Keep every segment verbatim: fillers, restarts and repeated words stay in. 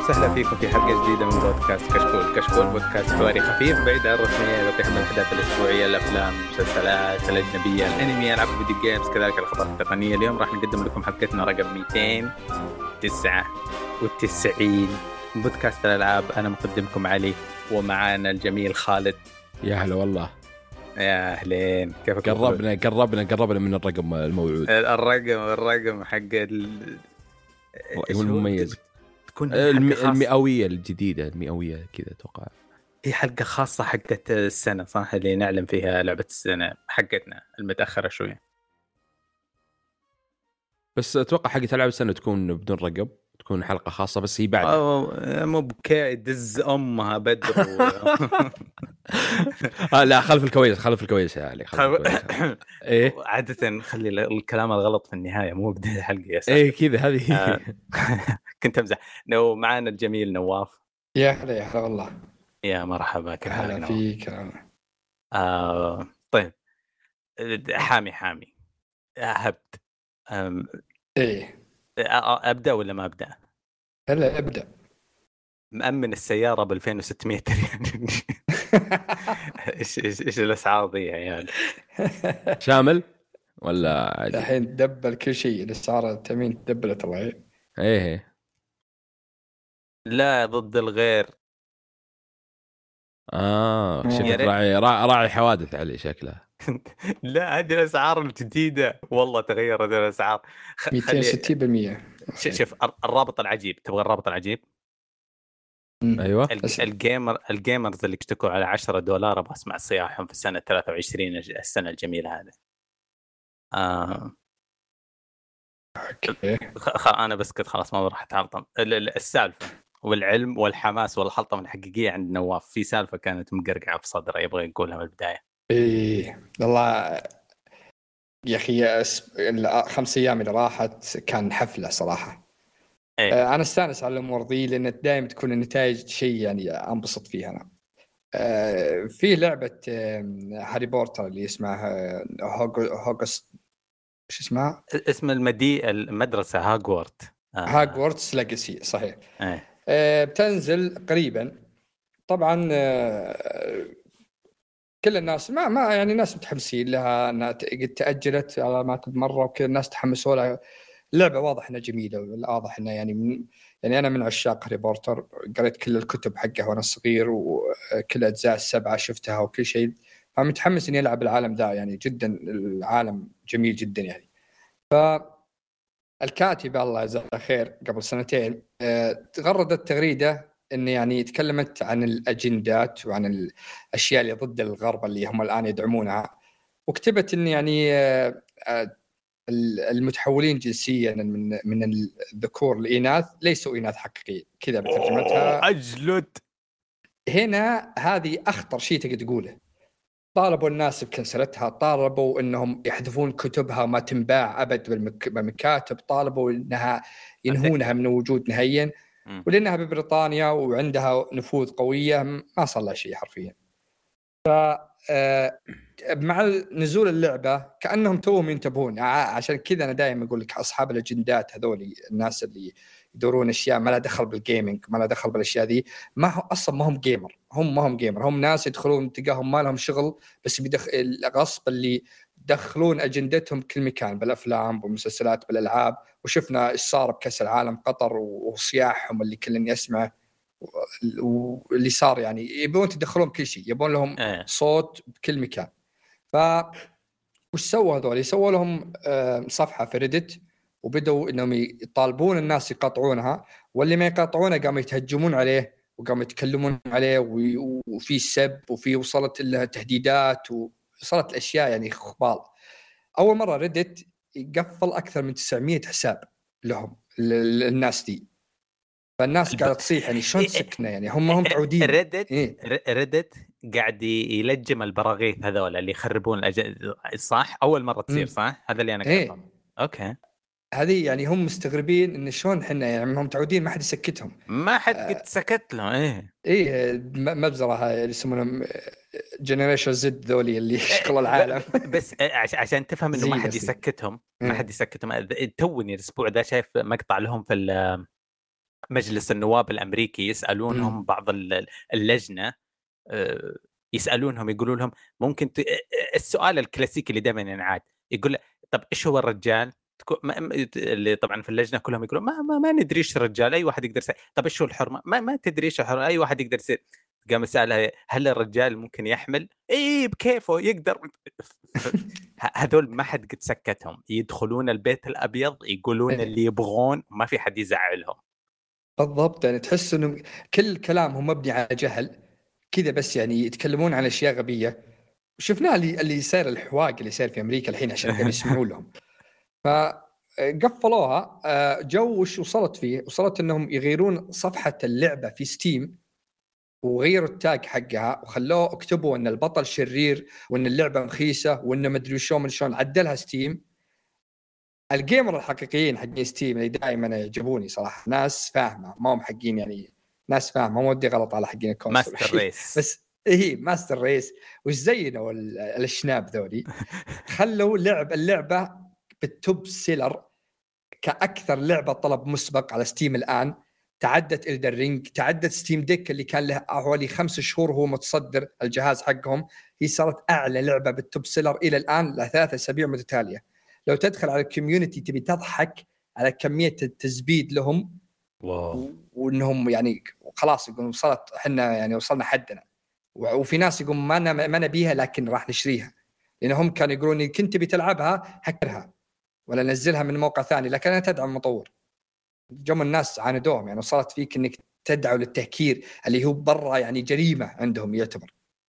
وسهلا فيكم في حلقة جديدة من بودكاست كشكول. كشكول بودكاست حواري خفيف بعيد عن الرسمية، يوضح من الأحداث الأسبوعية، الأفلام، المسلسلات الأجنبية، الأنمي، ألعاب فيديو جيمز، كذلك الأخبار التقنية. اليوم راح نقدم لكم حلقتنا رقم مئتين وتسعة وتسعين من بودكاست الألعاب. أنا مقدمكم علي، ومعانا الجميل خالد. يا هلا والله. يا أهلين، كيفك؟ قربنا قربنا قربنا من الرقم الموعود. الرقم الرقم حق ال المميز تكون الم... المئوية الجديدة، المئوية كذا أتوقع. هي حلقة خاصة حقت السنة صح، اللي نعلم فيها لعبة السنة حقتنا المتأخرة شوية. بس أتوقع حقت ألعاب السنة تكون بدون رقم، تكون حلقة خاصة بس هي بعد. مو بكاء دز أمها بدر و... آه لا، خلف الكواليس خلف الكواليس يا علي، خلف الكواليس. إيه عادة نخلي الكلام الغلط في النهاية، مو بداية الحلقة يا ساتر. إيه كذا هذه. آه. كنت أمزح. نو معانا الجميل نواف. يا هلا يا هلا والله. يا مرحبا، كيف حالك نواف؟ فيك. آه طيب، حامي حامي هبت. أم... ايه ابدا ولا ما ابدا؟ هلا ابدا. مأمن السياره ب ألفين وستمية ريال. ايش ايش ايش الاسعار ذي يا عيال؟ شامل ولا عادي؟ الحين دبل كل شيء، الاسعار التامين دبلت الله. ايه لا ضد الغير. اه شكلك راعي راعي حوادث علي شكله. لا هذه الاسعار الجديده والله تغيرت الاسعار. مئتين وستين بالمئة. شوف الرابط العجيب، تبغى الرابط العجيب؟ ايوه. الجيمر الجيمرز اللي اشتكوا على عشرة دولار ابغى اسمع صياحهم في السنه ثلاثة وعشرين، السنه الجميله هذه. آه. اوكي خ... انا بس كنت خلاص ما راح اتعرض. السالفه والعلم والحماس والحلطمه الحقيقيه عند نواف في سالفه كانت مقرقعه في صدره يبغى يقولها من البدايه. ايه والله يا اخي، الخمس ايام اللي راحت كان حفله صراحه. إيه؟ انا استانس على الامور ذي لان دائما تكون النتائج شيء يعني انبسط فيها انا. في لعبه هاري بوتر اللي اسمها هوغست، ايش اسمها؟ اسم المدي المدرسه هاغورت. آه. هاغورتس ليجاسي صحيح. إيه؟ آه بتنزل قريبا طبعا. آه كل الناس ما ما يعني ناس متحمسين لها انها قد تاجلت على ما مره، وكل الناس تحمسوا لها. اللعبه واضح انها جميله، واضح انها يعني من يعني انا من عشاق هاري بوتر، قريت كل الكتب حقه وانا صغير وكل اجزاء السبعه شفتها وكل شيء، فمتحمس اني العب العالم ذا يعني جدا. العالم جميل جدا يعني. فالكاتبه الله يجزاها خير قبل سنتين تغردت تغريده ان يعني تكلمت عن الاجندات وعن الاشياء اللي ضد الغرب اللي هم الان يدعمونها، وكتبت ان يعني المتحولين جنسيا من من الذكور للإناث ليسوا إناث حقيقيين، كذا بترجمتها. أجلد هنا هذه أخطر شيء تقدر تقوله. طالبوا الناس بكنسلتها، طالبوا إنهم يحذفون كتبها ما تنباع أبد بالمكاتب، طالبوا إنها ينهونها من وجود نهائيا، ولأنها ببريطانيا وعندها نفوذ قوية ما صار لها شيء حرفيا. ف مع نزول اللعبة كأنهم توهم ينتبهون. عشان كذا أنا دائما أقول لك أصحاب الأجندات هذول الناس اللي يدورون أشياء ما لها دخل بالجيمينج، ما لها دخل بالأشياء ذي، ما هو أصلا ما هم جيمر، هم ما هم جيمر، هم ناس يدخلون تلقاهم ما لهم شغل، بس بيدخل الغصب اللي يدخلون أجندتهم كل مكان، بالأفلام بالمسلسلات بالألعاب. وشفنا إيش صار بكأس العالم قطر وصياحهم اللي كلنا يسمعه، واللي صار يعني يبون تدخلون كل شيء، يبون لهم صوت بكل مكان. ف وش سووا هذول؟ يسووا لهم صفحة في ريدت، وبدأوا إنهم يطالبون الناس يقاطعونها، واللي ما يقاطعونه قاموا يتهجمون عليه وقاموا يتكلمون عليه، وفي سب وفي وصلت لها تهديدات وصلت الأشياء يعني خبال. أول مرة ريدت يقفل أكثر من تسعمية حساب لهم الناس دي، فالناس قاعدة تصيح يعني شلون سكنة يعني هم هم متعودين. ريدت إيه؟ ريدت قاعد يلجم البراغيث هذول اللي يخربون الأج... صح أول مرة تصير صح هذا اللي أنا إيه؟ كتب. أوكي هذه يعني هم مستغربين إن شلون إحنا يعني هم متعودين ما حد يسكتهم، ما حد قد آه سكت له. إيه إيه مبزرة هاي اللي يسمونهم جنريشن زد ذولي اللي يشغلوا العالم. بس عشان تفهم إنه ما حد يسكتهم، ما حد يسكتهم. توني الأسبوع ده شايف مقطع لهم في مجلس النواب الامريكي يسالونهم مم. بعض ال- اللجنه، آه، يسالونهم يقولوا لهم ممكن ت... السؤال الكلاسيكي اللي دائما ينعاد، يقول له طب ايش هو الرجال؟ تكو- ما- ما- اللي طبعا في اللجنه كلهم يقولون ما ما, ما ندري ايش الرجال، اي واحد يقدر يسأل. طب ايش هو الحرمه؟ ما ما تدري ايش الحرمه، اي واحد يقدر يصير. قام سألها هل الرجال ممكن يحمل؟ اي بكيفه يقدر. ه- هذول ما حد قد سكتهم، يدخلون البيت الابيض يقولون إيه. اللي يبغون، ما في حد يزعلهم. بالضبط، يعني تحس انه كل كلامهم مبني على جهل كذا، بس يعني يتكلمون عن اشياء غبيه. شفناه اللي اللي صار الحواق اللي صار في امريكا الحين عشان قاعد يسمعوا لهم. فقفلوها. آه، جو وش وصلت فيه؟ وصلت انهم يغيرون صفحه اللعبه في ستيم، وغيروا التاج حقها وخلوه اكتبوا ان البطل شرير وان اللعبه مخيسه وان مدري شلون من شلون. عدلها ستيم. الجيمر الحقيقيين حقين ستيم اللي دائما يعجبوني صراحه ناس فاهمه، ما هم حقين يعني ناس فاهمه، ما ودي غلط على حقين الكونسول ماستر ريس. بس ايه ماستر ريس. وش زينوا ال- الشناب ذولي. خلوا لعب اللعبه بالتوب سيلر كأكثر لعبة طلب مسبق على ستيم الآن. تعدت إلدر رينج، تعدت ستيم ديك اللي كان له حوالي خمس شهور هو متصدر الجهاز حقهم. هي صارت أعلى لعبة بالتوب سيلر إلى الآن لثلاث أسابيع متتالية. لو تدخل على الكوميونتي تبي تضحك على كمية التزبيد لهم. واو. وإنهم يعني خلاص يقولون وصلت إحنا يعني وصلنا حدنا. وفي ناس يقول ما أنا ما نبيها لكن راح نشريها، لأنهم كانوا يقولون كنت تبي تلعبها هكرها ولا نزلها من موقع ثاني، لكن أنا تدعم المطور. جم الناس عاندوهم، يعني وصلت فيك انك تدعو للتهكير اللي هو برا يعني جريمه عندهم يعتبر.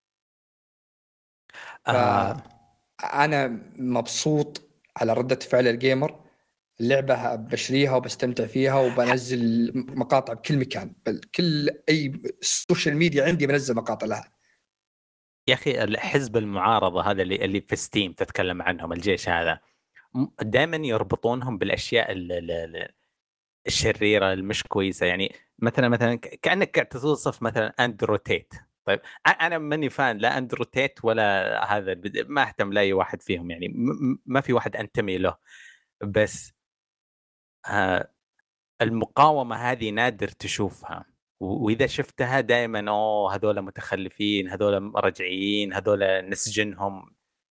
آه. فانا مبسوط على رده فعل الجيمر. اللعبه بشريها وبستمتع فيها وبنزل مقاطع بكل مكان، بل كل اي سوشيال ميديا عندي بنزل مقاطع لها. يا اخي الحزب المعارضه هذا اللي اللي في ستيم تتكلم عنهم، الجيش هذا دائما يربطونهم بالاشياء ال- ال- ال- الشريره المش كويسه. يعني مثلا مثلا ك- كانك قاعد توصف مثلا اندرو تيت. طيب أ- انا ماني فان لا اندرو تيت ولا هذا البد- ما اهتم لاي واحد فيهم، يعني م- م- ما في واحد انتمي له. بس آه المقاومه هذه نادر تشوفها، و- واذا شفتها دائما اوه هذول متخلفين، هذول رجعيين، هذول نسجنهم.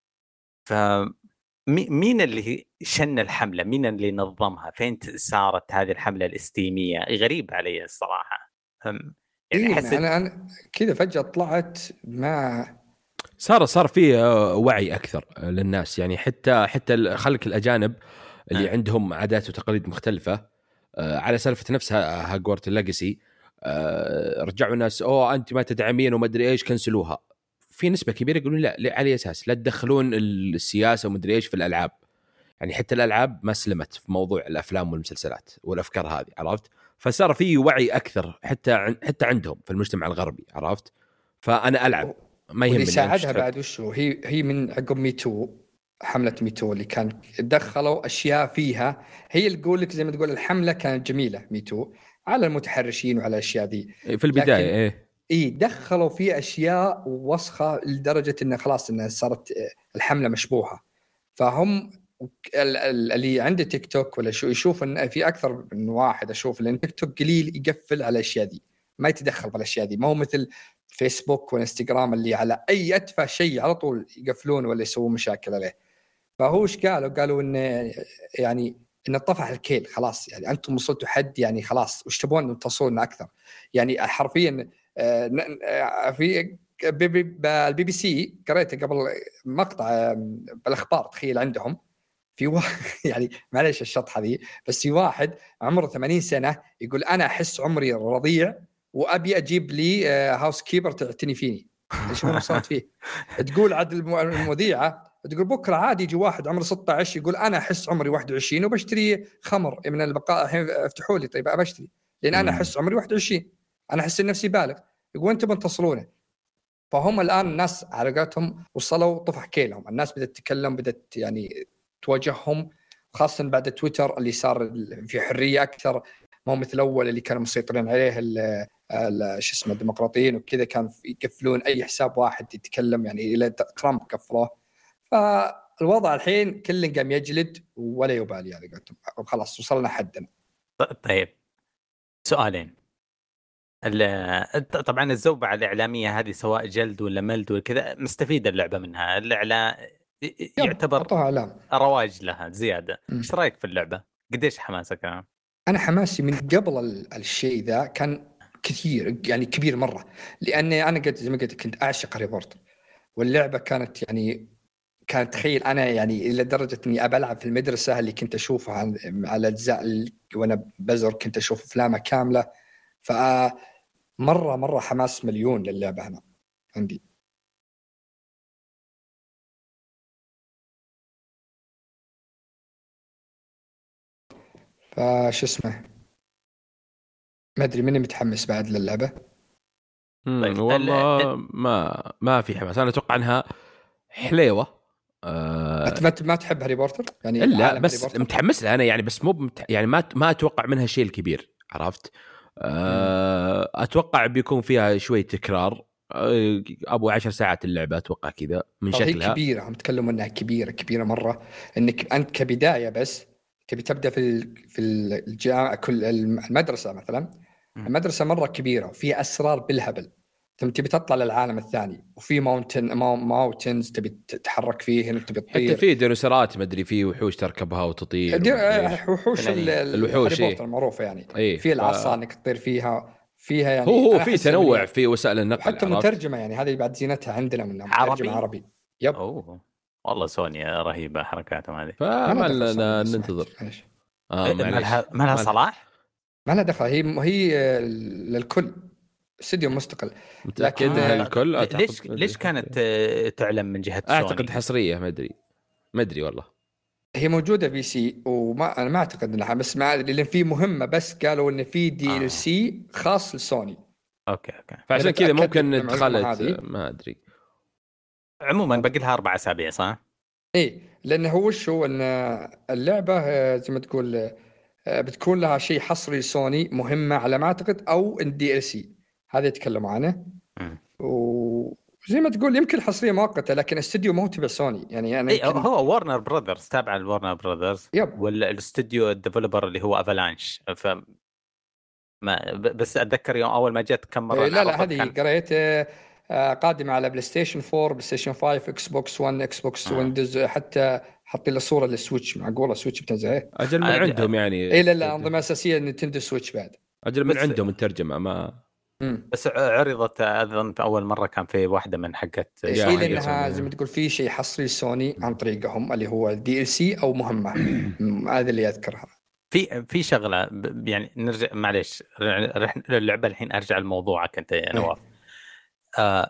ف مي- مين اللي شن الحملة؟ مين اللي نظمها؟ فين ت- صارت هذه الحملة الاستيمية؟ غريب علي الصراحة. أم، يعني اي أحس انا انا كذا فجاه طلعت ما صار صار في آه، وعي اكثر آه، للناس، يعني حتى حتى ال- خلك الاجانب اللي أه. عندهم عادات وتقاليد مختلفه آه، على سالفه نفسها هاجورت الليجاسي. رجعوا ناس اوه انت ما تدعمين وما ادري ايش، كنسلوها. في نسبه كبيره يقولون لا، لا، على اساس لا تدخلون السياسه وما ادري ايش في الالعاب. يعني حتى الالعاب ما سلمت في موضوع الافلام والمسلسلات والافكار هذه، عرفت؟ فصار في وعي اكثر حتى عن حتى عندهم في المجتمع الغربي، عرفت؟ فانا العب ما واللي يهمني انت ساعدها تحب. بعد وشو هي هي من عقب ميتو. حملة ميتو اللي كان دخلوا أشياء فيها، هي اللي تقول لك زي ما تقول الحملة كانت جميلة ميتو على المتحرشين وعلى الأشياء ذي. في البدايه لكن ايه إيه دخلوا في أشياء وسخة لدرجة إنه خلاص إنها صارت الحملة مشبوهة. فهم ال- ال- اللي عنده تيك توك ولا شو يشوف إن في أكثر من واحد أشوف لأن تيك توك قليل يقفل على الأشياء ذي، ما يتدخل بالأشياء ذي، ما هو مثل فيسبوك والانستغرام اللي على أي أتفه شيء على طول يقفلون ولا يسوون مشاكل عليه. فهو ايش قالوا؟ قالوا ان يعني ان طفح الكيل خلاص، يعني انتم وصلتوا حد، يعني خلاص وش تبون توصلون اكثر؟ يعني حرفيا آه، ن- آه، في بي بي البي بي سي قريته قبل مقطع آه، بالاخبار. تخيل عندهم في واحد يعني معليش الشطحه ذي، بس في واحد عمره ثمانين سنه يقول انا احس عمري رضيع وابي اجيب لي هاوس كيبر تعتني فيني. ايش ما وصلت فيه؟ تقول عاد الم- المذيعه تقول بكره عادي يجي واحد عمره ستة عشر يقول انا احس عمري واحد وعشرين وبشتري خمر من البقاء الحين افتحوا لي. طيب ابشتري لان انا احس عمري واحد وعشرين، انا احس ان نفسي بالغ. يقول انتم بتصلونه. فهم الان الناس على قولتهم وصلوا طفح كيلهم، الناس بدات تتكلم، بدات يعني تواجههم، خاصه بعد تويتر اللي صار في حريه اكثر، ما هو مثل الاول اللي كانوا مسيطرين عليه ال- ال- شو اسمه الديمقراطيين وكذا، كان يقفلون اي حساب واحد يتكلم، يعني الى ترامب كفروه. فالوضع الحين كل قام يجلد ولا يبالي، يعني قلت خلاص وصلنا حدنا. طيب سؤالين. طبعا الزوبعة الإعلامية هذه سواء جلد ولا ملد وكذا مستفيدة اللعبة منها. الإعلام يعتبر رواج لها زيادة. ايش رايك في اللعبة؟ قديش حماسك كمان؟ أنا حماسي من قبل الشيء ذا كان كثير، يعني كبير مرة، لأني أنا قد زي ما قلت كنت أعشق هاري بوتر، واللعبة كانت يعني كانت تخيل أنا يعني إلى درجة إني أبى ألعب في المدرسة اللي كنت أشوفها على أجزاء وأنا بزر، كنت أشوف أفلامها كاملة. فمرة مرة حماس مليون للعبة هنا عندي. فش اسمه ما أدري مني متحمس بعد للعبة. طيب والله ما ما في حماس. أنا أتوقع أنها حليوة. أه ما ما تحب هاري بوتر يعني؟ لا بس متحمس لها أنا يعني، بس مو بمت... يعني ما ما أتوقع منها شيء الكبير، عرفت؟ أه أتوقع بيكون فيها شوي تكرار. أه أبو عشر ساعات اللعبة أتوقع كذا من شكلها. هي كبيرة، هم تكلموا أنها كبيرة كبيرة مرة، إنك أنت كبداية بس تبي تبدأ في في الجامعة، كل المدرسة مثلا. المدرسة مرة كبيرة وفي أسرار بالهبل، ثم تبي تطلع للعالم الثاني وفي ماونتن ماونتنز تبي تتحرك فيه، هنا تبي تطير. حتى في ديناصورات ما ادري، في وحوش تركبها وتطير. وحوش الوحوش هاري بوتر المعروفه يعني. ايه في العصا ف... انك تطير فيها فيها يعني. هو هو في تنوع في وسائل النقل، حتى مترجمه يعني، هذه بعد زينتها عندنا من عربي. عربي. يب. اوه والله سوني رهيبه حركاتهم هذه. فما لنا ننتظر. اه ما لها ما لها صلاح، ما لها دخل. هي هي للكل استديو مستقل. لكن الكل ليش ليش كانت تعلم من جهه سوني؟ اعتقد حصريه، ما ادري ما ادري والله. هي موجوده في سي، وما انا ما اعتقد انها، بس ما ادري لان في مهمه، بس قالوا ان في دي ال سي خاص لسوني. اوكي اوكي فعشان كذا ممكن دخلت، ما ادري. عموما باقي لها اربع اسابيع صح؟ ايه، لانه هو شو ان اللعبه زي ما تقول بتكون لها شيء حصري سوني، مهمه على ما اعتقد، او الدي ال سي هذا يتكلموا عنه. وزي ما تقول يمكن حصريه مؤقته، لكن الاستديو مو تبع سوني يعني. انا يمكن... هو وارنر براذرز، تابع الوارنر براذرز، ولا الاستديو الديفلوبر اللي هو افالانش. ف ما بس اتذكر يوم اول ما جت كم مره. إيه لا لا هذه كان... قريت قادمه على بلاي ستيشن فور، بلاي ستيشن فايف، اكس بوكس ون، اكس بوكس آه. ويندوز، حتى حط لي صوره للسويتش. معقوله سويتش بتنزل اجل من عندهم يعني. اي لا لا انظمه اساسيه نينتندو سويتش بعد اجل من عندهم الترجمه. ما مم. بس عرضت اظن في اول مره كان في واحده من حقت إيه لانها زي ما تقول في شيء حصري سوني عن طريقهم اللي هو دي ال سي او مهمه. هذا اللي اذكرها. في في شغله يعني نرجع معليش رح اللعبه الحين ارجع لموضوعك انت يا نواف. آه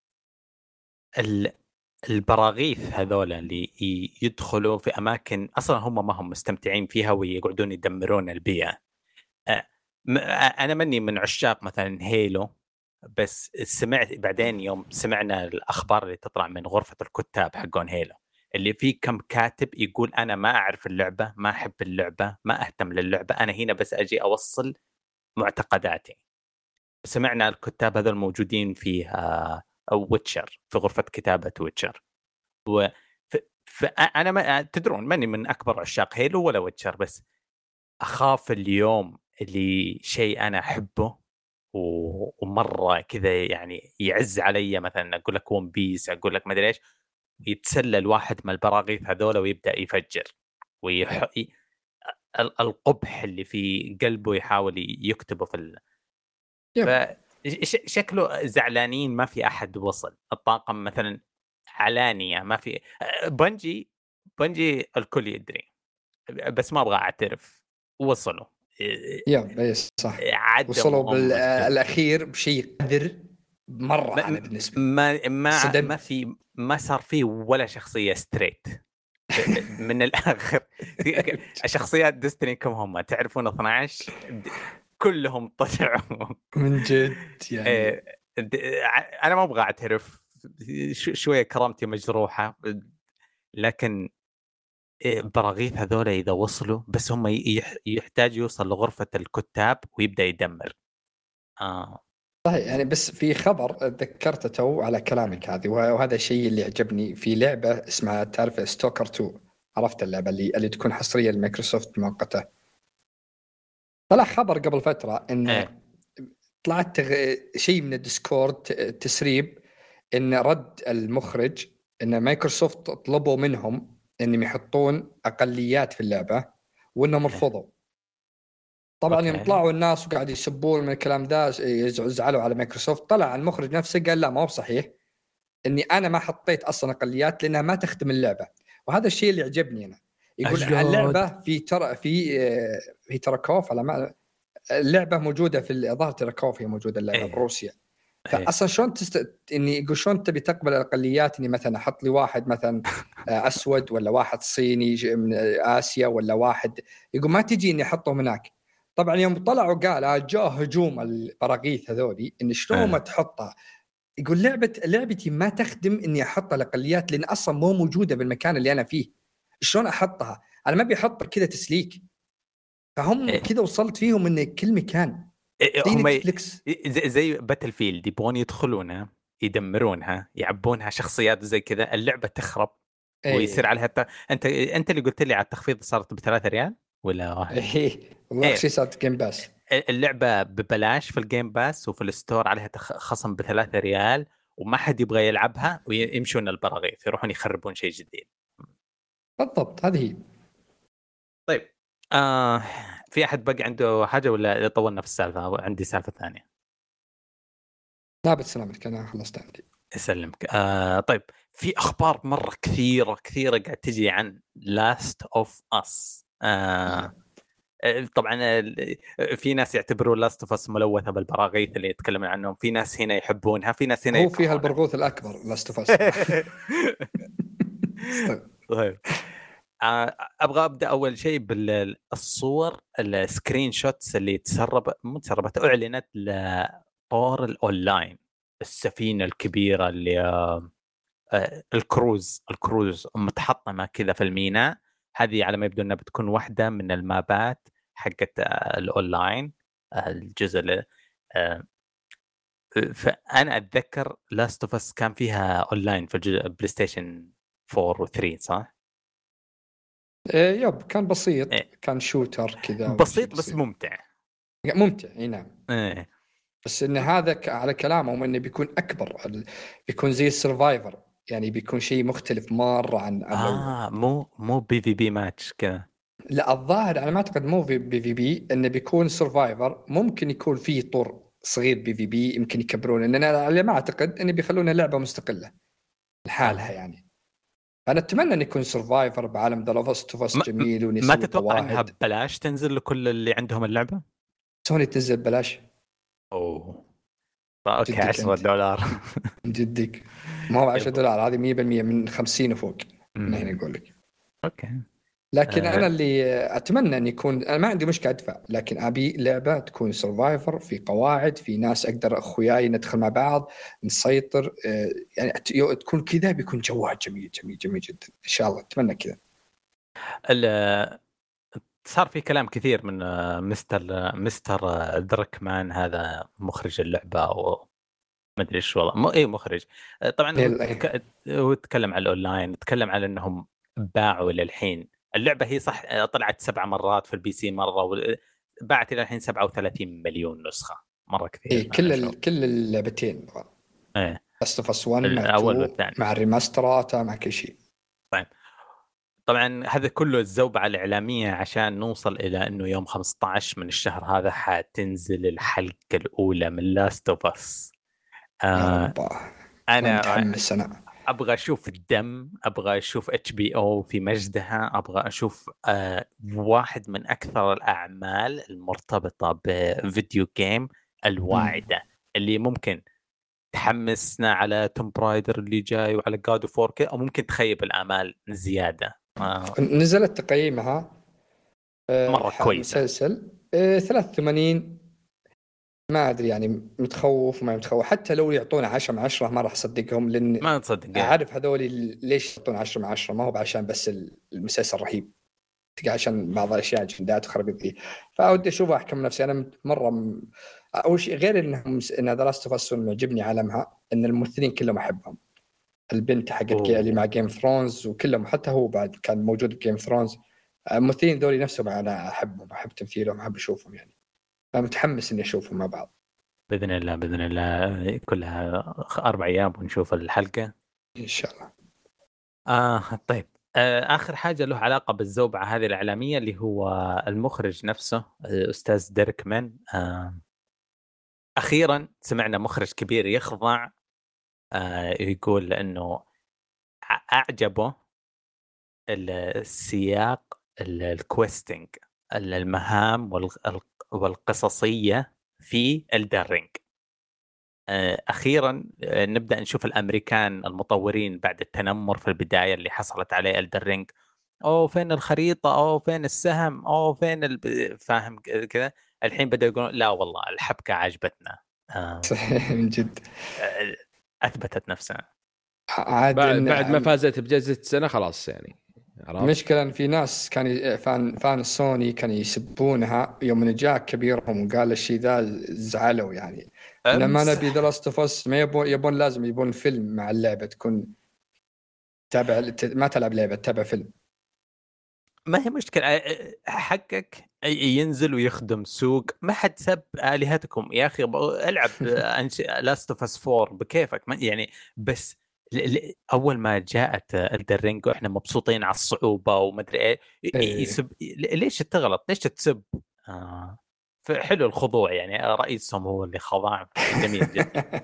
البراغيث هذول اللي يدخلوا في اماكن اصلا هم ما هم مستمتعين فيها ويقعدون يدمرون البيئه. آه انا مني من عشاق مثلا هيلو، بس سمعت بعدين يوم سمعنا الاخبار اللي تطلع من غرفه الكتاب حقون هيلو، اللي فيه كم كاتب يقول أنا ما أعرف اللعبة، ما أحب اللعبة، ما أهتم للعبة، أنا هنا بس أجي أوصل معتقداتي. سمعنا الكتاب هذول موجودين في ويتشر، في غرفة كتابة ويتشر. فأنا ما تدرون ماني من أكبر عشاق هيلو ولا ويتشر، بس أخاف اليوم اللي شيء أنا أحبه ومرة كذا يعني يعز علي، مثلا أقول لك ون بيس، أقول لك ما أدري إيش، يتسلل واحد من البراغيث هذول ويبدأ يفجر ويح... القبح اللي في قلبه يحاول يكتبه في ال... فشكله زعلانين ما في أحد وصل. الطاقم مثلا علانية، ما في بنجي بنجي الكل يدري، بس ما أبغى أعترف وصلوا. يا بس صح، وصلوا بالأخير بشيء قدر مرة. ما أنا بالنسبة ما ما, ما في ما صار فيه ولا شخصية ستريت من الآخر. الشخصيات ديستني كم هم تعرفون اثنا عشر كلهم طلعوا من جد يعني. أنا ما أبغى أعترف، شوية كرامتي مجروحة، لكن براغيث هذول إذا وصلوا بس هم يحتاج يوصل لغرفة الكتاب ويبدأ يدمر. آه صحيح يعني. بس في خبر تذكرته تو على كلامك هذه، وهذا الشيء اللي عجبني في لعبة اسمها تعرف ستوكر تو. عرفت اللعبة اللي اللي تكون حصرية لمايكروسوفت مؤقتة؟ طلع خبر قبل فترة إن إيه. طلعت تغ... شيء من الديسكورد تسريب إن رد المخرج إن مايكروسوفت طلبوا منهم إنهم يحطون أقليات في اللعبة وإنهم رفضوا. طبعا يوم طلعوا الناس وقاعد يسبون من الكلام ده يزعلوا على مايكروسوفت، طلع المخرج نفسه قال لا ما هو صحيح، إني أنا ما حطيت أصلا أقليات لأنها ما تخدم اللعبة. وهذا الشيء اللي يعجبني أنا. يقول أجلود. اللعبة في ترى في في تراكوف على ما اللعبة موجودة في الظاهر تراكوف هي موجودة اللعبة إيه. بروسيا. إيه. فأصلا شلون تست... إني يقول شلون تبي تقبل الأقليات، إني مثلا أحط لي واحد مثلا أسود ولا واحد صيني من آسيا ولا واحد، يقول ما تجي إني أحطهم هناك. طبعا يوم طلعوا قال جاء هجوم البراغيث هذولي إن شلون ما تحطها. يقول لعبة لعبتي ما تخدم إني أحط الأقليات لأن أصلا مو موجودة بالمكان اللي أنا فيه، شلون أحطها؟ أنا ما بيحط كذا تسليك. فهم إيه. كذا وصلت فيهم إن كل مكان زي نتفليكس زي, زي باتل فيلد يبغون يدخلونها يدمرونها يعبونها شخصيات زي كذا، اللعبة تخرب أيه. ويصير عليها الت... انت انت اللي قلت لي على التخفيض صارت بثلاثة ريال ولا واحد؟ ايه والله شيء صارت جيم باس. اللعبة ببلاش في الجيم باس وفي الستور عليها خصم بثلاثة ريال، وما حد يبغى يلعبها ويمشون البراغيث يروحون يخربون شيء جديد. بالضبط هذه هي. طيب آه في أحد بقى عنده حاجة ولا طولنا في السالفة؟ عندي سالفة ثانية. لا بتسلمك أنا خلصت عندي. يسلمك. آه طيب في أخبار مرة كثيرة كثيرة قاعد تجي عن Last of Us. آه طبعا في ناس يعتبروا Last of Us ملوثة بالبراغيث اللي يتكلمون عنهم، في ناس هنا يحبونها في ناس هنا هو فيها البرغوث الأكبر Last of Us. طيب ابغى ابدا اول شيء بالصور السكرين شوتس اللي تسرب مو تسربت اعلنت لطور الاونلاين، السفينه الكبيره اللي آه الكروز الكروز متحطمه كذا في الميناء. هذه على ما يبدو انها بتكون واحده من المابات حقت آه الاونلاين آه الجزء اللي آه فانا اتذكر لاست اوف اس كان فيها اونلاين في البلاي ستيشن فور و ثري صح؟ إيه يب كان بسيط. إيه. كان شوتر كذا بسيط بس ممتع ممتع اي نعم. إيه. بس ان هذا على كلامهم انه بيكون اكبر، بيكون زي السرفايفر يعني بيكون شيء مختلف مره عن اه مو مو بي في بي ماتش كذا. لا الظاهر انا ما اعتقد مو في بي في بي، انه بيكون سرفايفر. ممكن يكون فيه طور صغير بي في بي يمكن يكبرون، ان انا ما اعتقد انه بيخلونها لعبه مستقله لحالها. آه. يعني انا اتمنى ان يكون سرفايفر بعالم ذا لاست اوف اس جميل ونسوي. ما تتوقع انها ببلاش تنزل لكل اللي عندهم اللعبه؟ سوني تنزل ببلاش. اوه اوكي عشرة دولار. جدك ما هو عشرة دولار، هذه مية بالمية من خمسين وفوق. انا هنا اقول لك اوكي. لكن أه. انا اللي اتمنى ان يكون، انا ما عندي مشكله ادفع، لكن ابي لعبه تكون سرفايفر في قواعد، في ناس اقدر اخوياي ندخل مع بعض نسيطر، يعني تكون كذا بيكون جوها جميل جميل جميل جدا ان شاء الله. اتمنى كذا. صار في كلام كثير من مستر مستر دركمان، هذا مخرج اللعبه او ما ادري ايش والله مو اي مخرج طبعا. هو تكلم على الاونلاين، تكلم على انهم باعوا الى الحين اللعبه هي صح طلعت سبع مرات في البي سي مره، باعت الى الحين سبعة وثلاثين مليون نسخه، مره كثير. إيه كل ال... كل اللعبتين ايه لاست اوف اس واحد مع تو مع الريماسترات مع كل شيء. طيب طبعا هذا كله الزوبعه الاعلاميه عشان نوصل الى انه يوم خمسة عشر من الشهر هذا حتنزل الحلقه الاولى من لاست اوف اس. آه انا متحمس. انا ابغى اشوف الدم، ابغى اشوف اتش بي او في مجدها، ابغى اشوف آه واحد من اكثر الاعمال المرتبطه بفيديو جيم الواعده م. اللي ممكن تحمسنا على توم برايدر اللي جاي وعلى جاد اوف وور كذا، او ممكن تخيب الامال زياده. آه. نزلت تقييمها آه مره كويسه مسلسل آه ثلاثة وثمانين، ما ادري يعني متخوف وما متخوف. حتى لو يعطونا عشرة من عشرة ما راح اصدقهم، لان ما تصدق اعرف هذول ليش يعطون عشرة من عشرة. ما هو عشان بس المسلسل رهيب، تلقى عشان بعض الاشياء جندات وخربيط ذي. فاودي اشوف احكم نفسي انا مره م... اول شيء غير انهم ان ذا لاست اوف اس معجبني عالمها، ان الممثلين كلهم احبهم. البنت حقت اللي مع جيم ثرونز وكلهم، حتى هو بعد كان موجود بجيم ثرونز. الممثلين ذولي نفسهم انا احبهم، احب تمثيلهم، احب اشوفهم يعني. انا متحمس اني اشوفهم مع بعض باذن الله باذن الله كلها اربع ايام ونشوف الحلقه ان شاء الله. آه طيب آه آخر حاجة له علاقة بالزوبعة هذه الإعلامية اللي هو المخرج نفسه أستاذ ديريك مان. آه أخيرا سمعنا مخرج كبير يخضع، آه يقول لأنه أعجبه السياق الكويستنج المهام والقصصية في Elden Ring. أخيرا نبدأ نشوف الأمريكان المطورين بعد التنمر في البداية اللي حصلت عليه Elden Ring، أو فين الخريطة، أو فين السهم، أو فين الب... فاهم كذا. الحين بدأوا يقولون لا والله الحبكة عجبتنا. من جد أثبتت نفسها عاد بعد, بعد ما فازت بجائزة السنة خلاص يعني. المشكلة أن في ناس كان فان فان سوني كانوا يسبونها يوم ان جاء كبيرهم وقال الشيء ذا زعلوا يعني إن ما نبي ذا لاست اوف اس، ما يبون يبون لازم يبون فيلم مع اللعبة تكون تابع، ما تلعب لعبة تابع فيلم. ما هي مشكلة حقك ينزل ويخدم سوق، ما حد سب آلهتكم يا أخي. ألعب لاست اوف اس فور بكيفك يعني. بس أول ما جاءت Elden Ring وإحنا مبسوطين على الصعوبة وما أدري إيه يسب. ليش تغلط؟ ليش تسب؟ آه. فحلو الخضوع يعني، رئيسهم هو اللي خضع، جميل جدا.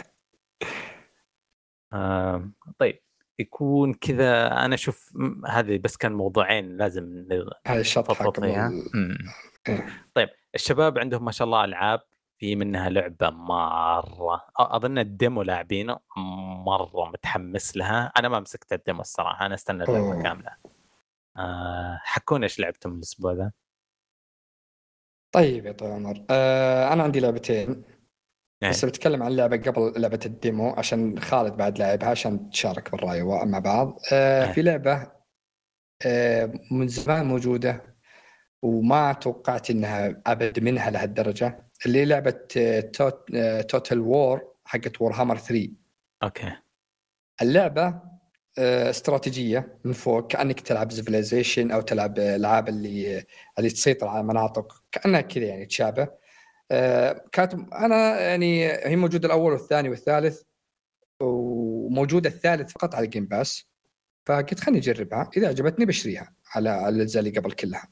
آه. طيب يكون كذا. أنا أشوف هذه بس كان موضوعين لازم هذا الشطحة قبل. طيب الشباب عندهم ما شاء الله ألعاب، في منها لعبة مرة أظن الديمو لاعبينه مرة متحمس لها. أنا ما مسكت الديمو الصراحة، أنا استنى اللعبة كاملة. آه حكون إيش لعبتم الأسبوع ذا؟ طيب يا طويل العمر، آه أنا عندي لعبتين بس بتكلم عن لعبة قبل لعبة الديمو عشان خالد بعد لعبها عشان تشارك بالرأي مع بعض. آه في لعبة آه من زمان موجودة وما توقعت إنها أبد منها لهالدرجة، اللي لعبة توت توتال وور حقت وور هامر ثري. أوكي. اللعبة استراتيجية من فوق، كأنك تلعب سيفيلايزيشن أو تلعب الألعاب اللي اللي تسيطر على مناطق، كأنها كذا يعني تشابه. كانت أنا يعني هي موجودة الأول والثاني والثالث، وموجودة الثالث فقط على الجيم باس، فقلت خلني أجربها، إذا عجبتني بشريها على الأجزاء اللي قبل كلها.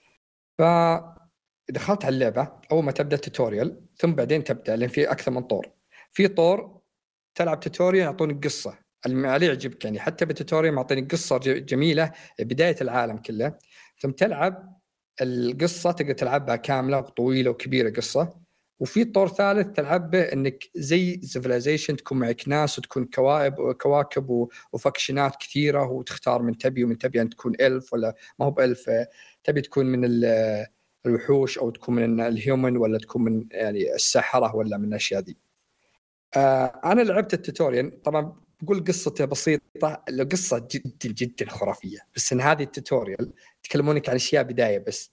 فدخلت على اللعبة، أول ما تبدأ توتوريال ثم بعدين تبدأ، لأن في أكثر من طور. في طور تلعب توتوريال يعطونك قصة اللي يعجبك يعني، حتى بالتوتوريال معطيني قصة جميلة بداية العالم كله، ثم تلعب القصة تقدر تلعبها كاملة وطويلة وكبيرة قصة. وفي طور ثالث تلعب به انك زي سيفيلايزيشن، تكون معك ناس وتكون كواكب كواكب وفكشنات كثيرة، وتختار من تبي ومن تبي أن تكون إلف ولا ما هو بإلف، تبي تكون من الوحوش أو تكون من الهيومن ولا تكون من يعني السحرة ولا من الأشياء دي. آه أنا لعبت التوتوريال طبعا، بقول قصته بسيطة، القصة جدا جدا خرافية، بس إن هذه التوتوريال تكلمونك عن أشياء بداية بس.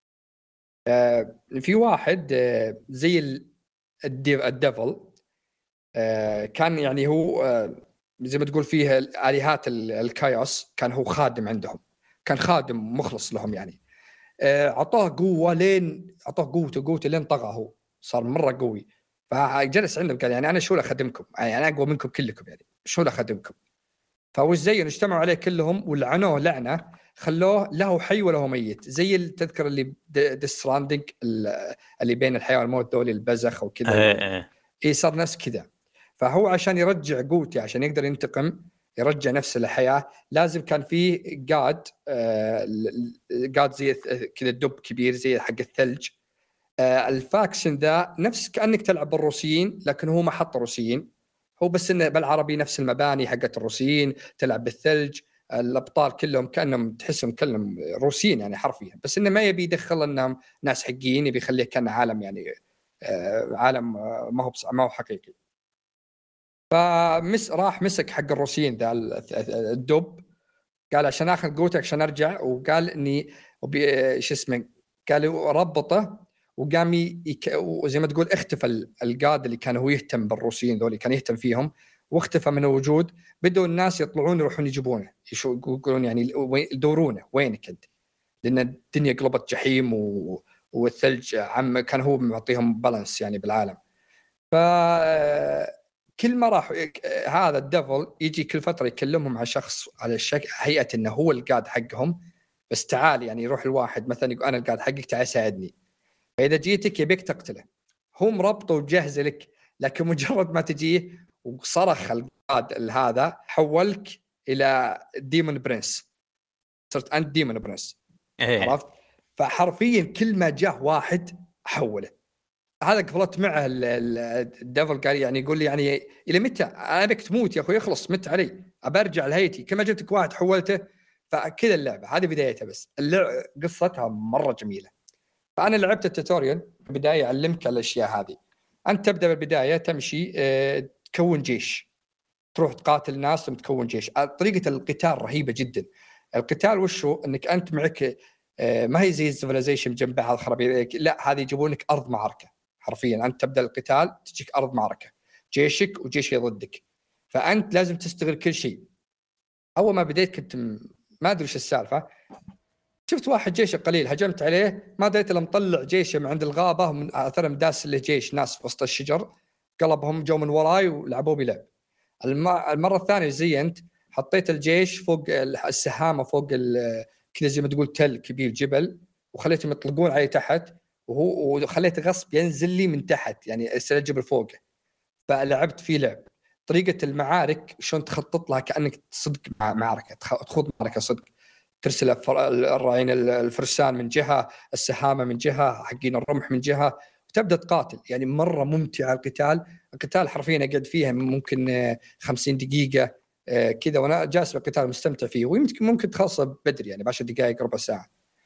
آه في واحد آه زي الديفل آه كان يعني هو آه زي ما تقول فيه آلهات الكايوس، كان هو خادم عندهم، كان خادم مخلص لهم يعني. آه عطوه قوة لين عطوه قوته قوته لين طغى، هو صار مرة قوي. فجلس عندهم قال يعني أنا شو أخدمكم، يعني أنا أقوى منكم كلكم، يعني شو أخدمكم. فوش زي اجتمعوا عليه كلهم ولعنوه لعنة، خلوه له حي وله ميت، زي التذكر اللي ديستراندنج اللي بين الحياة والموت دول البزخ وكذا. إيه إيه صار نفس كذا. فهو عشان يرجع قوته، عشان يقدر ينتقم يرجع نفسه للحياة، لازم كان فيه قاد آه قاد زي كذا دب كبير زي حق الثلج. آه الفاكشن ذا نفس كأنك تلعب بالروسيين، لكن هو ما حط روسيين، هو بس إنه بالعربي نفس المباني حقت الروسيين، تلعب بالثلج، الأبطال كلهم كأنهم تحسهم كلهم روسيين يعني حرفيا، بس إنه ما يبي يدخل إنهم ناس حقيقيين، يبي يخليه كان عالم يعني آه عالم آه ما هو ما هو حقيقي. فمس راح مسك حق الروسيين ذا الدب، قال عشان اخذ قوتك عشان ارجع، وقال اني ايش اسمه، قال ربطه وقام يك... وزي ما تقول اختفى القاد اللي كان هو يهتم بالروسيين ذولي، كان يهتم فيهم واختفى من الوجود. بدوا الناس يطلعون يروحون يجيبونه، يقولون يعني يدورونه وينك انت، لان الدنيا قلبت جحيم و... والثلج عم كان هو معطيهم بالانس يعني بالعالم. فكل ما راح هذا الديفل يجي كل فترة يكلمهم عن شخص على الشكل هيئة انه هو القائد حقهم، بس تعال يعني يروح الواحد مثلا يقول انا القائد حقك تعال ساعدني، فاذا جيتك يبيك تقتله، هو مربطه وجهز لك، لكن مجرد ما تجيه وصرخ القائد هذا حولك الى ديمون برنس، صرت انت ديمون برنس. إيه. عرفت؟ فحرفيا كل ما جاء واحد حوله. هذا قفلت معه الديفل قال يعني يقول لي يعني الى متى انا بك تموت يا اخوي، يخلص مت علي ابى ارجع لهيتي، كما جبتك واحد حولته. فكذا اللعبه هذه بدايتها، بس اللعبة قصتها مره جميله. فانا لعبت التوتوريال بدايه يعلمك الاشياء هذه. انت تبدا بالبدايه تمشي اه تكون جيش، تروح تقاتل ناس ثم تكون جيش. طريقه القتال رهيبه جدا. القتال وشو انك انت معك اه ما هي زي السيفيلايزيشن جنب بعض خرابيط، لا هذه يجيبونك ارض معركه حرفيا. انت تبدا القتال تجيك ارض معركه، جيشك وجيش ضدك، فانت لازم تستغل كل شيء. اول ما بديت كنت ما ادري ايش السالفه، شفت واحد جيشه قليل هجمت عليه، ما دريت الا مطلع جيشه من عند الغابه من اثر مداس له جيش ناس في وسط الشجر، قلبهم جو من وراي ولعبوا بي لعب. المره الثانيه زينت حطيت الجيش فوق السهامه فوق كذا زي ما تقول تل كبير جبل، وخليتهم يطلقون علي تحت، وهو وخليت غصب ينزل لي من تحت يعني الجبل فوقه. فلعبت فيه لعب طريقه المعارك شلون تخطط لها كانك تصدق معركه، تخوض معركه صدق، ترسل الراعين الفرسان من جهه، السهامه من جهه، حقين الرمح من جهه، وتبدا تقاتل. يعني مره ممتع القتال. القتال حرفيا اقعد فيها ممكن خمسين دقيقه كذا وانا جالس بالقتال مستمتع فيه، ويمكن ممكن تخلص بدري يعني بعشر دقائق ربع ساعه.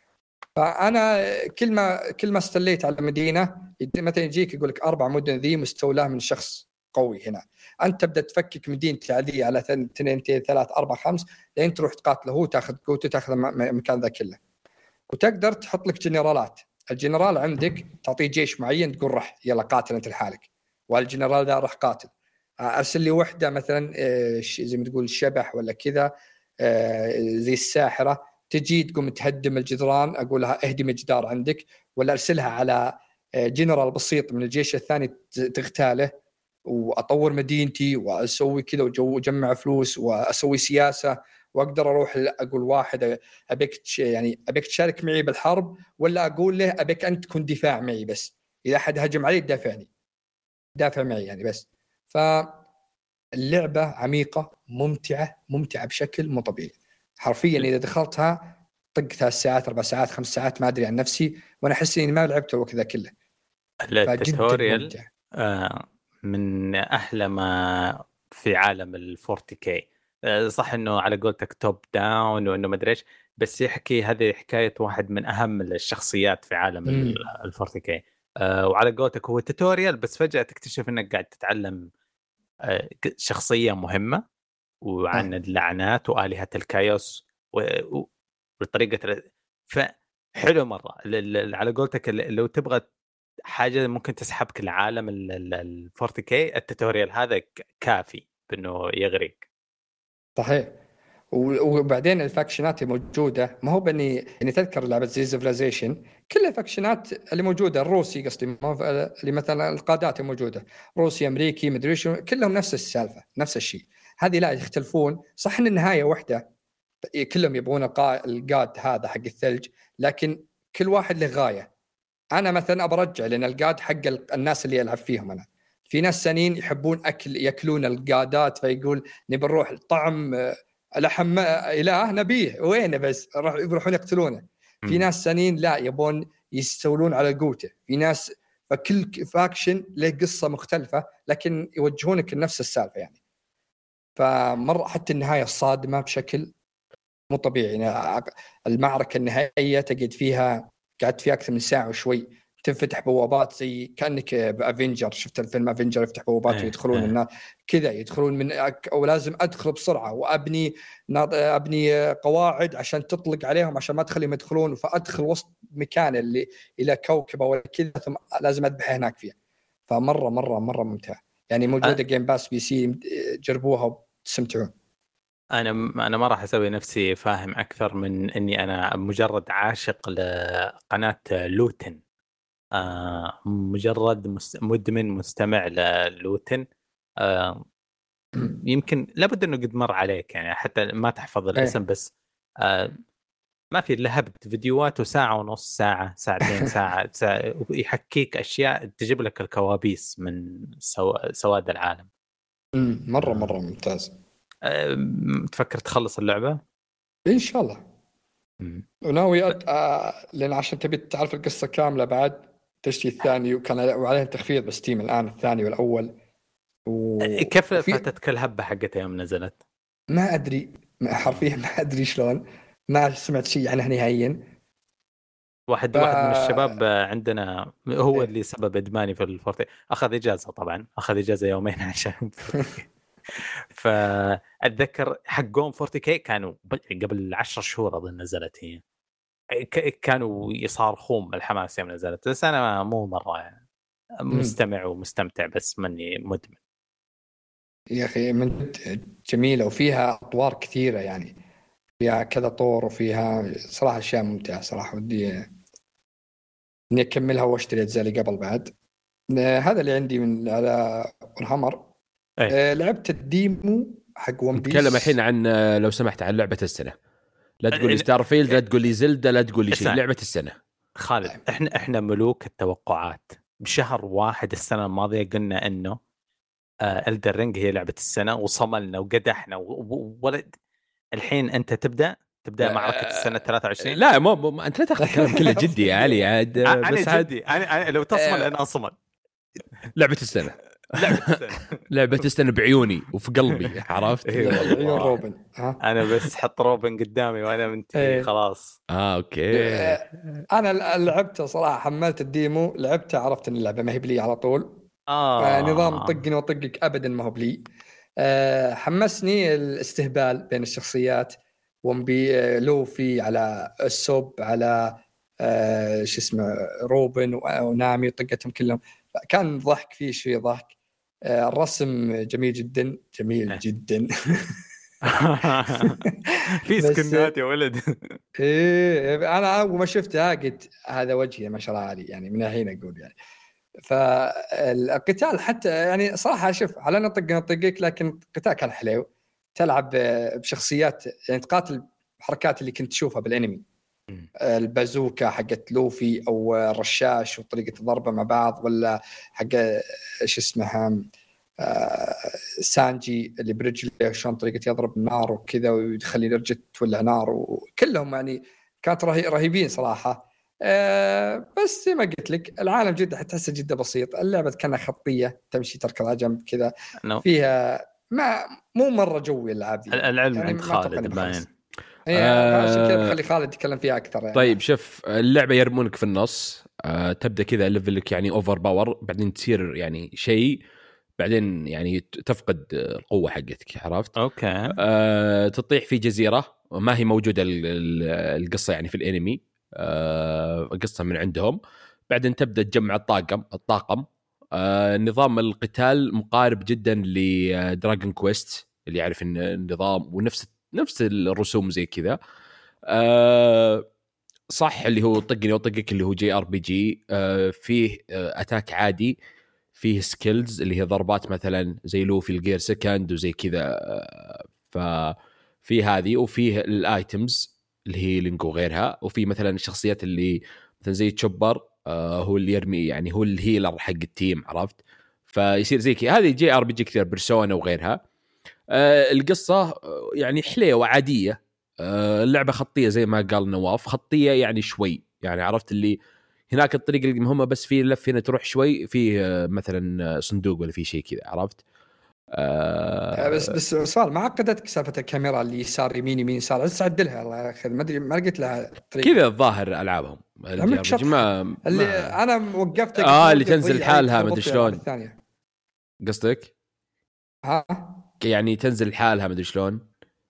فانا كل ما كل ما استليت على مدينه مثلا يجيك يقول لك اربع مدن ذي مستولاه من شخص قوي، هنا انت تبدا تفكك مدينه عاديه على اثنين ثلاث اربع خمس لين تروح تقاتله هو، تاخذ قوته، تاخذ مكان ذا كله. وتقدر تحط لك جنرالات، الجنرال عندك تعطيه جيش معين تقول رح يلا قاتل انت لحالك، والجنرال ذا راح قاتل. ارسل لي وحده مثلا زي ما تقول شبح ولا كذا زي الساحره، تجي تقوم تهدم الجدران، اقول لها اهدم الجدار عندك، ولا ارسلها على جنرال بسيط من الجيش الثاني تغتاله، واطور مدينتي واسوي كذا وجمع فلوس واسوي سياسه، واقدر اروح اقول واحد ابيك يعني ابيك تشارك معي بالحرب، ولا اقول له ابيك انت تكون دفاع معي بس، اذا احد هجم علي تدافعني دافع معي يعني بس. فاللعبه عميقه ممتعه ممتعه بشكل مو طبيعي حرفيا. اذا دخلتها طق ثلاث ساعات اربع ساعات خمس ساعات ما ادري عن نفسي، وانا احس اني ما لعبت الوقت ذا كله. التوتوريال آه من احلى ما في عالم الفورتي كي. آه صح انه على قولتك توب داون وانه ما ادري ايش، بس يحكي هذه حكايه واحد من اهم الشخصيات في عالم الفورتي كي. آه وعلى قولتك هو توتوريال، بس فجاه تكتشف انك قاعد تتعلم آه شخصيه مهمه وعن آه. اللعنات والهه الكايوس وطريقه فحلو مره. على قولتك لو تبغى حاجه ممكن تسحبك العالم الفورتي كي، التوتوريال هذا كافي بانه يغريك. صحيح. وبعدين الفاكشنات الموجوده ما هو بني يعني تذكر لعبه زي سيفيلايزيشن كل الفاكشنات اللي موجوده، الروسي قصدي اللي مثلا القادات الموجوده روسي امريكي مدري شو، كلهم نفس السالفه نفس الشيء. هذه لا يختلفون، صح ان النهايه واحده، كلهم يبغون القاد هذا حق الثلج، لكن كل واحد له غايه. انا مثلا ابرجع لان القاد حق الناس اللي يلعب فيهم انا. في ناس ثانيين يحبون اكل ياكلون القادات، فيقول نبي نروح طعم لحم اله نبيه وينه بس يروحون يقتلونه. في ناس ثانيين لا يبون يستولون على قوته. في ناس فكل فاكشن له قصه مختلفه لكن يوجهونك لنفس السالفه يعني. فمره حتى النهايه الصادمه بشكل مو طبيعي يعني. المعركه النهائيه تقعد فيها قعدت فيها اكثر من ساعه وشوي، تنفتح بوابات زي كانك بافنجر، شفت الفيلم افنجر يفتح بوابات اه ويدخلون اه. الناس كذا يدخلون من أك... او لازم ادخل بسرعه وابني ابني قواعد عشان تطلق عليهم عشان ما تخليهم يدخلون، فادخل وسط مكان اللي الى كوكب او كذا ثم لازم اذبح هناك فيها. فمره مره مره ممتع يعني. موجوده أه. جيم باس بي سي، جربوها وتستمتعون. انا انا ما راح اسوي نفسي فاهم اكثر من اني انا مجرد عاشق لقناه لوتن آه مجرد مست... مدمن مستمع للوتن. آه يمكن لابد انه قد مر عليك يعني حتى ما تحفظ الاسم إيه. بس آه ما في لهبت فيديوهات ساعة ونص ساعة ساعتين ساعة, ساعة يحكيك اشياء تجيب لك الكوابيس من سو... سواد العالم. أمم، مرة آه. مرة ممتاز. آه تفكر تخلص اللعبة؟ إن شاء الله. مم. وناوي أت... آه لأن عشان تبي تعرف القصة كاملة بعد تشتري الثاني، وكان وعليه تخفيض بستيم الآن الثاني والأول. و... كيف وفي فاتتك الهبة حقتها يوم نزلت؟ ما أدري، ما حرفيا ما أدري شلون، ما سمعت شيء عنها نهائيا. واحد ف... واحد من الشباب عندنا هو إيه. اللي سبب ادماني في الفورتي. اخذ اجازه طبعا اخذ اجازه يومين عشان فورتي. فاتذكر حقون فورتي كي كانوا قبل عشر شهور اظن نزلت هي، ك- كانوا يصارخون من الحماس يوم نزلت. بس انا مو مره يعني مستمع ومستمتع بس مني مدمن. يا أخي من جد جميلة، وفيها أطوار كثيرة يعني، فيها كذا طور، وفيها صراحة أشياء ممتعة صراحة. ودي إني أكملها وأشتري أجزاء اللي قبل بعد. آه، هذا اللي عندي من على ورهامر. أي. آه، لعبت الديمو حق ون بيس. نتكلم الحين عن آه، لو سمحت عن لعبه السنه. لا تقول لي ال- ستار فيلد، لا تقول لي زلدا، لا تقول لي شيء. اسمع. لعبه السنه خالد احنا احنا ملوك التوقعات. بشهر واحد السنه الماضيه قلنا انه ألدر رينج هي لعبة السنة وصملنا وقدحنا وولد. الحين أنت تبدأ تبدأ معركة السنة ثلاثة وعشرين. لا مو, مو انت لا تاخذ الكلام كله جدي يا علي عاد. أنا بس عاد جدي أنا, أنا لو تصمل أنا أصمل. لعبه السنه لعبة السنة. لعبه السنه بعيوني وفي قلبي، عرفت؟ إيه والله. عيون روبن. ها أنا بس حط روبن قدامي وأنا منتهي إيه. خلاص. اه اوكي. آه، انا لعبته صراحه، حملت الديمو لعبته، عرفت ان اللعبه ما هي بلي على طول. آه. آه، نظام طقني وطقك ابدا ما هو بلي. آه، حمسني الاستهبال بين الشخصيات، ومبي آه، لوفي على السوب على آه، شو اسمه روبن ونامي طقتهم كلهم. كان ضحك فيه شوي ضحك. آه، الرسم جميل جدا جميل جدا. في بس سكنات يا ولد. ايه انا اول ما شفتها قلت هذا وجهي ما شاء الله علي، يعني من الحين اقول يعني. فالقتال حتى يعني صراحه شوف على نطق نطقك، لكن القتال كان حلو. تلعب بشخصيات يعني تقاتل بحركات اللي كنت تشوفها بالانمي، البازوكا حقت لوفي او الرشاش وطريقه ضربه مع بعض، ولا حق ايش اسمها آه سانجي اللي برجله شلون طريقه يضرب النار وكذا ويخلي رجله تولع نار، وكلهم يعني كانت رهي رهيبين صراحه. آه بس زي ما قلت لك العالم جدا حتحسه جدا بسيط. اللعبه كانها خطيه تمشي تركض على جنب كذا، فيها ما مو مره جوي الالعاب دي العلم يعني عند خالد باين. ايه عشان كذا بخلي خالد يتكلم فيها اكثر يعني. طيب شوف اللعبه يرمونك في النص. آه تبدا كذا ليفلك يعني اوفر باور، بعدين تصير يعني شيء، بعدين يعني تفقد القوه حقتك، عرفت؟ اوكي. آه تطيح في جزيره ما هي موجوده القصه يعني في الانمي. آه قصه من عندهم. بعدين تبدا تجمع الطاقم الطاقم آه نظام القتال مقارب جدا لدراجون كويست اللي يعرف ان النظام ونفس نفس الرسوم زي كذا. آه صح اللي هو طقني وطقك اللي هو جي ار بي جي. آه فيه آه اتاك عادي، فيه سكيلز اللي هي ضربات مثلا زي لو في الجير سكند وزي كذا. آه ففي هذه، وفيه الايتمز اللي هي لينك وغيرها، وفي مثلا الشخصيات اللي مثلا زي تشوبر آه هو اللي يرمي يعني هو الهيلر حق التيم، عرفت؟ فيصير زي كذا. هذه جي ار بي جي كثير، بيرسونا وغيرها. آه القصة يعني حليوة عادية. آه اللعبة خطية زي ما قال نواف، خطية يعني شوي، يعني عرفت اللي هناك الطريق المهمة بس في لف هنا تروح شوي في آه مثلا صندوق ولا في شيء كذا، عرفت؟ آه بس بس سؤال، ما عقدتك سالفة الكاميرا اللي يسار يمين يمين يسار؟ لسه عدلها الله ياخذ، ما ادري ما لقيت لها كذا الظاهر العابهم ما, ما اللي انا وقفت اه اللي تنزل حالها ما ادري شلون. قصدك ها يعني تنزل حالها ما ادري شلون؟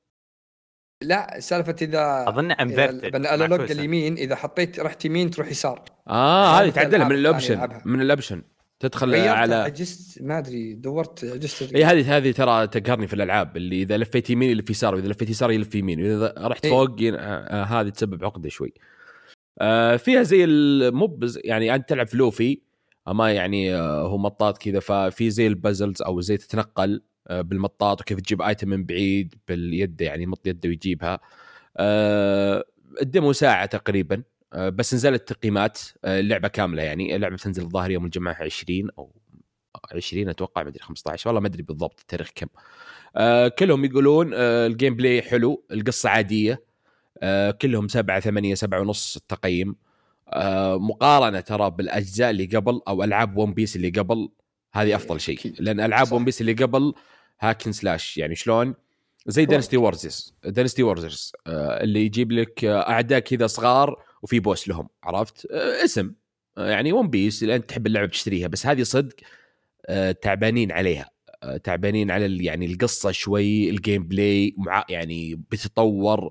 لا سالفه اذا اظن انفيرتد الالوج اليمين اذا حطيت رحت يمين تروح يسار. اه هذه تعدلها من الاوبشن من الاوبشن تدخل على عجزت ما ادري دورت عجزت. اي هذه هذه ترى تقهرني في الالعاب اللي اذا لفيت يمين يلف يسار واذا لفيت يسار يلف يمين واذا رحت فوق آه هذه تسبب عقده شوي. آه فيها زي الموب يعني انت تلعب في لوفي اما يعني آه هو مطاط كذا ففي زي البازلز او زي تتنقل آه بالمطاط وكيف تجيب ايتم من بعيد باليد يعني مط يده ويجيبها. آه الديمو ساعه تقريبا آه بس نزلت تقييمات آه اللعبه كامله يعني اللعبه تنزل الظاهر يوم الجمعه عشرين او عشرين اتوقع ما ادري خمسة عشر والله ما ادري بالضبط التاريخ كم. آه كلهم يقولون آه الجيم بلاي حلو القصه عاديه آه كلهم سبعة ثمانية سبعة ونص التقييم. آه مقارنه ترى بالاجزاء اللي قبل او العاب ون بيس اللي قبل هذه افضل شيء لان العاب ون بيس اللي قبل هاكن سلاش يعني شلون زي دينستي وورزز دينستي وورزز آه اللي يجيب لك آه اعداء كذا صغار وفي بوس لهم عرفت آه اسم آه يعني ون بيس اللي انت تحب اللعبه بتشتريها بس هذه صدق آه تعبانين عليها آه تعبانين على يعني القصه شوي الجيم بلاي مع يعني بتتطور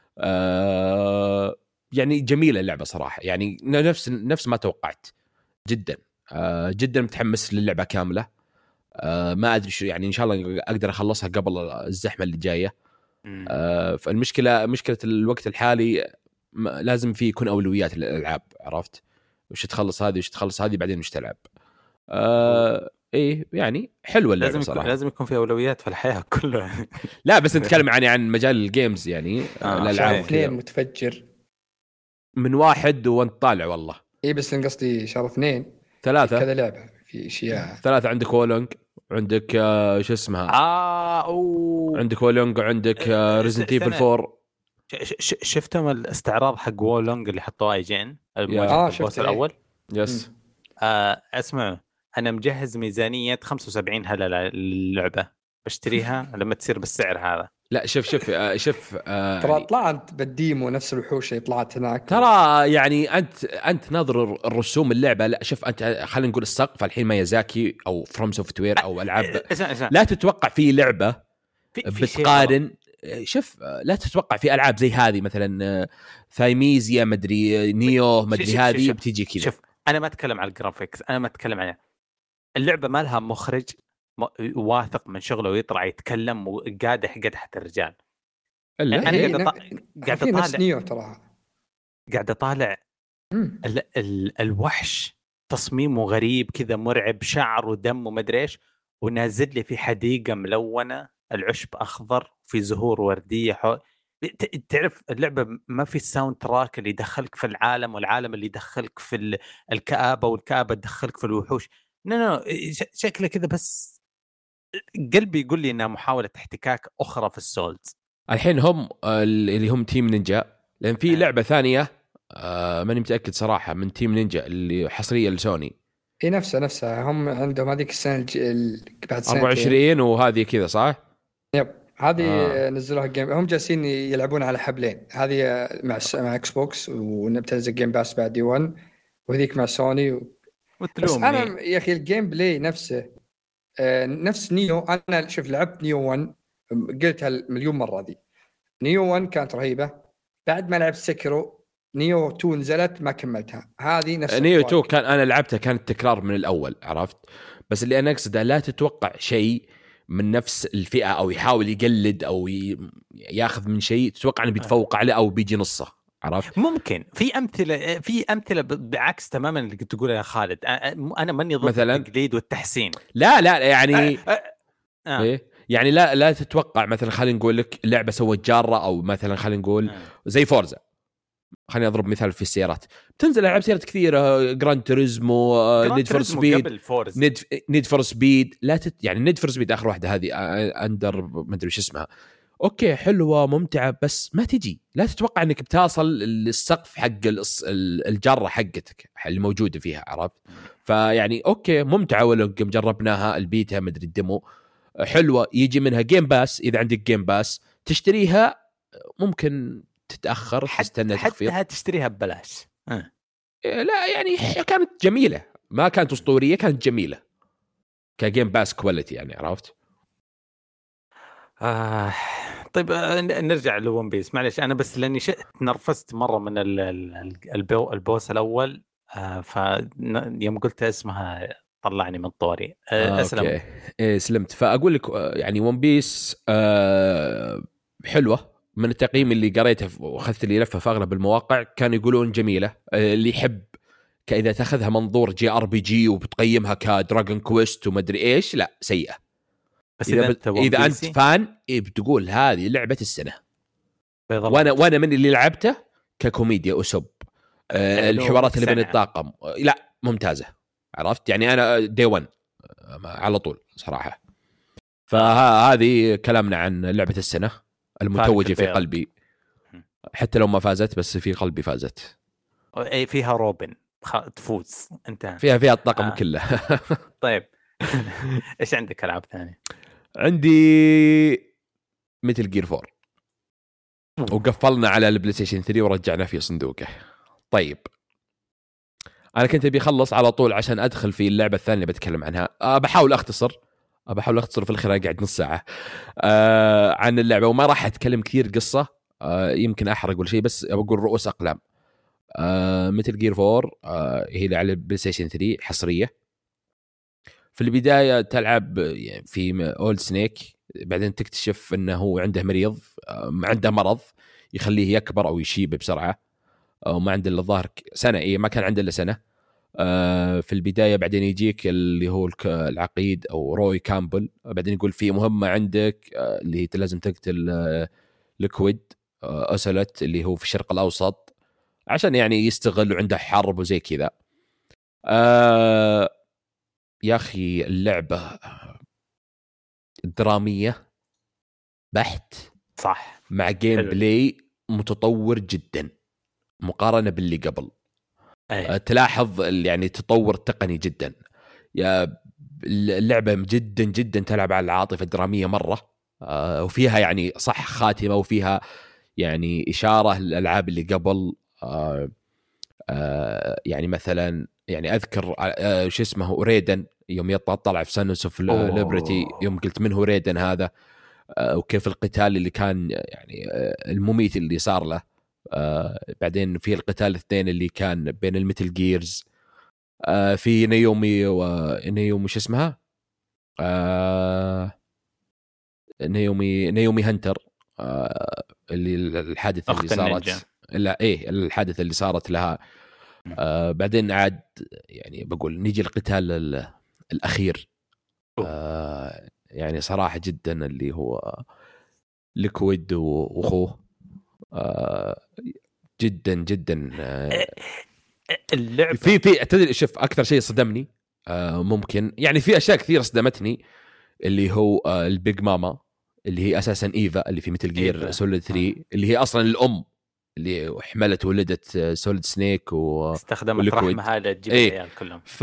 آه يعني جميله اللعبه صراحه يعني نفس نفس ما توقعت جدا آه جدا متحمس للعبه كامله آه ما ادري شو يعني ان شاء الله اقدر اخلصها قبل الزحمه اللي جايه. آه فالمشكله مشكله الوقت الحالي لازم فيه يكون اولويات للالعاب عرفت وش تخلص هذه وش تخلص هذه بعدين مش تلعب. آه ايه يعني حلوه اللعبه لازم صراحه يكون لازم يكون في اولويات في الحياه كلها. لا بس نتكلم عن عن مجال الجيمز يعني آه الالعاب اثنين متفجر من واحد وانت طالع والله. ايه بس قصدي شهر اثنين ثلاثة كذا لعبة في اشياء ثلاثة عندك وولونج عندك آه شو اسمها اه أوه. عندك وولونج وعندك آه ريزنت ايفل فور. شفتم الاستعراض حق وولونج اللي حطوه اي جين آه البوس الاول يس آه اسمع انا مجهز ميزانية خمسة وسبعين هلا للعبة بشتريها لما تصير بالسعر هذا. لا شوف شوف آه شوف آه ترى طلعت بالديمو نفس الوحوش اللي طلعت هناك ترى يعني انت انت ناظر الرسوم اللعبه لا شوف انت خلينا نقول السقف الحين مايازاكي او فروم سوفت وير او العاب لا تتوقع في لعبه بتقارن شوف لا تتوقع في العاب زي هذه مثلا ثايميزيا مدري نيو مدري هذه بتيجي كذا. شوف انا ما اتكلم عن الجرافيكس انا ما اتكلم عن اللعبه ما لها مخرج واثق من شغله ويطلع يتكلم وقادح قدحة الرجال. انا قاعد قاعد اطالع نيو ترى قاعد اطالع ال- ال- الوحش تصميمه غريب كذا مرعب شعر ودم ومدري ايش ونازل لي في حديقه ملونه العشب اخضر في زهور ورديه حو... تعرف اللعبه ما في الساوند تراك اللي يدخلك في العالم والعالم اللي يدخلك في الكآبه والكآبه تدخلك في الوحوش. لا لا شكله كذا بس قلبي يقول لي انها محاوله احتكاك اخرى في السولز. الحين هم اللي هم تيم نينجا لان في لعبه ثانيه آه ماني متاكد صراحه من تيم نينجا اللي حصريه لسوني اي نفسها نفسها هم عندهم هذيك السنه ال... بعد سنه أربعة وعشرين وهذه كذا صح يب هذه آه. نزلوها جيم هم جالسين يلعبون على حبلين هذه مع مع اكس بوكس ونبتنزل جيم باس بعد دي واحد وهذيك مع سوني و... بس انا يا اخي الجيم بلاي نفسه آه نفس نيو. انا شوف لعبت نيو واحد قلتها مليون مره دي نيو واحد كانت رهيبه بعد ما لعبت سكرو نيو تو نزلت ما كملتها هذه نفس نيو تو كان انا لعبتها كانت تكرار من الاول عرفت بس اللي انا اقصده لا تتوقع شيء من نفس الفئه او يحاول يقلد او ياخذ من شيء تتوقع انه بيتفوق عليه او بيجي نصه عرفت. ممكن في امثله في امثله بعكس تماما اللي كنت تقولها يا خالد انا ماني ضد التقليد والتحسين لا لا يعني أه أه أه. إيه؟ يعني لا لا تتوقع مثلا خلينا نقول لك لعبه سوت جاره او مثلا خلينا نقول أه. زي فورزا خليني اضرب مثال في السيارات تنزل العاب سيارات كثيره جراند توريزمو نيد فور سبيد نيد نيد فور سبيد لا تت... يعني نيد فور سبيد اخر واحده هذه اندر ما ادري وش اسمها اوكي حلوه ممتعه بس ما تجي لا تتوقع انك بتوصل للسقف حق الجاره حقتك اللي موجوده فيها عرفت. فيعني اوكي ممتعه ولو جربناها البيتا ما ادري الديمو حلوه يجي منها جيم باس اذا عندك جيم باس تشتريها ممكن تتاخر تستنى تخفيض حتى تشتريها ببلاش أه. لا يعني كانت جميله ما كانت اسطوريه كانت جميله كجيم باس كواليتي يعني عرفت. آه طيب نرجع لون بيس معلش انا بس لاني نرفزت مره من البو البوس الاول آه فيوم قلت اسمها طلعني من طوري آه اسلم اوكي إيه سلمت. فاقول لك يعني ون بيس آه حلوه من التقييم اللي قريته واخذت لي لفه في اغلب المواقع كانوا يقولون جميله. اللي يحب كإذا تاخذها منظور جي ار بي جي وبتقيمها كدراجون كويست وما ادري ايش، لا سيئه. بس اذا, اذا بت... انت إذا انت فان إيه بتقول هذه لعبه السنه. بيضلت. وانا وانا من اللي لعبته ككوميديا اسب أه الحوارات اللي بين الطاقم لا ممتازه، عرفت يعني انا دي ون على طول صراحه. فهذه كلامنا عن لعبه السنه المتوجه في قلبي، حتى لو ما فازت بس في قلبي فازت. اي فيها روبن تفوز انت فيها فيها الطاقم آه. كله. طيب ايش عندك العاب ثانيه؟ عندي مثل جير فور وقفلنا على البلاي ستيشن ثري ورجعنا في صندوقه. طيب انا كنت ابي اخلص على طول عشان ادخل في اللعبه الثانيه اللي بتكلم عنها. أه بحاول اختصر أه بحاول اختصر في الاخير قاعد نص ساعه أه عن اللعبه وما راح اتكلم كثير قصه. أه يمكن احرق ولا شيء، بس بقول رؤوس اقلام. أه مثل جير فور أه هي على البلاي ستيشن ثري حصريه. في البدايه تلعب في اولد سنيك، بعدين تكتشف انه هو عنده مريض أه عنده مرض يخليه يكبر او يشيب بسرعه، وما عنده الا الظاهر سنه. ايه ما كان عنده الا سنه آه في البدايه. بعدين يجيك اللي هو العقيد او روي كامبل، بعدين يقول في مهمه عندك آه اللي هي لازم تقتل آه ليكويد آه أوسلت اللي هو في الشرق الاوسط، عشان يعني يستغل وعنده حرب وزي كذا. آه يا اخي اللعبه دراميه بحت، صح، مع جيم حلو. بلاي متطور جدا مقارنه باللي قبل. أيه. تلاحظ يعني تطور تقني جدا. يا اللعبه جدا جدا تلعب على العاطفه الدراميه مره، وفيها يعني صح خاتمه، وفيها يعني اشاره للالعاب اللي قبل. يعني مثلا يعني اذكر شو اسمه ريدن يوم يطلع في سانوس اوف ليبرتي، يوم قلت من هو ريدن هذا، وكيف القتال اللي كان يعني المميت اللي صار له. آه بعدين في القتال الاثنين اللي كان بين الميتل جيرز، آه في نيومي ونيومي شو اسمها آه نيومي نيومي هنتر، آه اللي الحادثة اللي صارت لا ايه الحادثة اللي صارت لها. آه بعدين عاد يعني بقول نيجي القتال الأخير، آه يعني صراحة جدا اللي هو ليكويد وأخوه آه جدا جدا آه اللعبة في في تدري شوف أكثر شيء صدمني آه ممكن يعني في أشياء كثير صدمتني، اللي هو آه البيج ماما اللي هي أساسا إيفا اللي في مثل جير سوليد ثري، اللي هي أصلا الأم اللي حملت ولدت سوليد سنيك واستخدمت رحمها لتجيب ايه. العيال كلهم. ف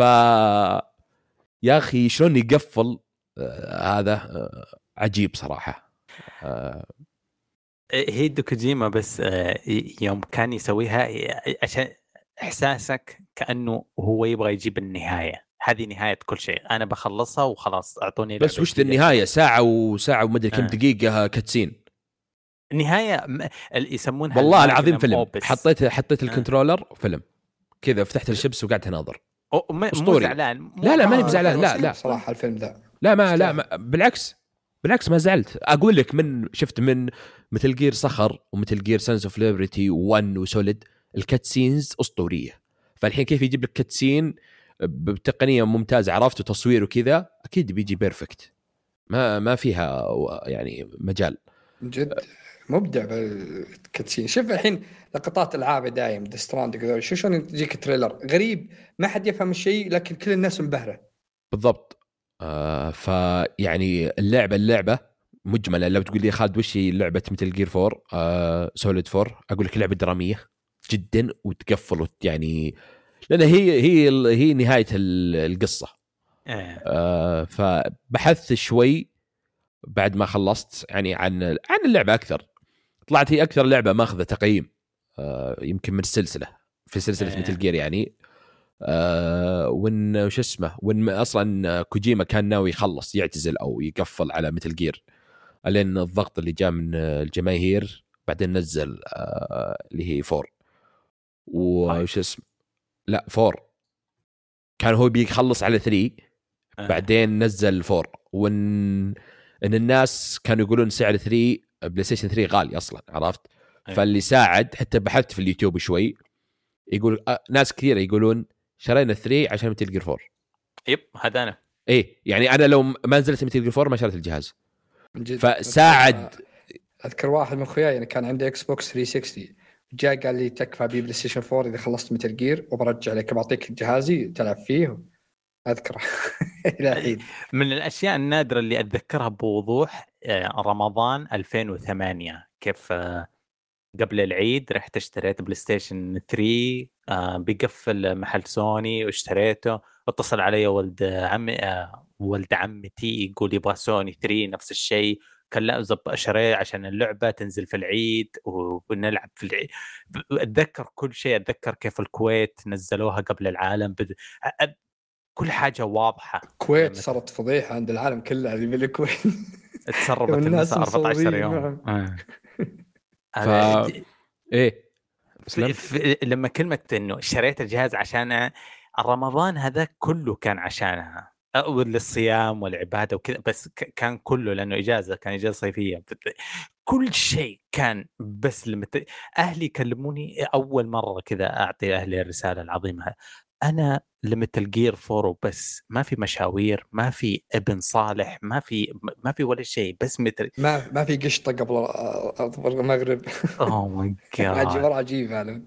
يا أخي شلون يقفل آه هذا آه عجيب صراحة. آه هيدو كوجيما بس يوم كان يسويها عشان إحساسك كأنه هو يبغى يجيب النهاية، هذه نهاية كل شيء، أنا بخلصها وخلاص أعطوني بس وش النهاية؟ ساعة وساعة ومدري كم آه. دقيقة كاتسين النهاية اللي يسمونها والله العظيم فيلم. حطيت حطيت الكنترولر آه. فيلم كذا، فتحت الشمس وقعدت اناظر. مو زعلان؟ لا لا ماني بزعلان، لا لا صراحة الفيلم ذا لا ما لا ما بالعكس بالعكس ما زعلت. اقول لك من شفت من مثل جير صخر ومثل جير سانس اوف ليبرتي وان وسوليد الكاتسينز اسطوريه، فالحين كيف يجيب لك كاتسين بتقنيه ممتازه عرفت وتصوير وكذا اكيد بيجي بيرفكت، ما ما فيها يعني مجال. جد مبدع بالكاتسين. شوف الحين لقطات العاب دايم ديستراند شو شلون يجيك تريلر غريب ما حد يفهم الشيء لكن كل الناس منبهره بالضبط. آه فيعني اللعبه اللعبه مجمله. لو تقول لي خالد وش هي لعبه مثل جير فور آه سوليد فور، اقول لك لعبه دراميه جدا وتقفل يعني، لان هي هي هي نهايه القصه. آه فبحثت شوي بعد ما خلصت يعني عن عن اللعبه اكثر، طلعت هي اكثر لعبه ماخذه تقييم آه يمكن من السلسله في سلسله مثل جير يعني. آه وان وش اسمه وان اصلا كوجيما كان ناوي يخلص يعتزل او يقفل على مثل جير، لأن الضغط اللي جاء من الجماهير بعدين نزل آه اللي هي فور وش اسمه لا فور كان هو بيخلص على ثري آه. بعدين نزل فور، وان ان الناس كانوا يقولون سعر ثري بلاي ستيشن ثري غالي اصلا، عرفت؟ أيه. فاللي ساعد حتى بحثت في اليوتيوب شوي، يقول آه ناس كثير يقولون شرينا ثري عشان متل جير فور. يب هذا انا ايه يعني انا لو ما نزلت متل جير فور ما شريت الجهاز. جد. فساعد. اذكر واحد من اخوياي يعني كان عنده اكس بوكس ثري سكستي، جاء قال لي تكفى بي بلاي ستيشن فور اذا خلصت متل جير وبرجع لك بعطيك جهازي تلعب فيه. اذكره الى الحين. من الاشياء النادره اللي اتذكرها بوضوح رمضان ألفين وثمانية، كيف قبل العيد رحت اشتريت بلاي ستيشن ثري، بيقفل محل سوني واشتريته. اتصل علي ولد عمي ولد عمتي يقول يبغى سوني ثري نفس الشيء، كان لا زب اشتريه عشان اللعبه تنزل في العيد ونلعب في العيد. اتذكر كل شيء، اتذكر كيف الكويت نزلوها قبل العالم، بد... كل حاجه واضحه. الكويت صارت فضيحه عند العالم كله اللي بالكويت تسربت الناس أربعة عشر يوم. ف... ايه في... في... لما كلمه انه اشتريت الجهاز عشان رمضان هذا كله كان عشانها، او للصيام والعباده وكذا، بس ك... كان كله لانه اجازه، كان اجازه صيفيه، كل شيء كان. بس لما ت... اهلي كلموني اول مره كذا اعطي اهلي الرساله العظيمه، انا لمتل جير فور بس، ما في مشاوير، ما في ابن صالح، ما في ما في ولا شيء، بس مثل ما ما في قشطه قبل المغرب. اوه ماي جاد عجيب عجيب فعلا.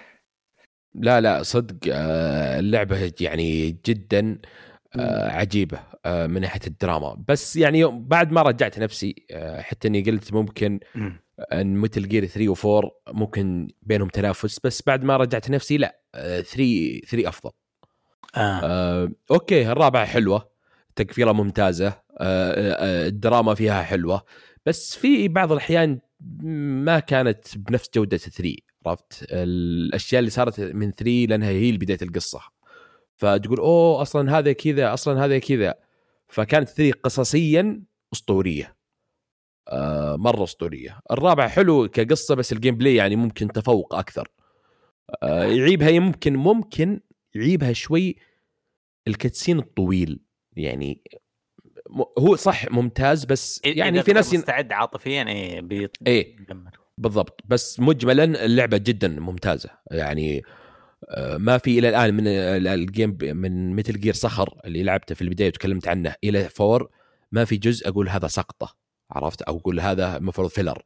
لا لا صدق اللعبه يعني جدا عجيبه من ناحيه الدراما، بس يعني بعد ما رجعت نفسي حتى اني قلت ممكن ان متل جير ثري وفور ممكن بينهم تنافس، بس بعد ما رجعت نفسي لا ثري ثري افضل. آه. آه، اوكي الرابعه حلوه، تكفيره ممتازه، آه، الدراما فيها حلوه، بس في بعض الاحيان ما كانت بنفس جوده ثري، عرفت؟ الاشياء اللي صارت من ثري لانها هي بدايه القصه، فتقول اوه اصلا هذا كذا، اصلا هذا كذا. فكانت ثري قصصيا اسطوريه، آه مره اسطوريه. الرابع حلو كقصه بس الجيم بلاي يعني ممكن تفوق اكثر. آه يعيبها يمكن ممكن يعيبها شوي الكتسين الطويل، يعني هو صح ممتاز بس يعني في ناس مستعد عاطفيا ايه بيط... ايه بالضبط، بس مجملا اللعبه جدا ممتازه يعني. ما في الى الان من الجيم من متل جير صخر اللي لعبته في البدايه وتكلمت عنه الى فور ما في جزء اقول هذا سقطه، عرفت؟ او اقول هذا مفروض فيلر.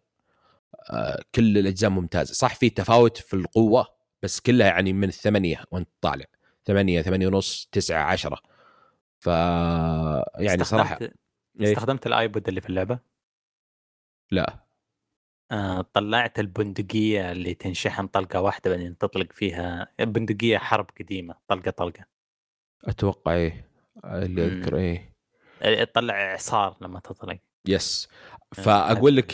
كل الاجزاء ممتازه، صح في تفاوت في القوه بس كلها يعني من الثمانيه وانت طالع ثمانية ثمانية ونص تسعة عشرة. ف يعني صراحه استخدمت الايبود اللي في اللعبه؟ لا. آه، طلعت البندقيه اللي تنشحن طلقه واحده بعدين تطلق فيها، بندقيه حرب قديمه طلقه طلقه اتوقع ايه اللي اذكر ايه تطلع اعصار لما تطلق. يس. فاقول لك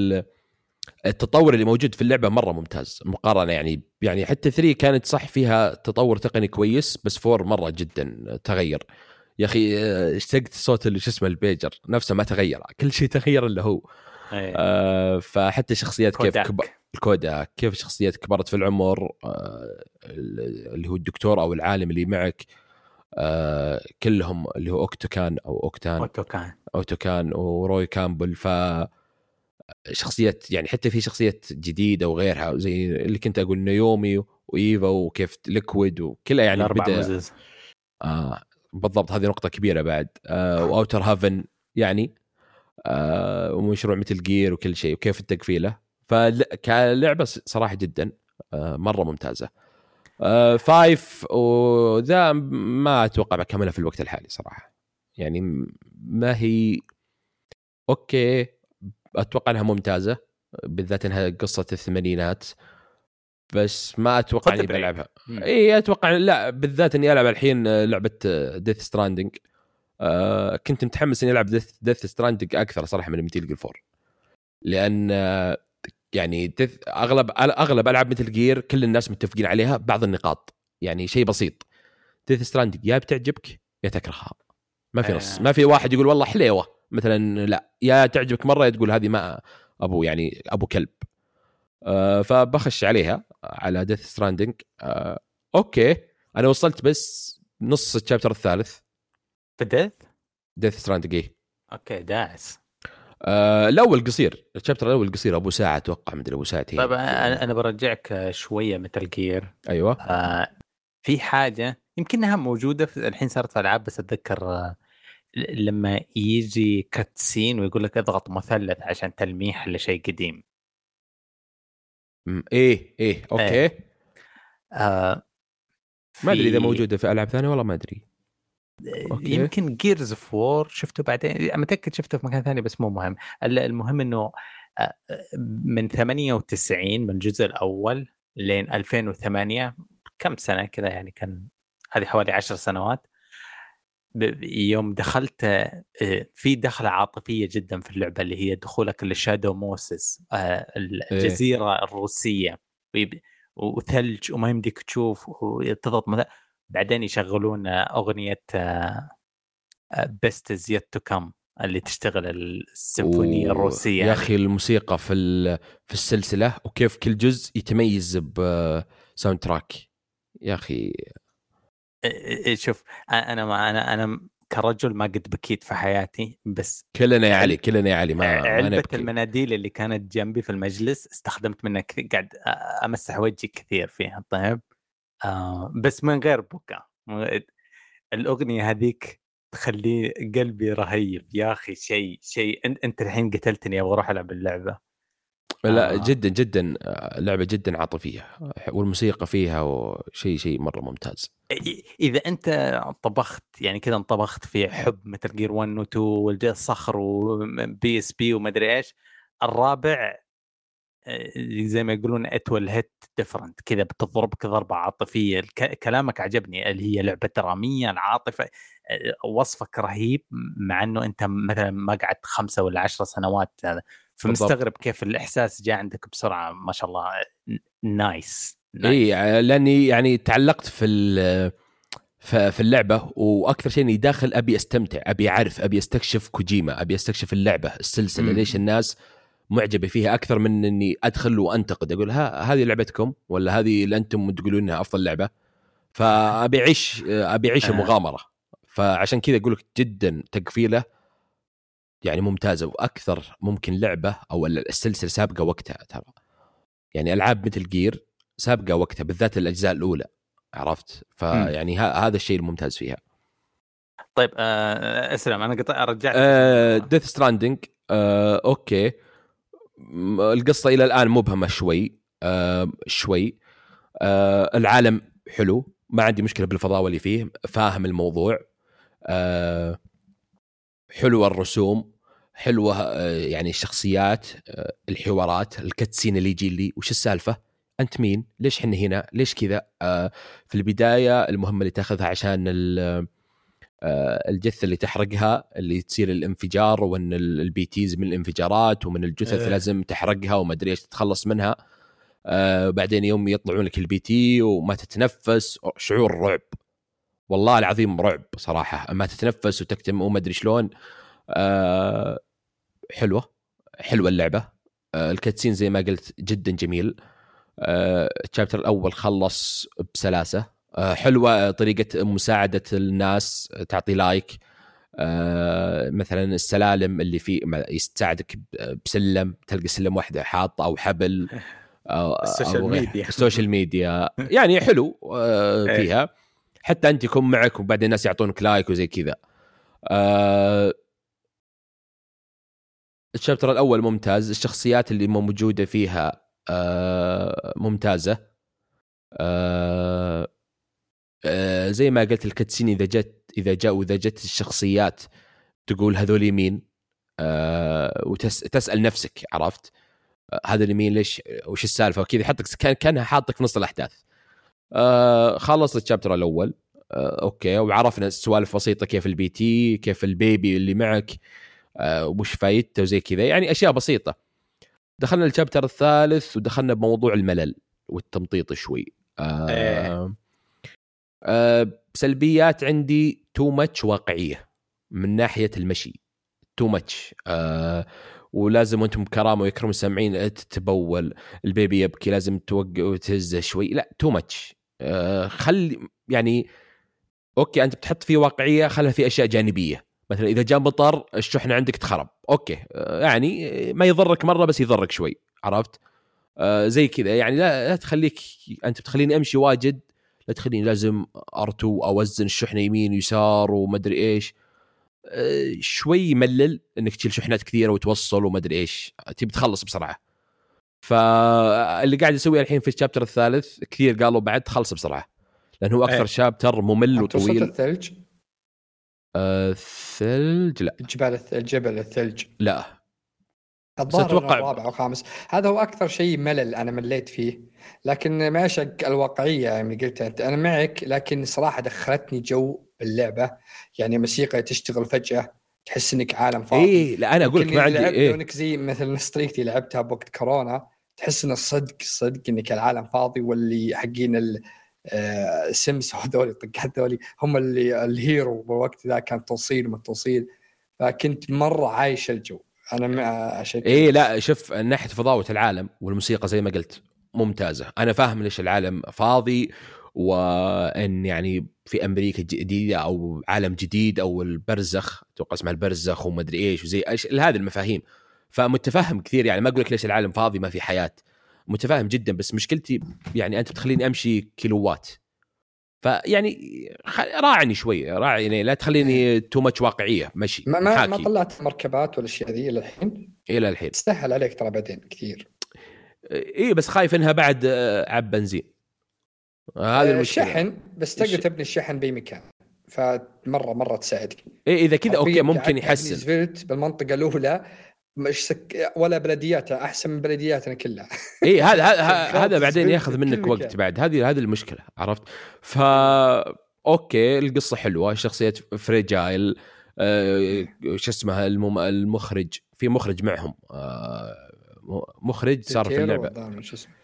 التطور اللي موجود في اللعبه مره ممتاز مقارنه يعني يعني حتى ثري كانت صح فيها تطور تقني كويس، بس فور مره جدا تغير يا اخي. اشتقت صوت اللي اسمه البيجر نفسه ما تغير، كل شيء تغير اللي هو أيه. آه فحتى شخصيات كيف كبر الكودا، كيف شخصيات كبرت في العمر، آه اللي هو الدكتور او العالم اللي معك، آه كلهم اللي هو اوكتوكان او اوكتان اوتوكان اوتوكان وروي كامبل. ف شخصيات يعني حتى في شخصيات جديدة وغيرها زي اللي كنت أقول نيومي وإيفا وكيف ليكويد وكلها يعني بدأ آه بالضبط. هذه نقطة كبيرة بعد. آه وأوتر هافن يعني آه ومشروع مثل جير وكل شيء وكيف التقفيلة. فكلعبة صراحة جدا آه مرة ممتازة. آه فايف وذا ما أتوقع بكملها في الوقت الحالي صراحة، يعني ما هي أوكي. أتوقع أنها ممتازة بالذات أنها قصة الثمانينات، بس ما أتوقع أني بلعبها. إيه أتوقع لا، بالذات أني ألعب الحين لعبة ديث ستراندينج. آه كنت متحمس أني ألعب ديث, ديث ستراندينج أكثر صراحة من ميتل جير فور، لأن آه يعني ديث أغلب أغلب ألعب مثل جير كل الناس متفقين عليها بعض النقاط، يعني شيء بسيط. ديث ستراندينج يا بتعجبك يا تكرهها، ما في نص. ما في واحد يقول والله حليوة مثلا، لا يا تعجبك مرة يا تقول هذه ما أبو يعني أبو كلب. آه فبخش عليها على ديث ستراندينج. آه أوكي أنا وصلت بس نص الشابتر الثالث في ديث ديث ستراندينج. إيه أوكي داعس. آه الاول قصير، الشابتر الاول قصير ابو ساعه اتوقع، مدري ابو ساعتين. طيب انا انا برجعك شويه متل جير. ايوه. آه في حاجه يمكنها موجوده في الحين صارت في العاب، بس اتذكر آه لما يجي كاتسين ويقول لك اضغط مثلث عشان تلميح لشيء قديم. م- ايه ايه اوكي. إيه. آه ما ادري اذا في موجوده في العاب ثانيه والله ما ادري. أوكي. يمكن جيرز اوف وور شفته بعدين، متأكد شفته في مكان ثاني بس مو مهم. المهم انه من ثمانية وتسعين من الجزء الاول لين ألفين وثمانية، كم سنة كذا يعني، كان هذه حوالي عشر سنوات. يوم دخلت في دخلة عاطفية جدا في اللعبة اللي هي دخولك لشادو موسس، الجزيرة إيه؟ الروسية وثلج وما يمديك تشوف وتضغط مثلا، بعدين يشغلون أغنية بيست از يت تو كم اللي تشتغل السيمفونية الروسية. يا أخي الموسيقى في في السلسلة وكيف كل جزء يتميز بساوند تراك يا أخي. شوف أنا ما أنا أنا كرجل ما قد بكيت في حياتي، بس كلنا يا علي كلنا يا علي ما علبة ما المناديل اللي كانت جنبي في المجلس استخدمت منها كثير، قاعد أمسح وجهي كثير فيها. طيب آه بس من غير بكاء. الأغنية هذيك تخلي قلبي رهيب يا أخي. شيء شيء أنت الحين قتلتني أبغى أروح ألعب اللعبة. لا آه. جدا جدا لعبة جدا عاطفية، والموسيقى فيها وشيء شيء مرة ممتاز. إذا أنت طبخت يعني كذا انطبخت في حب مثل جير واحد و اثنين والصخر وبي اس بي وما أدري إيش، الرابع زي ما يقولون اتول هيت ديفرنت كذا، بتضربك ضربة عاطفية. كلامك عجبني، اللي هي لعبة درامية، العاطفة وصفك رهيب، مع انه انت مثلا ما قعدت خمسة ولا عشرة سنوات هذا، فمستغرب كيف الإحساس جاء عندك بسرعة. ما شاء الله نايس, نايس. اي لاني يعني تعلقت في في اللعبة، واكثر شيء اني داخل ابي استمتع، ابي اعرف، ابي استكشف كوجيما، ابي استكشف اللعبة السلسلة. م. ليش الناس معجبة فيها أكثر من إني أدخل وأنتقد أقول ها هذه لعبتكم ولا هذه اللي أنتم تقولون إنها أفضل لعبة. فأبي أعيش أبي أعيش المغامرة. فعشان كذا أقول لك جدا تقفيلة يعني ممتازة، وأكثر ممكن لعبة أو السلسلة سابقة وقتها ترى. يعني ألعاب مثل جير سابقة وقتها بالذات الأجزاء الأولى، عرفت؟ فيعني هذا الشيء الممتاز فيها. طيب أه أسلم أنا قطع رجعت أه ديث ستراندينج. أه أوكي القصة إلى الآن مبهمة شوي آه شوي آه العالم حلو، ما عندي مشكلة بالفضاء اللي فيه، فاهم الموضوع. آه حلوة الرسوم، حلوة آه يعني الشخصيات، آه الحوارات، الكتسين اللي يجي لي وش السالفة، أنت مين، ليش حنا هنا، ليش كذا. آه في البداية المهمة اللي تأخذها عشان الجثة اللي تحرقها اللي تصير الانفجار، وان البيتيز من الانفجارات ومن الجثث أه. لازم تحرقها وما ادري ايش تتخلص منها. آه بعدين يوم يطلعون لك البي تي وما تتنفس، شعور رعب والله العظيم، رعب صراحة، ما تتنفس وتكتم وما ادري شلون. آه حلوة حلوة اللعبة. آه الكاتسين زي ما قلت جدا جميل. آه الشابتر الأول خلص بسلاسة. آه حلوة طريقة مساعدة الناس، تعطي لايك. آه مثلا السلالم اللي فيه يساعدك بسلم، تلقى سلم واحدة حاطة أو حبل. آه السوشيال ميديا السوشيال ميديا يعني حلو آه فيها، حتى أنت يكون معك وبعدين الناس يعطونك لايك وزي كذا. آه الشابتر الأول ممتاز، الشخصيات اللي موجودة فيها آه ممتازة. آه آه زي ما قلت الكتسين إذا جت إذا جاء وإذا جت الشخصيات تقول هذول مين، آه وتسأل نفسك، عرفت آه هذا اليمين ليش، وش السالفة وكذا، حطك كان كانها حاطك في نص الأحداث. آه خلص الشابتر الأول آه أوكي، وعرفنا سوالف بسيطة كيف البي تي، كيف البيبي اللي معك، آه وش فايدته وزي كذا، يعني أشياء بسيطة. دخلنا الشابتر الثالث ودخلنا بموضوع الملل والتمطيط شوي. آه آه سلبيات عندي تو ماتش واقعية من ناحية المشي، تو ماتش آه ولازم وانتم كرامة ويكرموا السامعين تتبول، البيبي يبكي لازم توقع وتهزه شوي، لا تو ماتش. آه خلي يعني اوكي انت بتحط فيه واقعية، خلها فيه اشياء جانبية، مثلا اذا جاء مطر الشحنه عندك تخرب، اوكي يعني ما يضرك مره بس يضرك شوي، عرفت؟ آه زي كذا يعني. لا, لا تخليك انت بتخليني امشي واجد، لا تخليني لازم ارتو اوزن الشحنه يمين ويسار وما ادري ايش. آه شوي يملل انك تشيل شحنات كثيره وتوصل وما ادري ايش، تبي تخلص بسرعه. فاللي قاعد يسويه الحين في الشابتر الثالث كثير قالوا بعد تخلص بسرعه، لانه هو اكثر أيه. شابتر ممل وطويل. الثلج آه الثلج لا، الجبال الجبل الثلج لا الظاهر أتوقع الرابع وخامس. هذا هو أكثر شيء ملل أنا مليت فيه، لكن ما أشك الواقعية يعني قلت أنت أنا معك، لكن صراحة دخلتني جو باللعبة. يعني موسيقى تشتغل فجأة تحس إنك عالم فاضي. إيه لا أنا أقول لك ما عندي إيه. لو إنك زي مثل ستريكتي لعبتها بوقت كورونا تحس إن الصدق صدق إنك العالم فاضي، واللي حقين ال سيمس هذول الطقات هذول هم اللي الهيرو بوقت ذا، كان توصيل وما توصيل، فكنت مرة عايش الجو أنا مع عشان إيه لا شوف ناحية فضاوة العالم والموسيقى زي ما قلت ممتازة. أنا فاهم ليش العالم فاضي، وإن يعني في أمريكا جديدة أو عالم جديد أو البرزخ، توقع اسمها البرزخ وما أدري إيش وزي إيش هذه المفاهيم، فمتفهم كثير يعني. ما أقولك ليش العالم فاضي ما في حياة، متفاهم جدا، بس مشكلتي يعني أنت بتخليني أمشي كيلوات، فيعني راعني شوي راعني، لا تخليني تو ماتش واقعية مشي. ما ما, ما طلعت مركبات ولا الأشياء ذي الحين إلى الحين تسهل عليك ترى بعدين كثير. إيه بس خايف إنها بعد عب بنزين، هذه المشكلة. الشحن بس تقدر تبني الشحن بأي مكان، فمرة مرة تساعدك. إيه إذا كذا أوكي ممكن يحسن. زفلت بالمنطقة الأولى مش سك ولا بلدياتها أحسن من بلدياتنا كلها. إيه هذا هذا بعدين ياخذ منك وقت بعد، هذه هذه المشكلة، عرفت؟ فا أوكي القصة حلوة، الشخصيات فريجايل، آه شو اسمها المم... المخرج، في مخرج معهم آه مخرج صار في اللعبة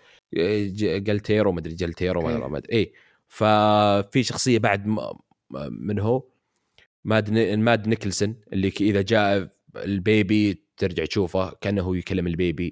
جلتيرو ما أدري جلتيرو ما ما أدري إيه. ففي شخصية بعد م... من هو ماد ماد نيكلسون اللي إذا جاء البيبي ترجع تشوفه كأنه يكلم البيبي.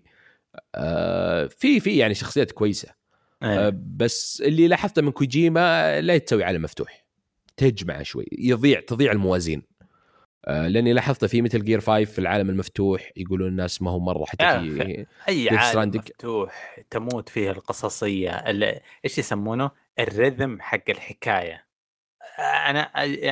آه في في يعني شخصيات كويسة. آه بس اللي لاحظته من كوجيما لا يتسوي عالم مفتوح، تجمع شوي يضيع تضيع الموازين. آه لاني لاحظته في مثل جير فايف في العالم المفتوح يقولون الناس ما هو مره حتى في اي عالم مفتوح تموت فيه القصصيه، ايش يسمونه الريذم حق الحكايه. انا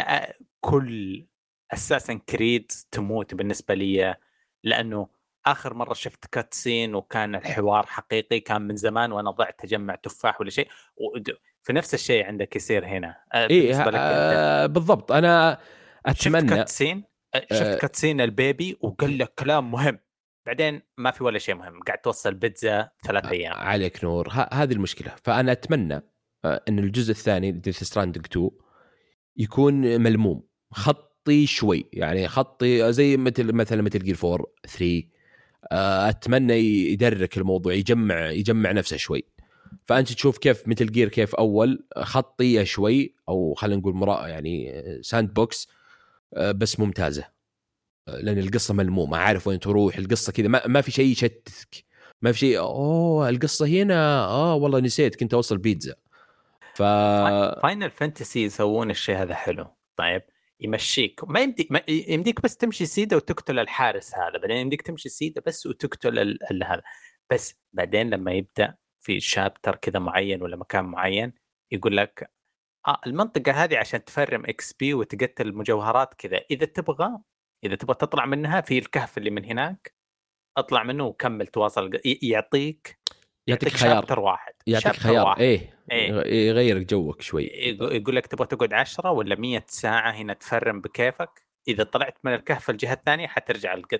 كل اساسن كريد تموت بالنسبه لي، لانه اخر مره شفت كاتسين وكان الحوار حقيقي كان من زمان وانا ضعت تجمع تفاح ولا شيء، في نفس الشيء عندك يصير هنا. إيه آه بالضبط. انا اتمنى شفت كاتسين شفت كاتسين البيبي وقال لك كلام مهم، بعدين ما في ولا شيء مهم، قاعد توصل بيتزا ثلاث ايام. عليك نور، هذه المشكله. فانا اتمنى ان الجزء الثاني ديث ستراندنج تو يكون ملموم، خطي شوي يعني، خطي زي مثل مثلا مثل جير فور ثري. اتمنى يدرك الموضوع، يجمع يجمع نفسه شوي. فانت تشوف كيف مثل جير كيف اول خطيه شوي، او خلينا نقول مرا يعني ساند بوكس بس ممتازه، لان القصه ملمومه، عارف وين تروح القصه كذا، ما, ما في شيء يشتتك، ما في شيء اوه القصه هنا اه والله نسيت كنت اوصل بيتزا. ف فاينل فانتسي يسوون الشيء هذا حلو. طيب يمشيك، ما يمديك ما يمديك بس تمشي سيده وتقتل الحارس هذا، بعدين يمديك تمشي سيده بس وتقتل هذا، بس بعدين لما يبدا في شابتر كذا معين ولا مكان معين يقول لك آه المنطقه هذه عشان تفرم اكس بي وتقتل المجوهرات كذا، اذا تبغى اذا تبغى تطلع منها في الكهف اللي من هناك اطلع منه وكمل تواصل. يعطيك يعطيك خيار واحد، يعطيك خيار واحد. ايه, إيه يغير جوك شوي، يقول لك تبغى تقعد عشرة ولا مية ساعة هنا تفرم بكيفك، إذا طلعت من الكهف الجهة الثانية حترجع القد.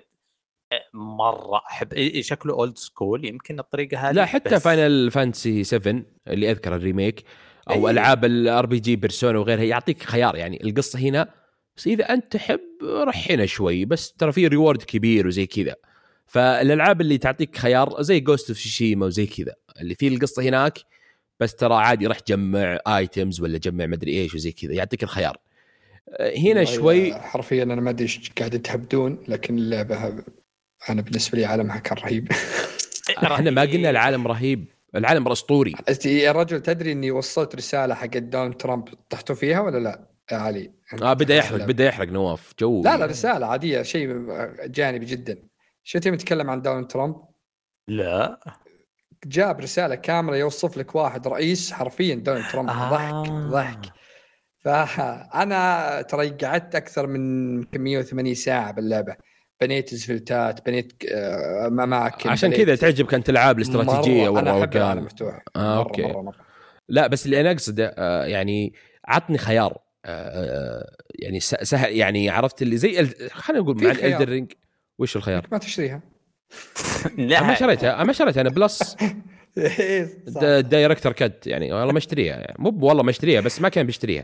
مرة أحب شكله أولد سكول يمكن الطريقة هذه. لا حتى فاينل فانتسي سفن اللي أذكر الريميك أو أيه. ألعاب الار بي جي بيرسونا وغيرها يعطيك خيار يعني القصة هنا، بس إذا أنت تحب رح هنا شوي، بس ترى فيه ريورد كبير وزي كذا. فالألعاب اللي تعطيك خيار زي جوست اوف تسوشيما وزي كذا اللي فيه القصة هناك، بس ترى عادي رح جمع ايتمز ولا جمع مدري ايش وزي كذا، يعطيك الخيار. هنا شوي حرفيا انا ما ادري ايش قاعد تهبدون، لكن اللعبه انا بالنسبه لي عالمها كان رهيب. احنا ما قلنا العالم رهيب، العالم اسطوري يا رجل. تدري اني وصلت رساله حق دون ترامب طحتوا فيها ولا لا؟ يا علي اه بدا يحرق بدا يحرق نواف جو. لا لا رسالة عادية شيء جانبي جدا. شو تبي نتكلم عن دونالد ترامب؟ لا جاب رسالة كاملة يوصف لك واحد رئيس حرفيا دونالد ترامب. آه. ضحك ضحك. فأنا ترى قعدت أكثر من مية وثمانين ساعة باللعبة، بنيت زفلتات، بنيت أماكن. عشان كذا تعجبك أنت الألعاب الاستراتيجية والله. أنا أحب العالم مفتوح. آه، مرة, أوكي. مرة مرة. لا بس اللي أنا أقصده آه يعني عطني خيار آه يعني سهل، يعني عرفت اللي زي ال... خلينا نقول مع الإلدر رينج. وش الخيار؟ ما تشتريها. لا ما شريتها ما شريتها أنا بلس دايركتر كت يعني والله ما اشتريها يعني. مو والله ما اشتريها بس ما كان بيشتريها.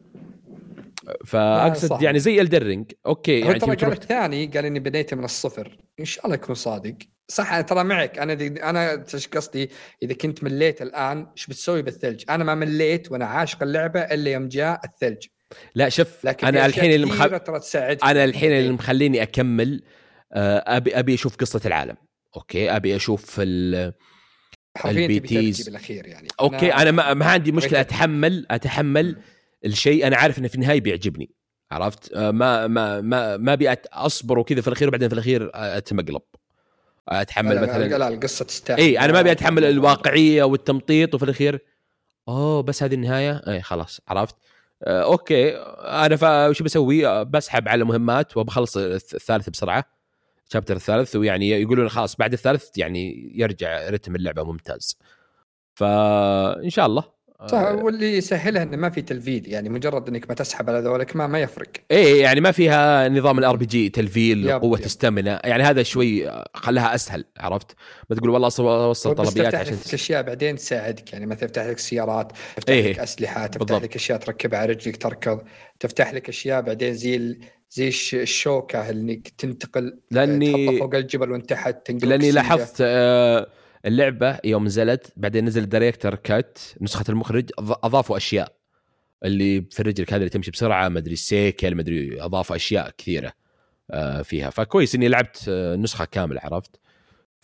فاقصد يعني زي الدرينج اوكي يعني ترى قال الثاني قال اني بديت من الصفر. ان شاء الله يكون صادق. صح انا ترى معك. انا دي انا ايش قصدي اذا كنت مليت الان ايش بتسوي بالثلج؟ انا ما مليت وانا عاشق اللعبه الا يوم جاء الثلج. لا شوف انا الحين اللي مخ... انا الحين اللي مخليني اكمل ابي ابي اشوف قصه العالم. اوكي ابي اشوف ال البيتيز بالاخير يعني. اوكي انا, أنا ما, ما عندي مشكله اتحمل اتحمل الشيء. انا عارف انه في النهايه بيعجبني عرفت. ما ما ما ما ابي اصبر وكذا في الاخير وبعدين في الاخير اتمقلب اتحمل لا مثلا. لا لا القصه تستاهل. اي انا ما ابي اتحمل الواقعيه والتمطيط وفي الاخير اوه بس هذه النهايه. اي خلاص عرفت. آه اوكي انا فايش بسوي؟ بسحب على مهمات وبخلص الثالث بسرعه شابتر الثالث. ويعني يقولون خلاص بعد الثالث يعني يرجع رتم اللعبه ممتاز. فان شاء الله صح. واللي يسهلها انه ما في تلفيل يعني مجرد انك ما تسحب على ذولك ما ما يفرق. ايه يعني ما فيها نظام الار بي جي تلفيل قوه استامينا يعني. هذا شوي خلاها اسهل عرفت. ما تقول والله اوصل طلبيات عشان تفتح اشياء بعدين تساعدك يعني. مثلا تفتح لك سيارات، تفتح إيه لك اسلحه، تفتح بالضبط. لك اشياء تركبها على رجلك تركض، تفتح لك اشياء بعدين زي زي الشوكه انك تنتقل لاني تحطها فوق الجبل وانت تحت تنقل. لاني لاحظت آه اللعبة يوم نزلت بعدين نزل دايركتر كات نسخة المخرج أضافوا أشياء اللي في رجلك هذا اللي تمشي بسرعة ما أدري السيكل ما أدري أضافوا أشياء كثيرة فيها. فكويس إني لعبت نسخة كاملة عرفت. ف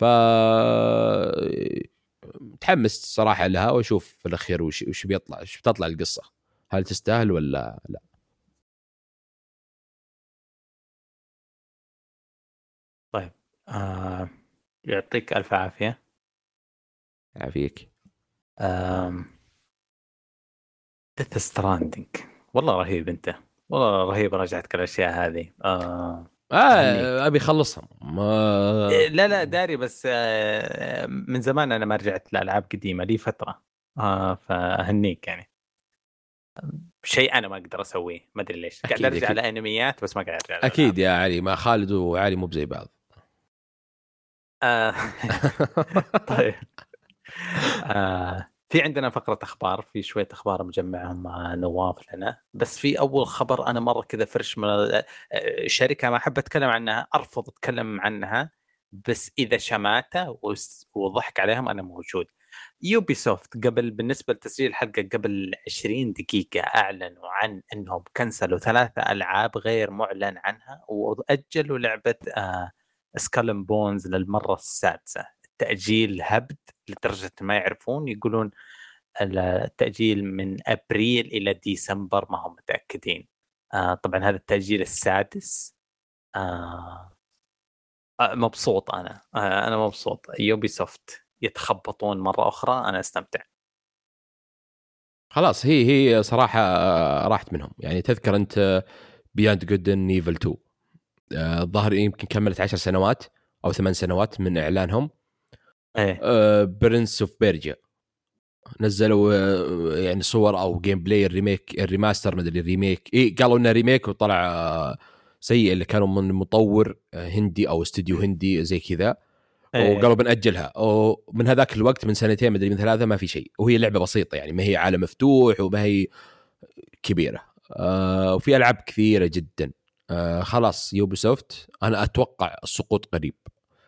متحمس صراحة لها وأشوف في الأخير وش وش بيطلع وش بتطلع القصة. هل تستاهل ولا لا؟ طيب آه... يعطيك ألف عافية. عافيك. أم... ديث ستراندينج والله رهيب. انت والله رهيب رجعتك الاشياء هذه. آه... آه ابي اخلصهم ما... لا لا داري بس آه من زمان انا ما رجعت لالعاب قديمه لي فتره. آه فاهنيك يعني شيء انا ما اقدر اسويه ما ادري ليش. قاعد ارجع على انميات بس ما قاعد ارجع. اكيد يا علي ما خالد وعلي مو بزي بعض. آه... طيب آه... في عندنا فقرة أخبار. في شوية أخبار مجمعهم مع نواف لنا. بس في أول خبر أنا مرة كذا فرش من شركة ما أحب أتكلم عنها أرفض أتكلم عنها بس إذا شماتة وضحك عليهم أنا موجود. يوبي سوفت قبل بالنسبة لتسجيل الحلقة قبل عشرين دقيقة أعلنوا عن أنهم كنسلوا ثلاثة ألعاب غير معلن عنها وأجلوا لعبة آه سكالم بونز للمرة السادسة. التأجيل هبد لدرجة ما يعرفون. يقولون التأجيل من أبريل إلى ديسمبر ما هم متأكدين. آه طبعا هذا التأجيل السادس. آه آه مبسوط أنا آه أنا مبسوط. يوبي سوفت يتخبطون مرة أخرى أنا استمتع. خلاص هي هي صراحة راحت منهم يعني. تذكر أنت بياند جودن ايفل تو الظاهر آه يمكن كملت عشر سنوات أو ثمان سنوات من إعلانهم. ايه آه برنس اوف بيرجيا نزلوا آه يعني صور او جيم بلاي الريميك الريماستر مدري الريميك ايه قالوا انه ريميك وطلع آه سيء اللي كانوا من مطور آه هندي او استوديو هندي زي كذا. ايه. وقالوا بنأجلها ومن هذاك الوقت من سنتين مدري من ثلاثة ما في شيء. وهي لعبة بسيطة يعني ما هي عالم مفتوح وما هي كبيرة. آه وفي ألعاب كثيرة جدا. آه خلاص يوبي سوفت أنا أتوقع السقوط قريب.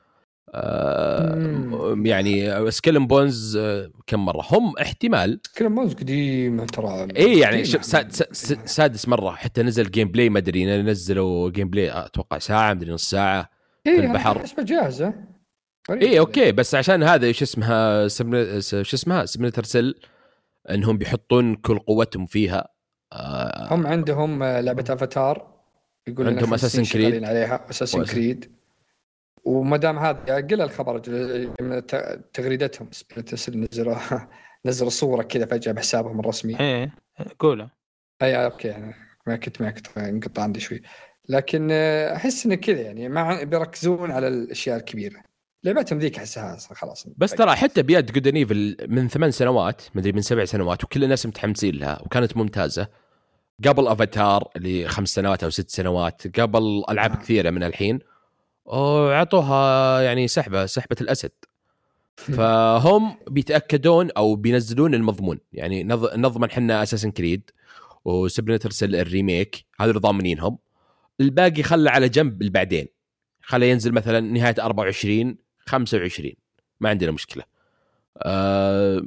آه يعني سكيلن بونز آه كم مرة هم احتمال سكيلن بونز قديم ترى. ايه يعني ساد سادس مرة حتى نزل جيم بلاي ما ادري نزلوا جيم بلاي اتوقع ساعة مدري نص ساعة إيه في البحر. اسمه جاهزة. ايه اوكي بس عشان هذا ايش اسمها سمن... شو اسمها سمنتر سيل انهم بيحطون كل قوتهم فيها آه هم عندهم لعبة افاتار يقول عندهم اساسن كريد عليها اساسن كريد، وما دام هذا قل الخبر من تغريدتهم نزلوا نزلوا صورة كذا فجأة بحسابهم الرسمي. ايه قوله. اي اوكي يعني ما كنت ما كنت انقطع عندي شوي، لكن احس انه كذا يعني ما بيركزون على الاشياء الكبيره. لعبتهم ذيك احسها خلاص. بس ترى حتى بياد جود اند ايفل من ثمان سنوات مدري من سبع سنوات وكل الناس متحمسين لها وكانت ممتازه قبل افاتار اللي خمس سنوات او ست سنوات قبل العاب آه. كثيره من الحين، وعطوها يعني سحبه سحبه الاسد. فهم بيتاكدون او بينزلون المضمون، يعني نضمن حنا اساسن كريد وسبلينتر سيل الريميك هذول ضامنينهم، الباقي خلى على جنب بعدين، خلى ينزل مثلا نهايه أربعة وعشرين خمسة وعشرين ما عندنا مشكله. أه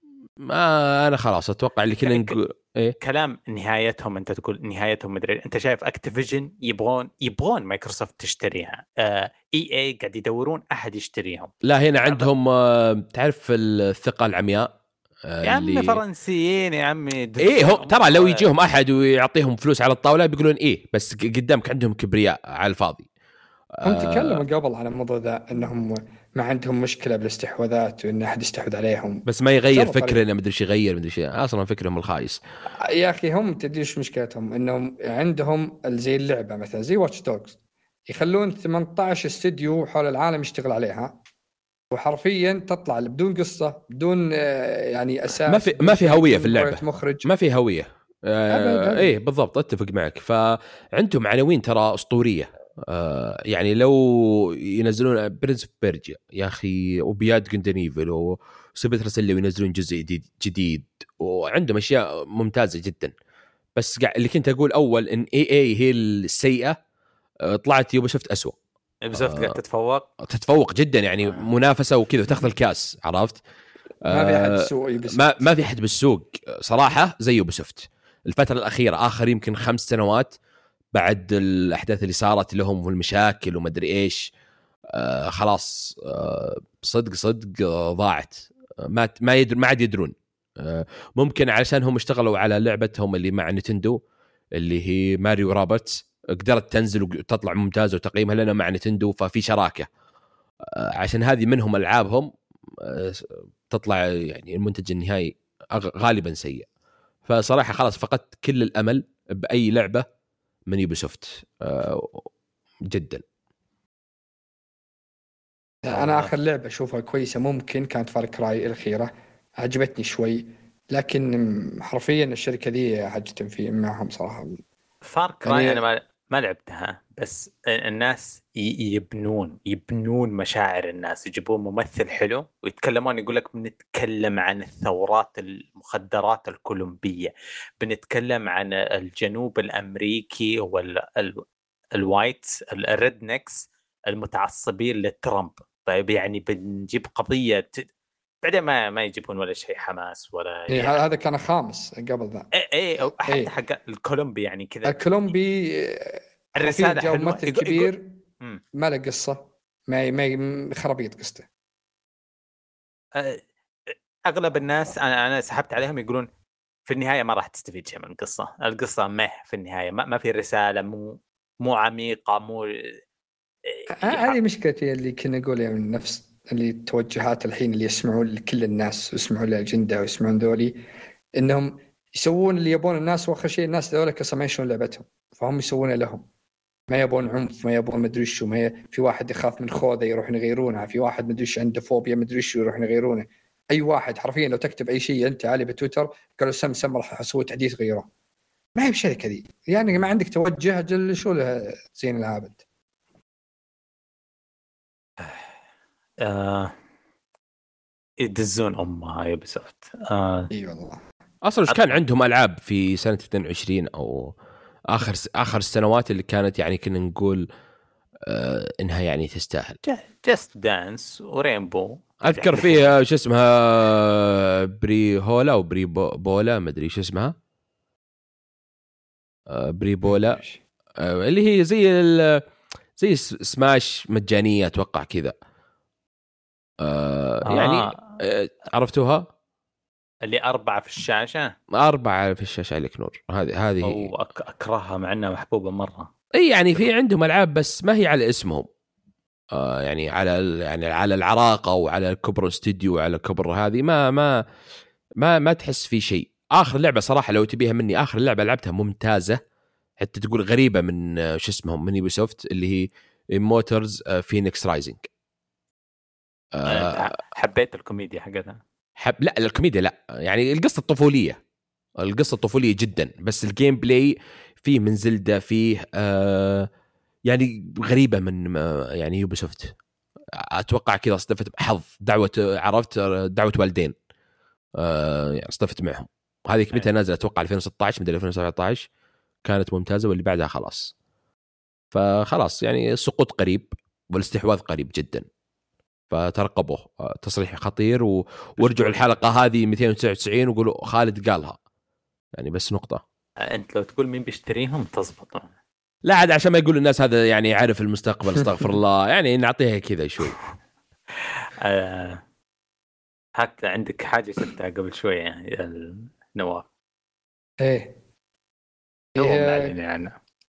ما انا خلاص اتوقع اللي كنا نقول ايه كلام نهايتهم. انت تقول نهايتهم مدري، انت شايف اكتيفيجن يبغون يبغون مايكروسوفت تشتريها، آه اي اي قاعد يدورون احد يشتريهم. لا هنا عندهم آه تعرف الثقه العمياء آه يا عمي فرنسيين يا عمي ايه هو ترى لو يجيهم احد ويعطيهم فلوس على الطاوله بيقولون ايه، بس قدامك عندهم كبرياء على الفاضي. هم تكلموا قبل عن الموضوع ذا انهم ما عندهم مشكله بالاستحواذات وان احد يستحوذ عليهم، بس ما يغير فكرنا مدري ايش يغير مدري شيء، اصلا فكرهم الخايس يا اخي. هم تدري ايش مشكلتهم؟ انهم عندهم زي اللعبه مثلا زي واتش دوغز يخلون ثمانية عشر استديو حول العالم يشتغل عليها، وحرفيا تطلع بدون قصه بدون يعني اساس، ما في ما في هويه في اللعبه، مخرج ما في هويه. آه ايه بالضبط اتفق معك. فعندهم عناوين ترى اسطوريه، آه يعني لو ينزلون برنس اوف بيرجيا يا اخي وبياد جندنيفل وسبت رسل وينزلون جزء جديد جديد وعندهم اشياء ممتازه جدا. بس اللي كنت اقول اول ان اي اي هي السيئه، طلعت يوبيسوفت اسوأ. يوبيسوفت قاعد تتفوق تتفوق جدا يعني منافسه وكذا وتاخذ الكاس، عرفت؟ ما في احد بالسوق ما ما في احد بالسوق صراحه زي يوبيسوفت الفتره الاخيره، اخر يمكن خمس سنوات بعد الاحداث اللي صارت لهم والمشاكل وما ادري ايش. آه خلاص آه صدق صدق آه ضاعت، آه ما ما يدر ما عاد يدرون. آه ممكن علشان هم اشتغلوا على لعبتهم اللي مع نينتندو اللي هي ماريو رابتس، قدرت تنزل وتطلع ممتازه وتقييمها لنا مع نينتندو، ففي شراكه. آه عشان هذه منهم العابهم آه تطلع يعني المنتج النهائي غالبا سيء. فصراحه خلاص فقدت كل الامل باي لعبه من يوبيسوفت آه جدا. انا اخر لعبه اشوفها كويسه ممكن كانت فار كراي الاخيره، عجبتني شوي، لكن حرفيا الشركه دي حاجه في معهم صراحه. فار كراي يعني انا ما ما لعبتها، بس الناس يبنون يبنون مشاعر الناس، يجيبون ممثل حلو ويتكلمون يقول لك بنتكلم عن الثورات المخدرات الكولومبية، بنتكلم عن الجنوب الأمريكي والوايت الريدنكس المتعصبين لترامب. طيب يعني بنجيب قضية ت... بعدين ما ما يجيبون ولا شيء حماس ولا إيه يعني. هذا كان خامس قبل ذا ايه ايه حتى إيه. حق الكولومبي يعني كذا الكولومبي الرسالة حلوة، ممثل كبير ما له قصة، ما ما خرابيط قصته. اغلب الناس انا انا سحبت عليهم يقولون في النهاية ما راح تستفيد شيء من القصة، القصة ما في النهاية ما, ما في رسالة، مو مو عميقة، مو هذه مشكلتي اللي كنا نقول يعني نفس اللي التوجهات الحين اللي يسمعون لكل الناس ويسمعون الأجندة ويسمعون ذولي إنهم يسوون اللي يبون الناس، وآخر شيء الناس ذولا كسمين شلون لعبتهم، فهم يسوونه لهم، ما يبون عنف، ما يبون مدري شو، ما ي... في واحد يخاف من خوذة يروح يغيرونها، في واحد مدري شو عنده فوبيا مدري شو يروح يغيرونه. أي واحد حرفيا لو تكتب أي شيء أنت عالي بتويتر قالوا سم سم راح أسوي تحديث غيره. ما هي بشركة ذي يعني، ما عندك توجه جل شو له زين العابد. آه يدزون أمها يوبيسوفت. آه اي والله اصلا ايش كان عندهم العاب في سنه اثنين وعشرين او اخر اخر السنوات اللي كانت يعني كنا نقول آه انها يعني تستاهل. جست دانس ورينبو اذكر فيها شو اسمها بري هولا وبري بولا ما ادري شو اسمها آه بري بولا آه اللي هي زي زي سماش مجانيه اتوقع كذا. آه يعني آه عرفتوها؟ اللي أربعة في الشاشة. أربعة في الشاشة عليك نور. هذه هذه أو أك... أكرهها مع أنها محبوبة مرة. أي يعني في عندهم ألعاب بس ما هي على اسمهم. آه يعني على يعني على العراقة وعلى كبر استوديو وعلى كبر هذه ما ما ما ما تحس في شيء. آخر لعبة صراحة لو تبيها مني آخر لعبة لعبتها ممتازة حتى تقول غريبة من آه شو اسمهم من يوبيسوفت اللي هي موتورز فينيكس رايزنج. آه حبيت الكوميديا حقتها. حب لا الكوميديا لا يعني القصة الطفولية القصة الطفولية جدا بس الجيم بلاي فيه من زلدة فيه آه يعني غريبة من يعني يوبيسوفت. أتوقع كذا اصطفت بحظ دعوة عرفت دعوة والدين آه يعني اصطفت معهم. هذه متى نازلة أتوقع ألفين وستة عشر مدري ألفين وسبعة عشر كانت ممتازة واللي بعدها خلاص. فخلاص يعني السقوط قريب والاستحواذ قريب جدا فترقبوه. تصريح خطير و... ورجعوا الحلقة هذه مئتين وتسعة وتسعين وقولوا خالد قالها يعني بس نقطة. أنت لو تقول مين بيشتريهم تزبط. لا عاد عشان ما يقول الناس هذا يعني يعرف المستقبل استغفر الله يعني نعطيها كذا شوي. آه حتى عندك حاجة شفتها قبل شوية يعني نواف. ايه هو إيه معلن يعني.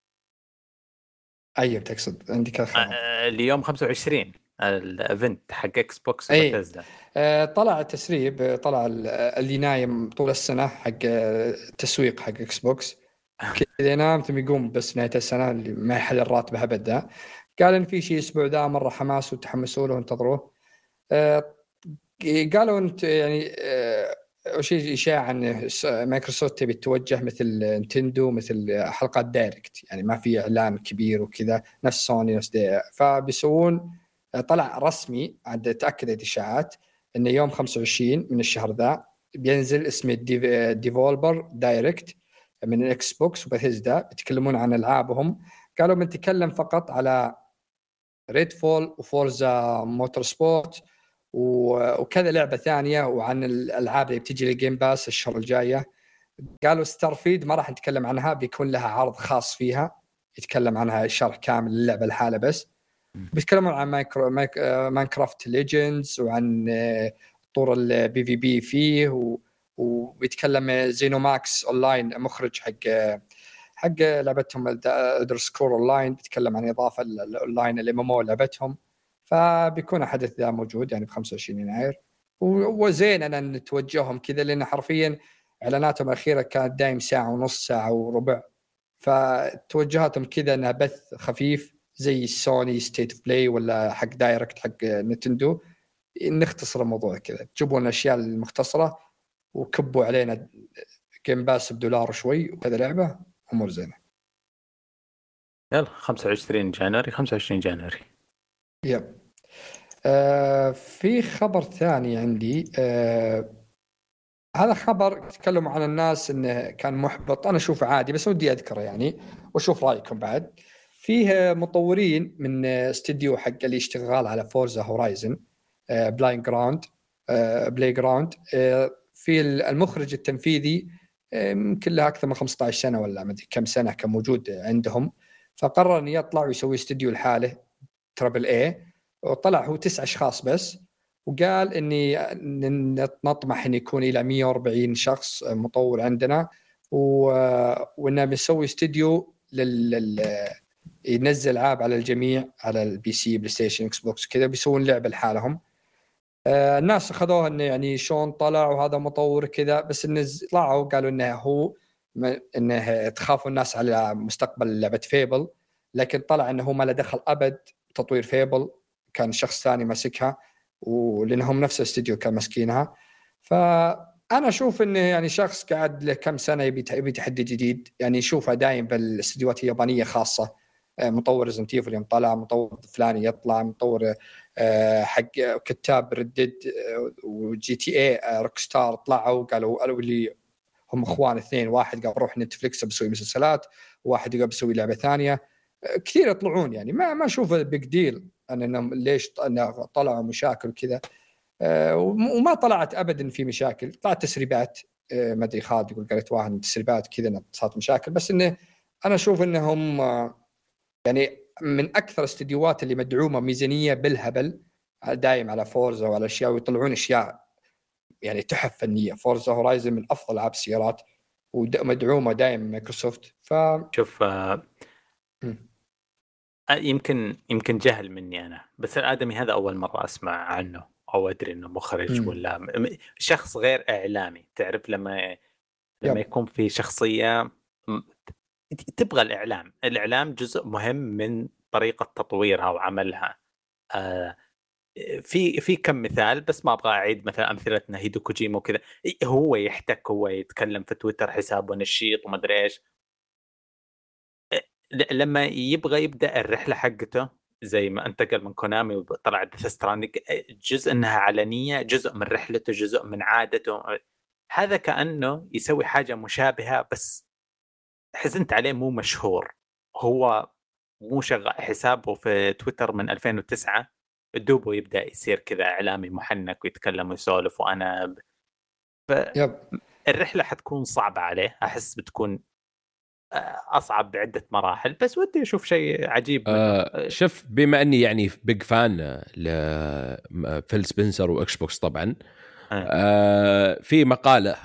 ايوه تقصد عندك الخبر آه اليوم خمسة وعشرين الايفنت حق اكس بوكس ايه وبثزدا. آه طلع تسريب طلع اللي نايم طول السنة حق التسويق حق اكس بوكس كذا ينام ثم يقوم بس نهاية السنة اللي ما يحل الراتب أبدا. قال إن في شيء أسبوع ذا مرة حماس وتحمسوا له وانتظروه. آه قالوا أنت يعني آه شيء إشاعة عن مايكروسوفت تبي تتوجه مثل نينتندو مثل حلقات دايركت يعني ما في إعلان كبير وكذا نفس سوني نفس دي فبيسوون. طلع رسمي عند تأكدت إشاعات إنه يوم خمسة وعشرين من الشهر ذا بينزل اسمه ديفولبر دايركت من الاكس بوكس وبثيزدا بيتكلمون عن العابهم. قالوا بنتكلم فقط على ريد فول وفورزا موتور سبورت وكذا لعبه ثانيه وعن الالعاب اللي بتجي للجيم باس الشهر الجايه. قالوا ستارفيد ما راح نتكلم عنها بيكون لها عرض خاص فيها يتكلم عنها شرح كامل للعبه الحالة بس. بيتكلمون عن مايكرو مايك ماينكرافت ليجندز وعن طور البي في بي فيه و وبيتكلم زينوماكس اونلاين مخرج حق حق لعبتهم الدر سكور اونلاين بيتكلم عن اضافه الاونلاين الام ام او لعبتهم. فبيكون حدث ذا موجود يعني ب خمسة وعشرين يناير وزين ان نتوجههم كذا لان حرفيا اعلاناتهم الاخيره كانت دايم ساعه ونص ساعه وربع فتوجهاتهم كذا انها بث خفيف زي سوني ستيت اوف بلاي ولا حق دايركت حق نينتندو نختصر الموضوع كذا تجيبون الاشياء المختصره وكبوا علينا جيم باس بدولار شوي وكذا لعبة أمور زينة. يلا خمسة وعشرين جانوري خمسة وعشرين جانوري. يب. آه في خبر ثاني عندي آه هذا خبر تكلموا عن الناس إنه كان محبط أنا أشوفه عادي بس ودي أذكره يعني وأشوف رأيكم بعد. فيه مطورين من استديو حق اللي يشتغل على فورزا هورايزن آه بلاين جراوند آه بلاي جراوند آه في المخرج التنفيذي يمكن له أكثر من خمسة عشر سنة ولا مدري كم سنة كان موجود عندهم فقرر أن يطلع ويسوي استوديو لحاله ترابل اي وطلع هو تسع أشخاص بس وقال إني نطمح أن يكون إلى مئة وأربعين شخص مطور عندنا وإنه بيسوي استوديو لل ينزل ألعاب على الجميع على البي سي بلاي ستيشن اكس بوكس كذا بيسوون لعبة لحالهم. آه الناس أخذوها إنه يعني شون طلع وهذا مطور كذا بس إنه طلعوا قالوا إنه هو إنه تخافوا الناس على مستقبل لعبة فيبل لكن طلع إنه هو ما له دخل أبد تطوير فيبل كان شخص ثاني ماسكها ولأنهم نفس الاستديو كان ماسكينها. فأنا أشوف إنه يعني شخص قاعد له كم سنة يبي يبي تحدي جديد يعني يشوفها دايم بالاستديوهات اليابانية خاصة مطور ريزنت ايفل يوم طلع مطور فلاني يطلع مطور حق كتاب ردد وجي تي اي روك ستار طلعوا قالوا قالوا لي هم اخوان اثنين واحد قال روح نتفليكس بسوي مسلسلات وواحد قال بسوي لعبه ثانيه كثير يطلعون يعني ما ما اشوف بيج ديل انهم ليش طلعوا مشاكل كذا وما طلعت ابدا في مشاكل طلعت تسريبات ما ادري خالد يقول قالت واحد تسريبات كذا صارت مشاكل بس انه انا اشوف انهم يعني من أكثر استديوهات اللي مدعومة ميزانية بالهبل دايم على فورزا وعلى أشياء ويطلعون أشياء يعني تحف فنيه. فورزا هورايزن من افضل العاب السيارات ومدعومه دائما مايكروسوفت. ف شوف آه يمكن يمكن جهل مني انا، بس الادمي هذا اول مره اسمع عنه او ادري انه مخرج م. ولا م... شخص غير اعلامي. تعرف لما لما يب. يكون في شخصيه تبغى الاعلام الاعلام جزء مهم من طريقه تطويرها وعملها. آه في في كم مثال بس ما ابغى اعيد مثلا امثلتنا هيدو كوجيما وكذا. هو يحتك، هو يتكلم في تويتر حسابه نشيط وما ادري ايش. لما يبغى يبدا الرحله حقته زي ما انتقل من كونامي وطلع ديث ستراندنج، جزء انها علنيه، جزء من رحلته، جزء من عادته. هذا كانه يسوي حاجه مشابهه بس حزنت عليه مو مشهور. هو مو شغال حسابه في تويتر من ألفين وتسعة، دوبه يبدا يصير كذا اعلامي محنك ويتكلم ويسولف وانا ب... فالرحله حتكون صعبه عليه. احس بتكون اصعب بعده مراحل، بس ودي اشوف شيء عجيب. آه شوف، بما اني يعني بيج فان لفيل سبنسر واكس بوكس طبعا، آه في مقاله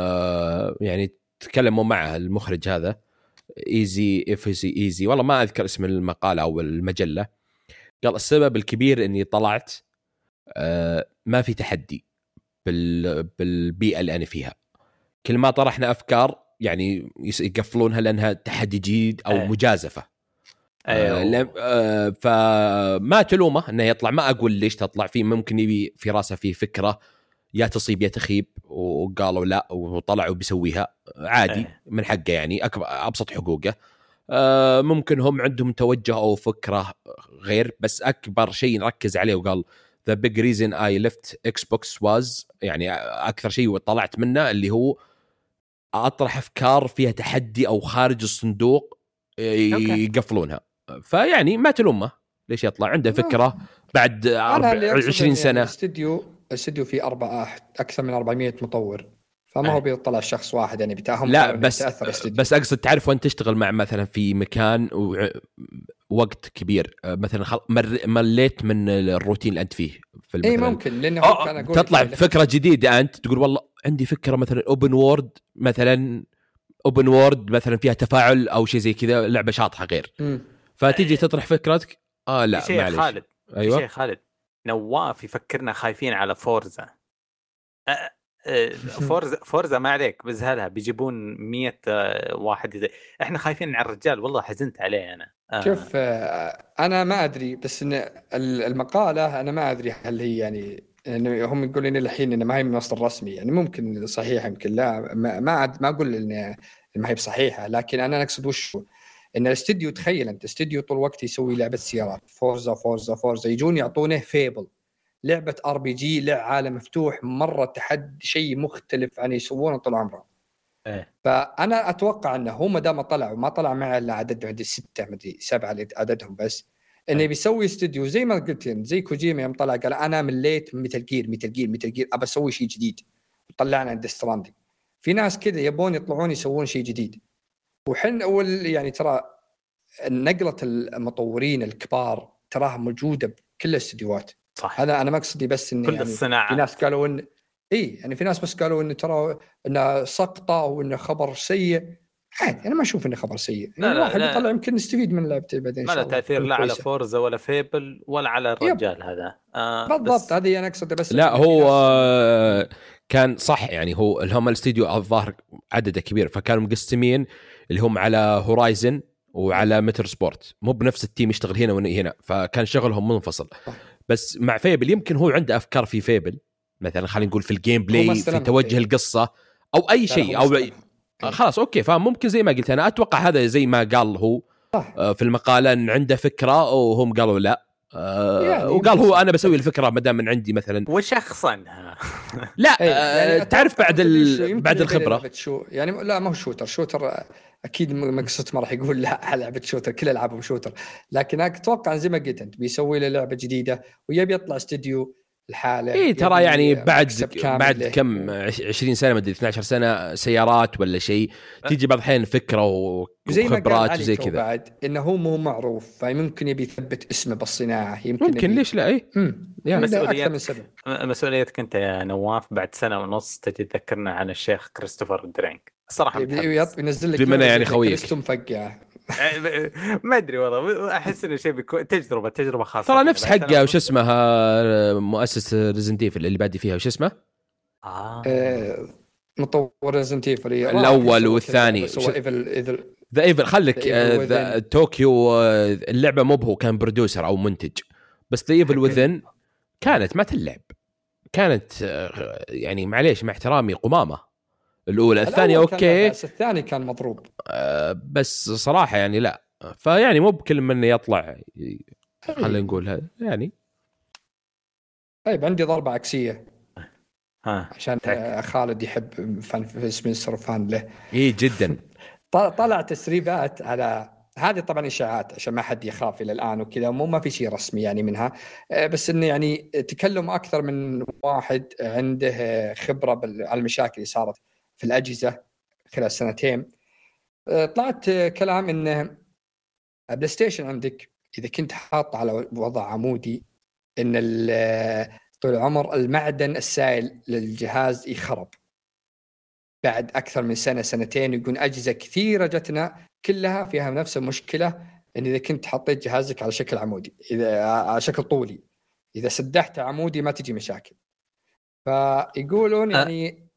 آه يعني تكلموا معه المخرج هذا ايزي اف سي ايزي، والله ما اذكر اسم المقاله او المجله. قال السبب الكبير اني طلعت آه ما في تحدي بال بالبيئه اللي انا فيها. كل ما طرحنا افكار يعني يقفلونها لانها تحدي جديد او أيه. مجازفه. أيوه. آه فما تلومه انه يطلع، ما اقول ليش تطلع فيه، ممكن يبي في راسه في فكره يا تصيب يا تخيب، وقالوا لا وطلعوا بيسويها عادي. أيه. من حقه يعني، أكبر ابسط حقوقه. آه ممكن هم عندهم توجه او فكره غير، بس اكبر شيء نركز عليه وقال the big reason I left Xbox was، يعني اكثر شيء طلعت منه اللي هو اطرح افكار فيها تحدي او خارج الصندوق يقفلونها. فيعني ما تلومه ليش يطلع، عنده فكره بعد عشرين سنه. يعني الاستديو الاستديو فيه أربعة اكثر من أربعمية مطور، فما هو بيطلع شخص واحد يعني بتاعهم. لا بس بس اقصد تعرف وانت تشتغل مع مثلا في مكان ووقت كبير مثلا خل... مر... مليت من الروتين اللي انت فيه في اي ممكن، لانه كان اقول تطلع فكره جديده، انت تقول والله عندي فكره مثلا اوبن وورد، مثلا اوبن وورد مثلا فيها تفاعل او شيء زي كذا، لعبه شاطحه غير م. فتيجي تطرح فكرتك. اه لا معليش خالد. ايوه شيء خالد نواف يفكرنا خايفين على فورزا. أه فورزا فورزا ما عليك بزهلها بيجيبون مية واحد زي. احنا خايفين على الرجال، والله حزنت عليه انا. آه. شوف انا ما ادري، بس ان المقاله انا ما ادري هل هي يعني انه هم يقولون الحين انه ما هي من مصدر رسمي، يعني ممكن صحيح يمكن لا، ما ما, ما اقول ان ما هي بصحيحه، لكن انا اقصد وش ان الاستديو، تخيل انت استديو طول الوقت يسوي لعبه سيارات فورزا فورزا فورزا، يجون يعطونه فيبل لعبه ار بي جي، لعبه عالم مفتوح مره، تحدي شيء مختلف عن يسوونه طول عمره. ايه. فانا اتوقع انه هو ما دام طلع وما طلع معه الا عدد عندي ستة مدري سبعة عددهم بس، انه ايه. بيسوي استديو زي ما قلت زي كوجيما يوم طلع قال انا مليت من ميتال جير ميتال جير ميتال جير ابى اسوي شيء جديد، طلعنا ديث ستراندنج. في ناس كذا يبون يطلعون يسوون شيء جديد، وحن اول يعني ترى نقله المطورين الكبار تراها موجوده بكل الاستديوهات. صح. هذا انا مقصدي، بس ان يعني في ناس قالوا ان اي يعني في ناس بس قالوا ان ترى انه سقطه وانه خبر سيء. عادي، انا ما اشوف انه خبر سيء، يعني الواحد يطلع يمكن نستفيد من لعبته بعدين ان شاء الله. ما له تاثير لا على فورزا ولا فيبل ولا على الرجال. يب. هذا آه بالضبط، هذه انا اقصد. بس لا هو آه كان صح، يعني هو هم الاستديو الظاهر عدده كبير، فكانوا مقسمين اللي هم على هورايزن وعلى متر سبورت، مو بنفس التيم يشتغل هنا وهنا، فكان شغلهم منفصل. بس مع فيبل يمكن هو عنده افكار في فيبل مثلا، خلينا نقول في الجيم بلاي، في توجه فيه. القصه او اي شيء او أي... خلاص اوكي، فممكن زي ما قلت انا اتوقع هذا زي ما قال هو آه في المقاله ان عنده فكره وهم قالوا لا آه يعني وقال هو انا بسوي الفكره ما دام من عندي مثلا وشخصنها. لا آه يعني تعرف بعد ال... بعد الخبره شو يعني لا ما هو شوتر شوتر اكيد مقصد ما راح يقول لا لعبه شوتر، كل العابهم شوتر، لكن اتوقع زي ما قلت انت بيسوي له لعبه جديده ويبي يطلع استديو الحالة. اي ترى يعني بعد بعد له. كم عشرين سنة مدري اثنتي عشرة سنة سيارات ولا شيء تيجي بعض الحين فكرة وخبرات وزي كذا. بعد انه هو مو معروف فممكن يبي يثبت اسمه بالصناعة، يمكن ممكن ليش لا. اي يعني مسؤوليتك مسؤوليتك انت يا نواف بعد سنة ونص تجي تذكرنا عن الشيخ كريستوفر درينك الصراحة ينزل لك بمنا يعني خويك مفقع ما ادري والله احس انه شيء بيكون تجربه تجربه خاصه. ترى نفس حقه وش اسمها مؤسس ريزنت ايفل اللي بادي فيها وش اسمه اه, آه مطور ريزنت ايفل الاول والثاني ذا ايفل. خليك ذا طوكيو اللعبه مو هو كان برودوسر او منتج، بس ذا ايفل وذن كانت ما تلعب، كانت يعني معليش مع احترامي قمامه. الأولى الثانية أوكي بس الثاني كان مضروب أه بس صراحة يعني لا، فيعني مو بكل من يطلع خلينا نقول هذا يعني. طيب عندي ضربة عكسية ها عشان تك. خالد يحب فان سبنسر وفان له إيه جدا. طلع تسريبات على هذه طبعا إشاعات عشان ما حد يخاف إلى الآن وكذا، مو ما في شيء رسمي يعني منها، بس إنه يعني تكلم أكثر من واحد عنده خبرة بالمشاكل اللي صارت في الأجهزة خلال سنتين. طلعت كلام إنه بلاي ستيشن عندك إذا كنت حاط على وضع عمودي إن طول العمر المعدن السائل للجهاز يخرب بعد أكثر من سنة سنتين. يكون أجهزة كثيرة جتنا كلها فيها نفس المشكلة، إن إذا كنت حطيت جهازك على شكل عمودي إذا على شكل طولي إذا سدحت عمودي ما تجي مشاكل. فيقولون يعني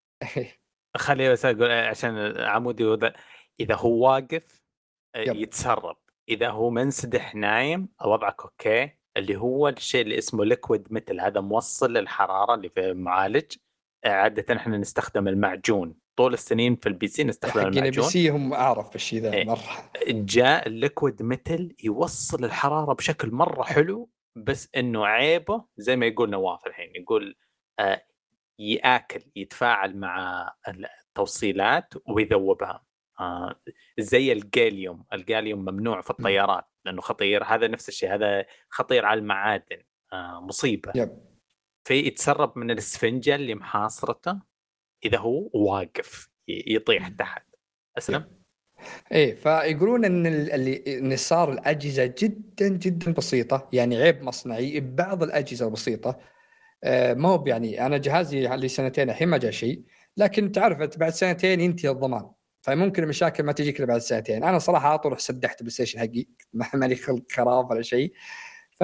خليه بس أقول عشان عمودي إذا هو واقف يب. يتسرب، إذا هو منسدح نايم وضعك أوكي. اللي هو الشيء اللي اسمه ليكويد ميتل، هذا موصل للحرارة اللي في المعالج. عادة احنا نستخدم المعجون طول السنين في البي سي نستخدم المعجون. البي سي هم أعرف بالشيء ذا. إيه. مرة جاء الليكويد ميتل يوصل الحرارة بشكل مرة حلو، بس إنه عيبه زي ما يقول نواف الحين يقول آه يأكل يتفاعل مع التوصيلات ويذوبها. آه زي الجاليوم، الجاليوم ممنوع في الطيارات لأنه خطير. هذا نفس الشيء، هذا خطير على المعادن. آه مصيبة. يب. في يتسرب من الاسفنجة اللي محاصرته إذا هو واقف يطيح تحت. أسلم. إيه فيقولون إن اللي إن صار الأجهزة جدا جدا بسيطة، يعني عيب مصنعي بعض الأجهزة البسيطة. آه ما هو يعني أنا جهازي اللي سنتين الحين ما جاء شيء، لكن تعرفت بعد سنتين ينتهي الضمان، فممكن المشاكل ما تجيك بعد سنتين. أنا صراحة أطول سدحت بلاي ستيشن حقي ما لي خلق خراب ولا شيء. ف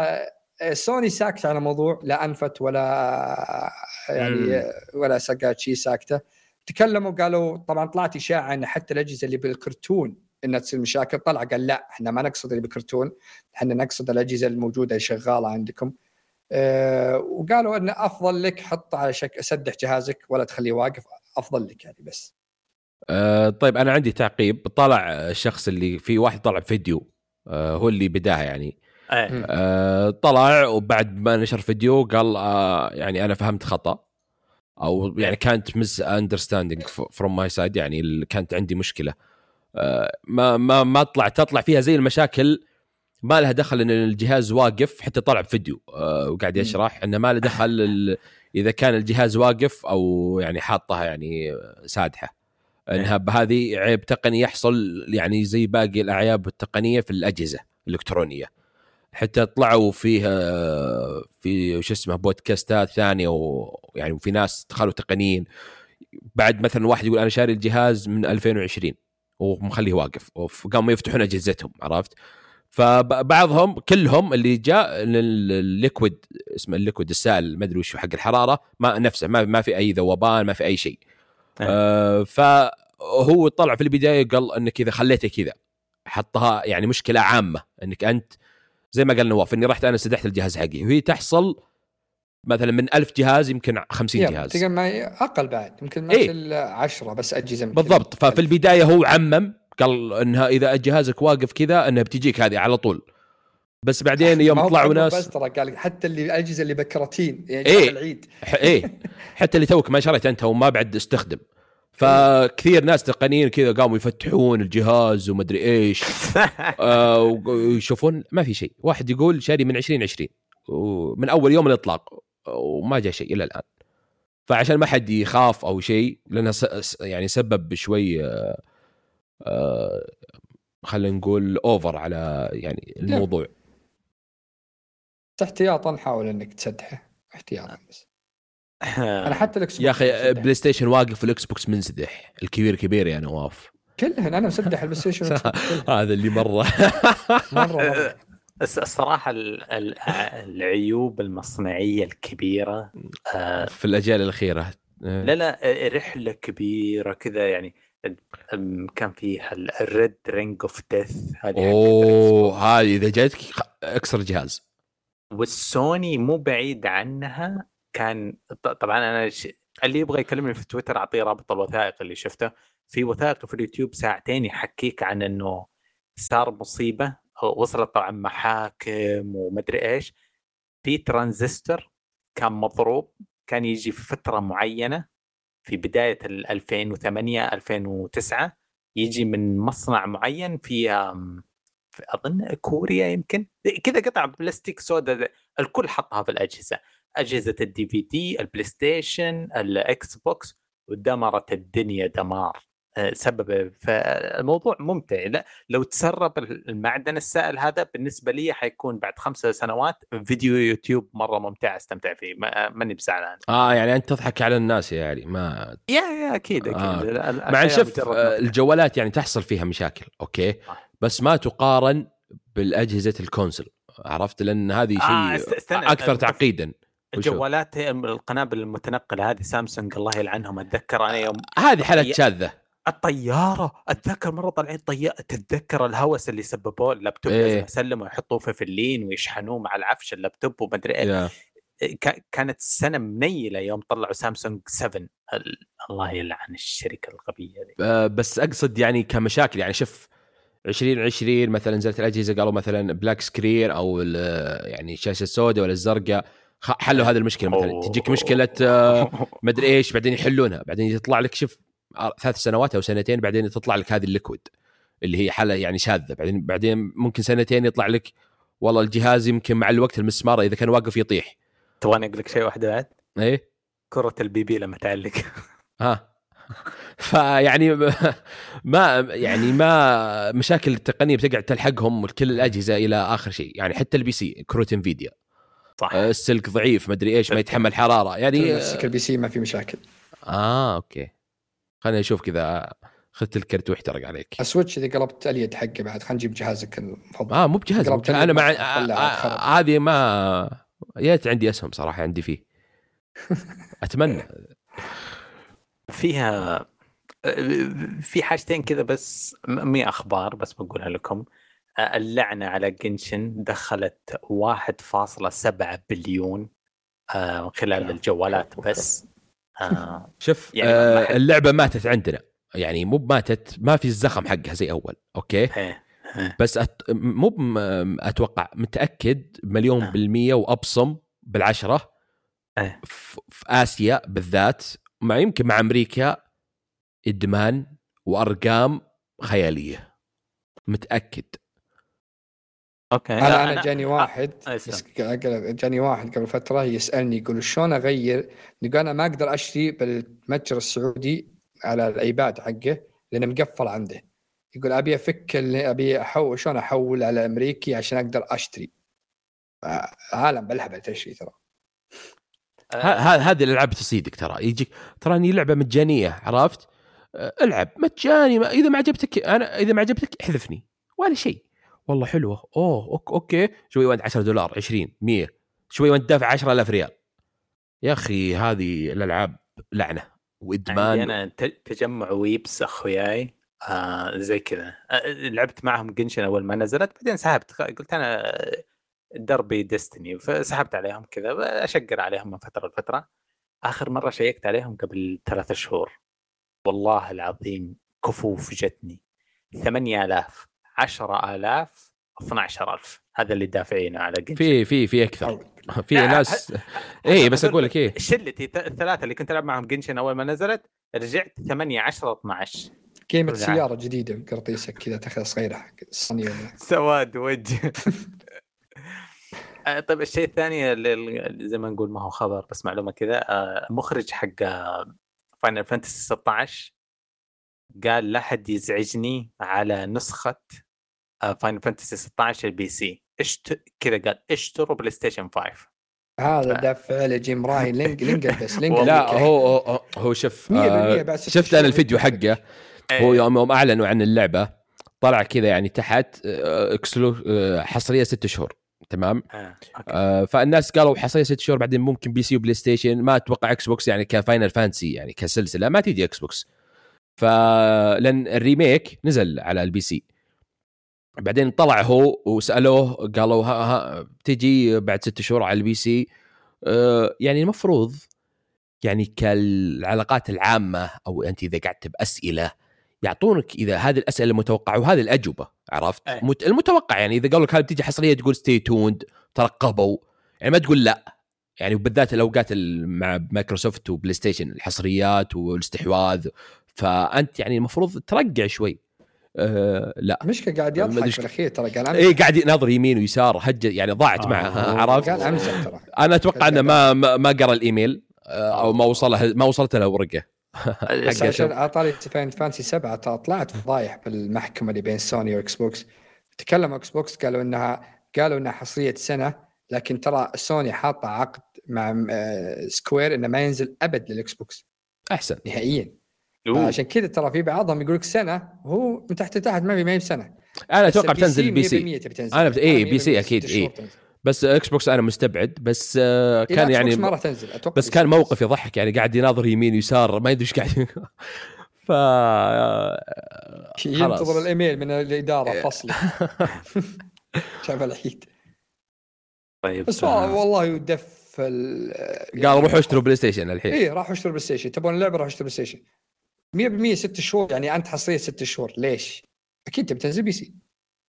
سوني ساكت على موضوع، لا أنفت ولا يعني مم. ولا سقات شيء ساكتة. تكلموا قالوا طبعا طلعت إشاعة أن حتى الأجهزة اللي بالكرتون إنها تصير مشاكل. طلع قال لا إحنا ما نقصد اللي بالكرتون، إحنا نقصد الأجهزة الموجودة شغالة عندكم. أه وقالوا أن أفضل لك حط على شك سدح جهازك ولا تخليه واقف، أفضل لك يعني. بس أه طيب أنا عندي تعقيب. طلع الشخص اللي في واحد طلع فيديو أه هو اللي بداها يعني أه طلع وبعد ما نشر فيديو قال أه يعني أنا فهمت خطأ، أو يعني كانت مس understanding from my side، يعني كانت عندي مشكلة أه ما ما ما طلع تطلع فيها زي المشاكل ما لها دخل إن الجهاز واقف. حتى طلع فيديو أه وقاعد يشرح إنه ما له دخل إذا كان الجهاز واقف أو يعني حاطها يعني سادحة، انها بهذه عيب تقني يحصل يعني زي باقي الاعياب التقنيه في الاجهزه الالكترونيه. حتى طلعوا فيها في وش اسمه بودكاستات ثانيه، ويعني وفي ناس دخلوا تقنيين بعد مثلا واحد يقول انا شاري الجهاز من ألفين وعشرين ومخليه واقف وقاموا يفتحون اجهزتهم، عرفت؟ فبعضهم كلهم اللي جاء الليكويد اسمه الليكويد السائل ما ادري وش حق الحراره ما نفسه ما ما في اي ذوبان ما في اي شيء. آه فهو طلع في البداية قال أنك إذا خليته كذا حطها يعني مشكلة عامة، أنك أنت زي ما قال نواف إني رحت أنا سدحت الجهاز حقي، وهي تحصل مثلا من ألف جهاز يمكن خمسين جهاز، تقول ما أقل بعد يمكن ما إيه؟ عشرة بس أجهزة بالضبط. ففي البداية هو عمم قال إنها إذا جهازك واقف كذا أنها بتجيك هذه على طول، بس بعدين يوم طلعوا ناس بس ترى قال حتى اللي الأجهزة اللي بكرتين يعني إيه؟ العيد إيه حتى اللي توك ما شريت أنت وما بعد استخدم. فكثير ناس تقنيين كذا قاموا يفتحون الجهاز ومدري إيش آه ويشوفون ما في شيء. واحد يقول شاري من عشرين عشرين ومن اول يوم الاطلاق وما جاء شيء الى الان. فعشان ما حد يخاف او شيء لانها يعني سبب شوي آه آه خلينا نقول اوفر على يعني الموضوع. احتياطا نحاول انك تسدحه احتياطا بس. انا حتى الاكس يا اخي بلاي ستيشن واقف والاكس بوكس منسدح الكبير كبير يا نواف كلهن انا مسدح البلاي ستيشن هذا اللي مره مره الصراحه العيوب المصنعيه الكبيره في الاجيال الاخيره. لا لا رحله كبيره كذا يعني. كان فيها الريد رينج اوف ديث هذه. اوه هذه اذا جاتك اكسر جهاز. والسوني مو بعيد عنها. كان طبعا انا ش... اللي يبغى يكلمني في تويتر اعطيه رابط الوثائق اللي شفته في وثائق في اليوتيوب ساعتين يحكيك عن انه صار مصيبه وصلت طبعا محاكم ومدري ايش. في ترانزستور كان مضروب كان يجي في فتره معينه في بدايه ألفين وثمانية ألفين وتسعة يجي من مصنع معين في اظن كوريا يمكن كذا قطع بلاستيك سودا الكل حطها في الاجهزه اجهزه الدي في دي البلاي ستيشن الاكس بوكس ودمرت الدنيا دمار سبب. فالموضوع ممتع. لا لو تسرب المعدن السائل هذا بالنسبه لي حيكون بعد خمسة سنوات فيديو يوتيوب مره ممتع استمتع فيه ماني بزعلان. اه يعني انت تضحك على الناس يعني ما يا يا اكيد اكيد آه. مع شوف الجوالات يعني تحصل فيها مشاكل اوكي آه. بس ما تقارن بالاجهزه الكونسول عرفت لان هذه شيء آه اكثر تعقيدا. الجوالات القنابل المتنقله هذه سامسونج الله يلعنهم. اتذكر انا يوم هذه حاله شاذه الطياره اتذكر مره طالعين طياره تتذكر الهوس اللي سببوه اللابتوب إيه؟ لازم يسلموا يحطوه في فلين ويشحنوه مع العفش اللابتوب ومدري ايه. كانت السنه منيله يوم طلعوا سامسونج سبعة. الله يلعن الشركه الغبيه دي. أه بس اقصد يعني كمشاكل يعني شوف عشرين عشرين مثلا نزلت الاجهزه قالوا مثلا بلاك سكرين او يعني شاشه سوداء ولا الزرقاء حلوا هذه المشكله. مثلا تجيك مشكله مدري ايش بعدين يحلونها بعدين يطلع لك شوف ثلاث سنوات او سنتين بعدين تطلع لك هذه الليكويد اللي هي حاله يعني شاذه. بعدين بعدين ممكن سنتين يطلع لك والله الجهاز يمكن مع الوقت المسمار اذا كان واقف يطيح. تبغاني اقول لك شيء واحد بعد؟ ايه كره البي بي لما تعلق ها فيعني ما يعني ما مشاكل التقنيه بتقعد تلحقهم كل الاجهزه الى اخر شيء. يعني حتى البي سي كروت انفيديا صح السلك ضعيف مدري ايش ما يتحمل حراره يعني السلك البي سي ما في مشاكل. اه اوكي خلينا نشوف كذا خذت الكرت واحترق عليك. السويتش اذا قلبت اليد حقه بعد خلينا نجيب جهازك المفضل. اه مو بجهاز انا مع هذه ما يات عندي اسهم صراحه عندي فيه اتمنى فيها في حاجتين كذا بس مي اخبار بس بقولها لكم. اللعنه على جنشن دخلت واحد فاصلة سبعة بليون خلال الجوالات بس. آه شوف يعني آه اللعبه ماتت عندنا يعني مو ماتت ما في الزخم حقها زي اول اوكي هي هي. بس أت... مو اتوقع متاكد مليون آه. بالمية وابصم بالعشره آه. في اسيا بالذات مع يمكن مع امريكا ادمان وارقام خياليه متاكد. اوكي انا انا جاني واحد جاني واحد قبل فتره يسالني يقول شلون اغير. يقول انا ما اقدر اشتري بالمتجر السعودي على الايباد حقه لانه مقفل عنده. يقول ابي افك ابي احول شلون احول على امريكي عشان اقدر اشتري. عالم بالهبل تشري ترى. هذه الالعاب تصيدك ترى يجيك ترى اني لعبه مجانيه عرفت العب مجاني ما اذا ما عجبتك انا اذا ما عجبتك احذفني ولا شيء والله حلوه اوه اوكي شوي وانت عشرة دولار عشرين مية شوي وانت دافع عشرة آلاف ريال. يا اخي هذه الالعاب لعنه وادمان. انا تجمع ويبس اخوياي آه زي كذا آه لعبت معهم جنشن اول ما نزلت بعدين سحبت قلت انا دربي ديستني فسحبت عليهم كذا اشقر عليهم من فتره لفتره. اخر مره شيكت عليهم قبل ثلاثة شهور والله العظيم كفوف جتني ثمانية آلاف عشرة آلاف اثنا عشر ألف هذا اللي دافعينه على جنشن. في في في اكثر في ناس ايه بس اقول لك ايه شلتي الثلاثه اللي كنت العب معهم جنشن اول ما نزلت رجعت ثمانية عشرة اثنا عشر قيمه سياره جديده قرطيسه كذا تاخذ صغيره صينيه سواد وجه. طيب الشيء الثاني اللي زي ما نقول ما هو خبر بس معلومة كذا، مخرج حق فاينل فانتسي ستة عشر قال لا حد يزعجني على نسخة فاينل فانتسي ستة عشر البي سي، اشت كذا قال اشتروا بلاي ستيشن خمسة. هذا دفع لجيم راين لينك لينك بس لينك لا هو هو, هو شوف آه شفت انا الفيديو حقه. هو يوم يوم اعلنوا عن اللعبه طلع كذا يعني تحت اكسلو حصريه ستة شهور تمام. آه. آه فالناس قالوا حصريه ستة شهور بعدين ممكن بي سي وبلاي ستيشن، ما اتوقع اكس بوكس يعني كفاينل فانسي يعني كسلسله ما تيجي اكس بوكس، فلان الريميك نزل على البي سي. بعدين طلع هو وسالوه قالوا ها ها تجي بعد ستة شهور على البي سي. آه يعني المفروض يعني كالعلاقات العامه او انت اذا قعدت باسئله يعطونك اذا هذه الاسئله المتوقعه وهذه الاجوبه عرفت. أي. المتوقع يعني اذا قالوا لك هذه بتيجي حصريه تقول ستي توند ترقبوا، يعني ما تقول لا. يعني وبالذات الاوقات مع مايكروسوفت وبلاي ستيشن الحصريات والاستحواذ، فانت يعني المفروض ترجع شوي. أه لا مشكلة قاعد يضحك في الأخير ترى قال ايه قاعد يناظر يمين ويسار هج يعني ضاعت آه. معها عرفت. قال أمزح ترى. انا اتوقع انه ما ما قرأ الايميل او ما وصله ما وصلت له ورقه. بس عشان اعطاني فاين فانسي سبعة طلعت فضايح بالمحكمة اللي بين سوني واكس بوكس. تكلموا اكس بوكس قالوا انها قالوا انها حصرية سنة، لكن ترى سوني حاطة عقد مع سكوير انه ما ينزل ابد للاكس بوكس احسن نهائيا. عشان كذا ترى في بعضهم يقولك سنة وهو من تحت لتحت ما في ما هي سنة. انا اتوقع بتنزل البي سي. انا بت... ايه بي سي اكيد ايه تنزل. بس اكس بوكس انا مستبعد بس آه كان يعني ما راح تنزل أتوقع. بس كان موقف يضحك يعني قاعد يناظر يمين ويسار ما يدري ايش قاعد ف ينتظر الايميل من الاداره فصل شاف العيد. طيب بس والله يدف قال روحوا اشتروا بلاي ستيشن الحين. ايه راح اشتروا بلاي ستيشن. تبون اللعبه راح اشتروا بلاي ستيشن مية بالمية ست شهور. يعني انت حصريه ست شهور ليش؟ اكيد تبي تنزل بي سي.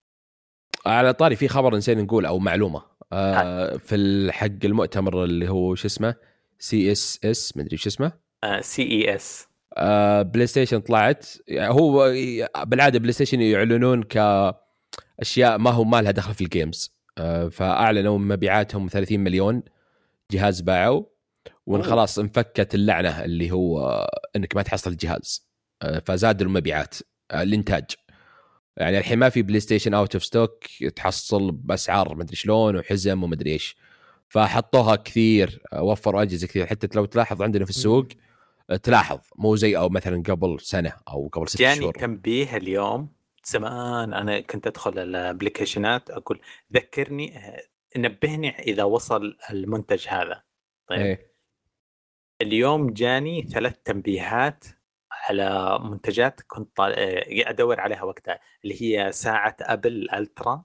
على طاري في خبر نسينا نقول او معلومه آه في الحق المؤتمر اللي هو شو اسمه سي اس اس ما ادري شو اسمه سي اي اس آه بلاي ستيشن طلعت. هو بالعاده بلاي ستيشن يعلنون كاشياء ما هو ما لها دخل في الجيمز. آه فاعلنوا مبيعاتهم ثلاثين مليون جهاز باعوا وان خلاص انفكت اللعنه اللي هو انك ما تحصل الجهاز. آه فزادوا المبيعات آه الانتاج. يعني الحين ما في بلاي ستيشن اوت اوف ستوك تحصل باسعار ما ادري شلون وحزم وما ادري ايش، فحطوها كثير وفروا اجهزه كثير. حتى لو تلاحظ عندنا في السوق تلاحظ مو زي او مثلا قبل سنه او قبل ست يعني شهور. تنبيه اليوم زمان انا كنت ادخل الابلكيشنات اقول ذكرني نبهني اذا وصل المنتج هذا. طيب ايه. اليوم جاني ثلاث تنبيهات على منتجات كنت ادور عليها وقتها، اللي هي ساعه ابل الالترا،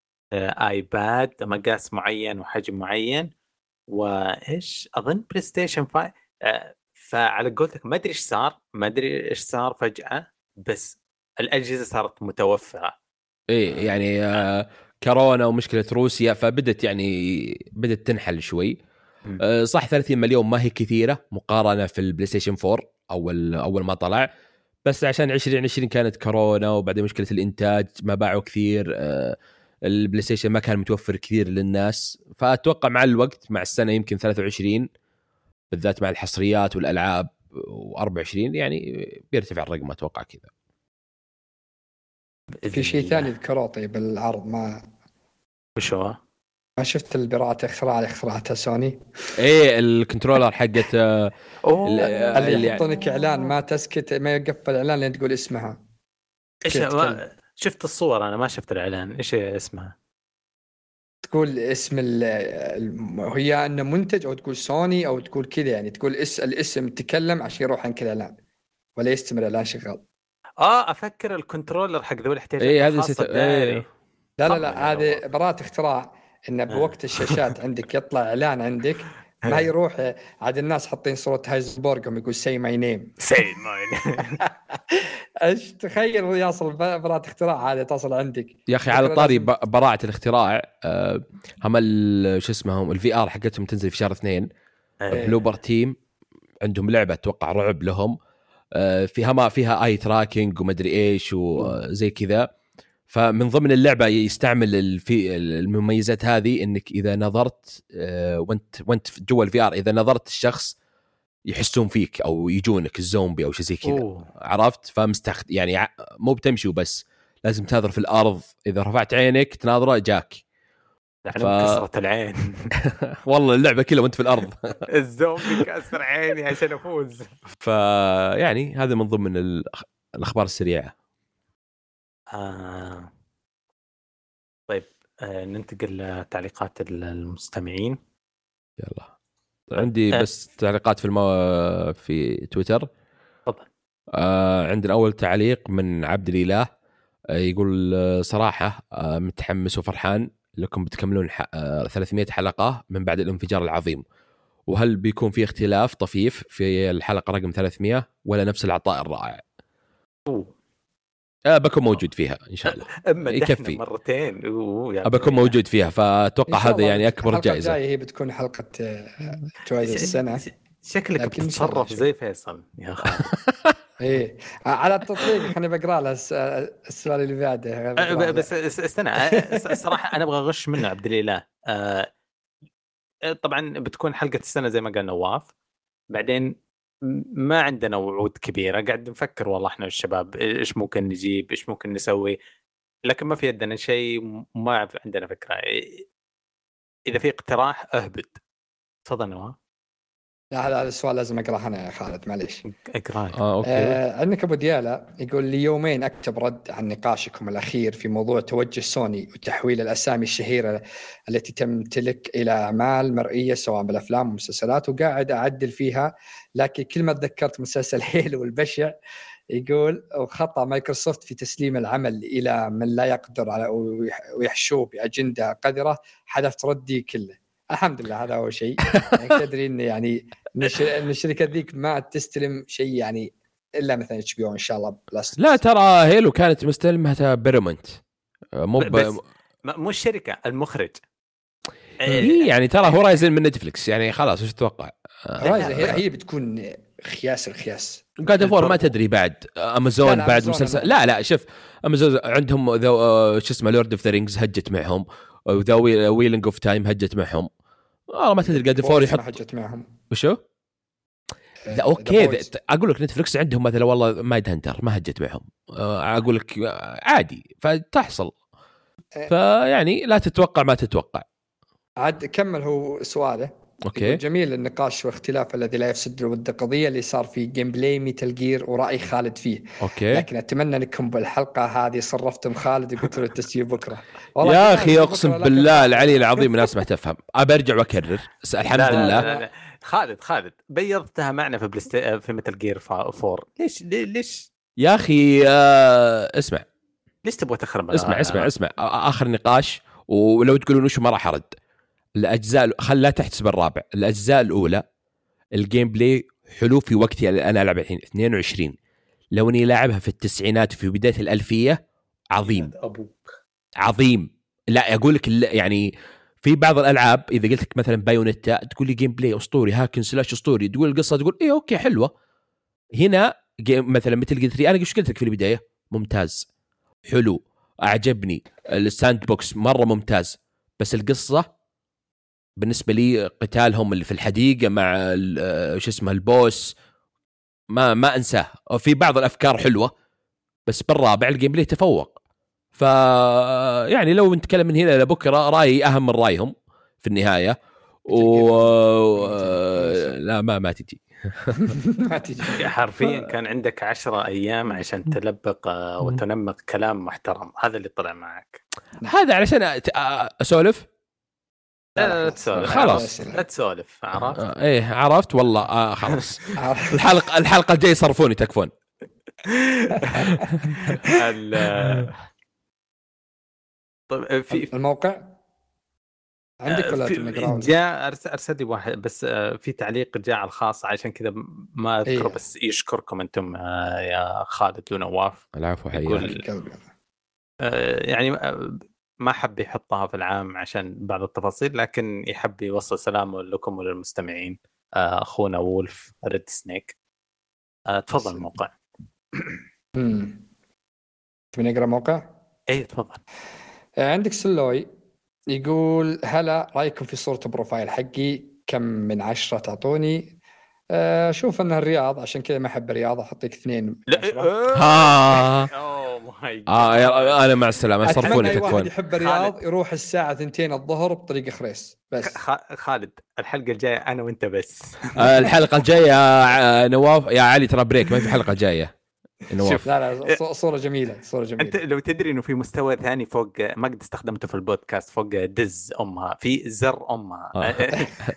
ايباد مقاس معين وحجم معين، وايش اظن بلاي ستيشن خمسة. فعلى قولتك ما ادري ايش صار ما ادري ايش صار فجاه بس الاجهزه صارت متوفره. ايه يعني آه كورونا ومشكله روسيا فبدت يعني بدت تنحل شوي. آه صح ثلاثين مليون ما هي كثيره مقارنه في البلاي ستيشن فور اول اول ما طلع، بس عشان عشرين عشرين كانت كورونا وبعدين مشكله الانتاج ما باعوا كثير. آه البلاي ستيشن ما كان متوفر كثير للناس، فاتوقع مع الوقت مع السنه يمكن ثلاثة وعشرين بالذات مع الحصريات والالعاب وأربعة وعشرين يعني بيرتفع الرقم اتوقع كذا. في شيء ثاني ذكروه طيب بالعرض ما وش هو؟ ما شفت البراءة اختراع اللي اخترعتها سوني؟ ايه الكنترولر حقت آه اللي, اللي يحطونك اعلان ما تسكت ما يقفل الاعلان لين تقول اسمها. ايش ما شفت الصور انا ما شفت الاعلان. ايش اسمها؟ تقول اسم ال هي انه منتج او تقول سوني او تقول كذا يعني تقول اس الاسم تكلم عشان يروح عن كذا اعلان ولا يستمر الاعلان شغال. اه افكر الكنترولر حق ذوي الاحتياجات إيه الخاصه ست... الدائري. إيه. لا لا لا هذه براءة اختراع انه بوقت الشاشات عندك يطلع اعلان عندك ما يروح عاد الناس حاطين صورة هايزنبرغ ويقول سي ماي نيم سي ماي نيم. ايش تخيل يصل براءة اختراع هذه تصل عندك يا اخي على طاري براءة الاختراع. أه هم شو اسمهم الفي ار حقتهم تنزل في شهر اثنين. بلوبر تيم عندهم لعبة اتوقع رعب لهم أه فيها ما فيها اي تراكنج ومدري ايش وزي كذا، فمن ضمن اللعبه يستعمل الفي المميزات هذه انك اذا نظرت آه وانت وانت جوا الفي ار اذا نظرت الشخص يحسون فيك او يجونك الزومبي او شيء زي كذا، عرفت؟ فمستخد يعني مو بتمشي وبس، لازم تناظر في الارض، اذا رفعت عينك تناظره جاك يعني ف... كسرت العين. والله اللعبه كلها وانت في الارض. الزومبي كسر عيني عشان افوز. فيعني هذا من ضمن الاخبار السريعه. آه. طيب آه ننتقل لتعليقات المستمعين. يلا عندي بس تعليقات في المو... في تويتر. تفضل. آه عندنا اول تعليق من عبد الاله، آه يقول آه صراحه آه متحمس وفرحان لكم بتكملون ح... آه ثلاثمية حلقه من بعد الانفجار العظيم، وهل بيكون في اختلاف طفيف في الحلقه رقم ثلاثمية ولا نفس العطاء الرائع؟ أوه. أه بكون موجود فيها ان شاء الله. اما يكفي مرتين. اوه بكون موجود فيها، فاتوقع هذا يعني اكبر جائزه. الحلقه الجايه هي بتكون حلقه جوائز السنه. شكلك بتتصرف زي فيصل يا خالد. ايه على التطبيق خليني بقرا له السؤال اللي بعده. بس استنى الصراحه انا ابغى اغش منه عبد الاله. آه طبعا بتكون حلقه السنه زي ما قال نواف، بعدين ما عندنا وعود كبيره، قاعد نفكر والله احنا والشباب ايش ممكن نجيب ايش ممكن نسوي، لكن ما في عندنا شيء، ما عندنا فكره. اذا في اقتراح اهبد. تفضل نواف. لا هذا السؤال لازم اقراه انا يا خالد معليش. اقراه. اه اوكي. آه عندك ابو ديالا يقول لي يومين اكتب رد عن نقاشكم الاخير في موضوع توجه سوني وتحويل الاسامي الشهيره التي تمتلك الى اعمال مرئيه سواء بالافلام ومسلسلات، وقاعد اعدل فيها، لكن كل ما تذكرت مسلسل هيل والبشع يقول وخطأ مايكروسوفت في تسليم العمل إلى من لا يقدر على ويحشوه بأجندة قذرة حذفت ردي كله. الحمد لله هذا أول شيء. يعني تدري إن يعني إن الشركة ذيك ما تستلم شيء يعني إلا مثلا اتش بي او إن شاء الله بلس. لا ترى هيلو كانت مستلمها بيرمنت مو ب... مو الشركة المخرج. إيه يعني ترى هورايزن من نتفليكس يعني خلاص وش تتوقع؟ هورايزن هي, هي بتكون خياس الخياس. قاعد افور ما تدري بعد امازون لا لا بعد مسلسل أنا. لا لا شوف امازون عندهم ذو شو اسمه لورد اوف ذا رينجز هجت معهم، وذا ويلينج اوف تايم هجت معهم. اه ما تدري قاعد افور يحط هجت معهم وشو لا اوكي اقول لك نتفليكس عندهم مثلا والله مايد هانتر ما هجت معهم، اقول لك عادي فتحصل. فيعني لا تتوقع ما تتوقع. عاد كمل هو سؤاله. اوكي جميل النقاش والاختلاف الذي لا يفسد ود القضيه اللي صار في جيم بلاي ميتال جير وراي خالد فيه. أوكي. لكن اتمنى انكم بالحلقه هذه صرفتم خالد وقلت له التسجيل بكره. يا اخي اقسم بالله العلي العظيم الناس ما تفهم. ابى ارجع واكرر الحمد لا لله. لا لا لا. خالد خالد بيضتها معنا في بلاستي... في ميتال جير فور. ليش ليش يا اخي آه... اسمع ليش تبغى تخرب؟ اسمع اسمع اسمع اخر نقاش، ولو تقولون وش ما راح ارد. الاجزاء خلها تحتسب الرابع. الاجزاء الاولى الجيم بلاي حلو في وقتي انا العب الحين اثنين وعشرين، لو اني لاعبها في التسعينات في بدايه الالفيه عظيم عظيم. لا اقول لك يعني في بعض الالعاب اذا قلت لك مثلا بايونيتا تقول لي جيم بلاي اسطوري هاكن سلاش اسطوري، تقول القصه تقول ايه اوكي حلوه. هنا مثلا مثل جير ثري انا ايش قلت لك في البدايه ممتاز حلو اعجبني الساند بوكس مره ممتاز، بس القصه بالنسبه لي قتالهم اللي في الحديقه مع شو اسمه البوس ما ما انساه. في بعض الافكار حلوه بس بالرابع الجيم بلاي تفوق. ف يعني لو نتكلم من هنا لبكره رايي اهم من رايهم في النهايه. و لا ما ما تجي ما تجي حرفيا. كان عندك عشرة ايام عشان تلبق وتنمق كلام محترم، هذا اللي طلع معك. هذا علشان اسولف. لا تسولف خلاص لا تسولف عرفت. آه ايه عرفت والله. آه خلاص الحلقه الحلقه الجايه صرفوني تكفون. طيب في الموقع عندك ولا تنقراه؟ جاء ارسل لي واحد بس في تعليق جاء على الخاص عشان كذا ما اذكر. إيه. بس يشكركم انتم يا خالد ونواف. العفو حياك. يعني ما حب يحطها في العام عشان بعض التفاصيل، لكن يحب يوصل سلامه لكم وللمستمعين. اخونا وولف ريد سنيك. تفضل الموقع. امم تبي نقرا موقع؟ اي تفضل. عندك سلوي يقول هلا، رايكم في صورة بروفايل حقي كم من عشرة تعطوني؟ اشوف انها الرياض، عشان كذا ما احب الرياض، احطيك اثنين من لا عشرة. ها اوه ماي جاد. اه يا- انا مع السلامه اتمنى يصرفوني اي واحد تكفون. يحب الرياض يروح الساعة اثنتين الظهر بطريقة خريس بس. خ- خالد الحلقه الجايه انا وانت بس. آه، الحلقه الجايه يا نواف يا علي ترى بريك، ما في حلقه جايه نواف. شوف. لا لا ص- صورة جميلة، صورة انت جميلة. لو تدري انه في مستوى ثاني فوق، ما قد استخدمته في البودكاست، فوق دز امها في زر امها. آه.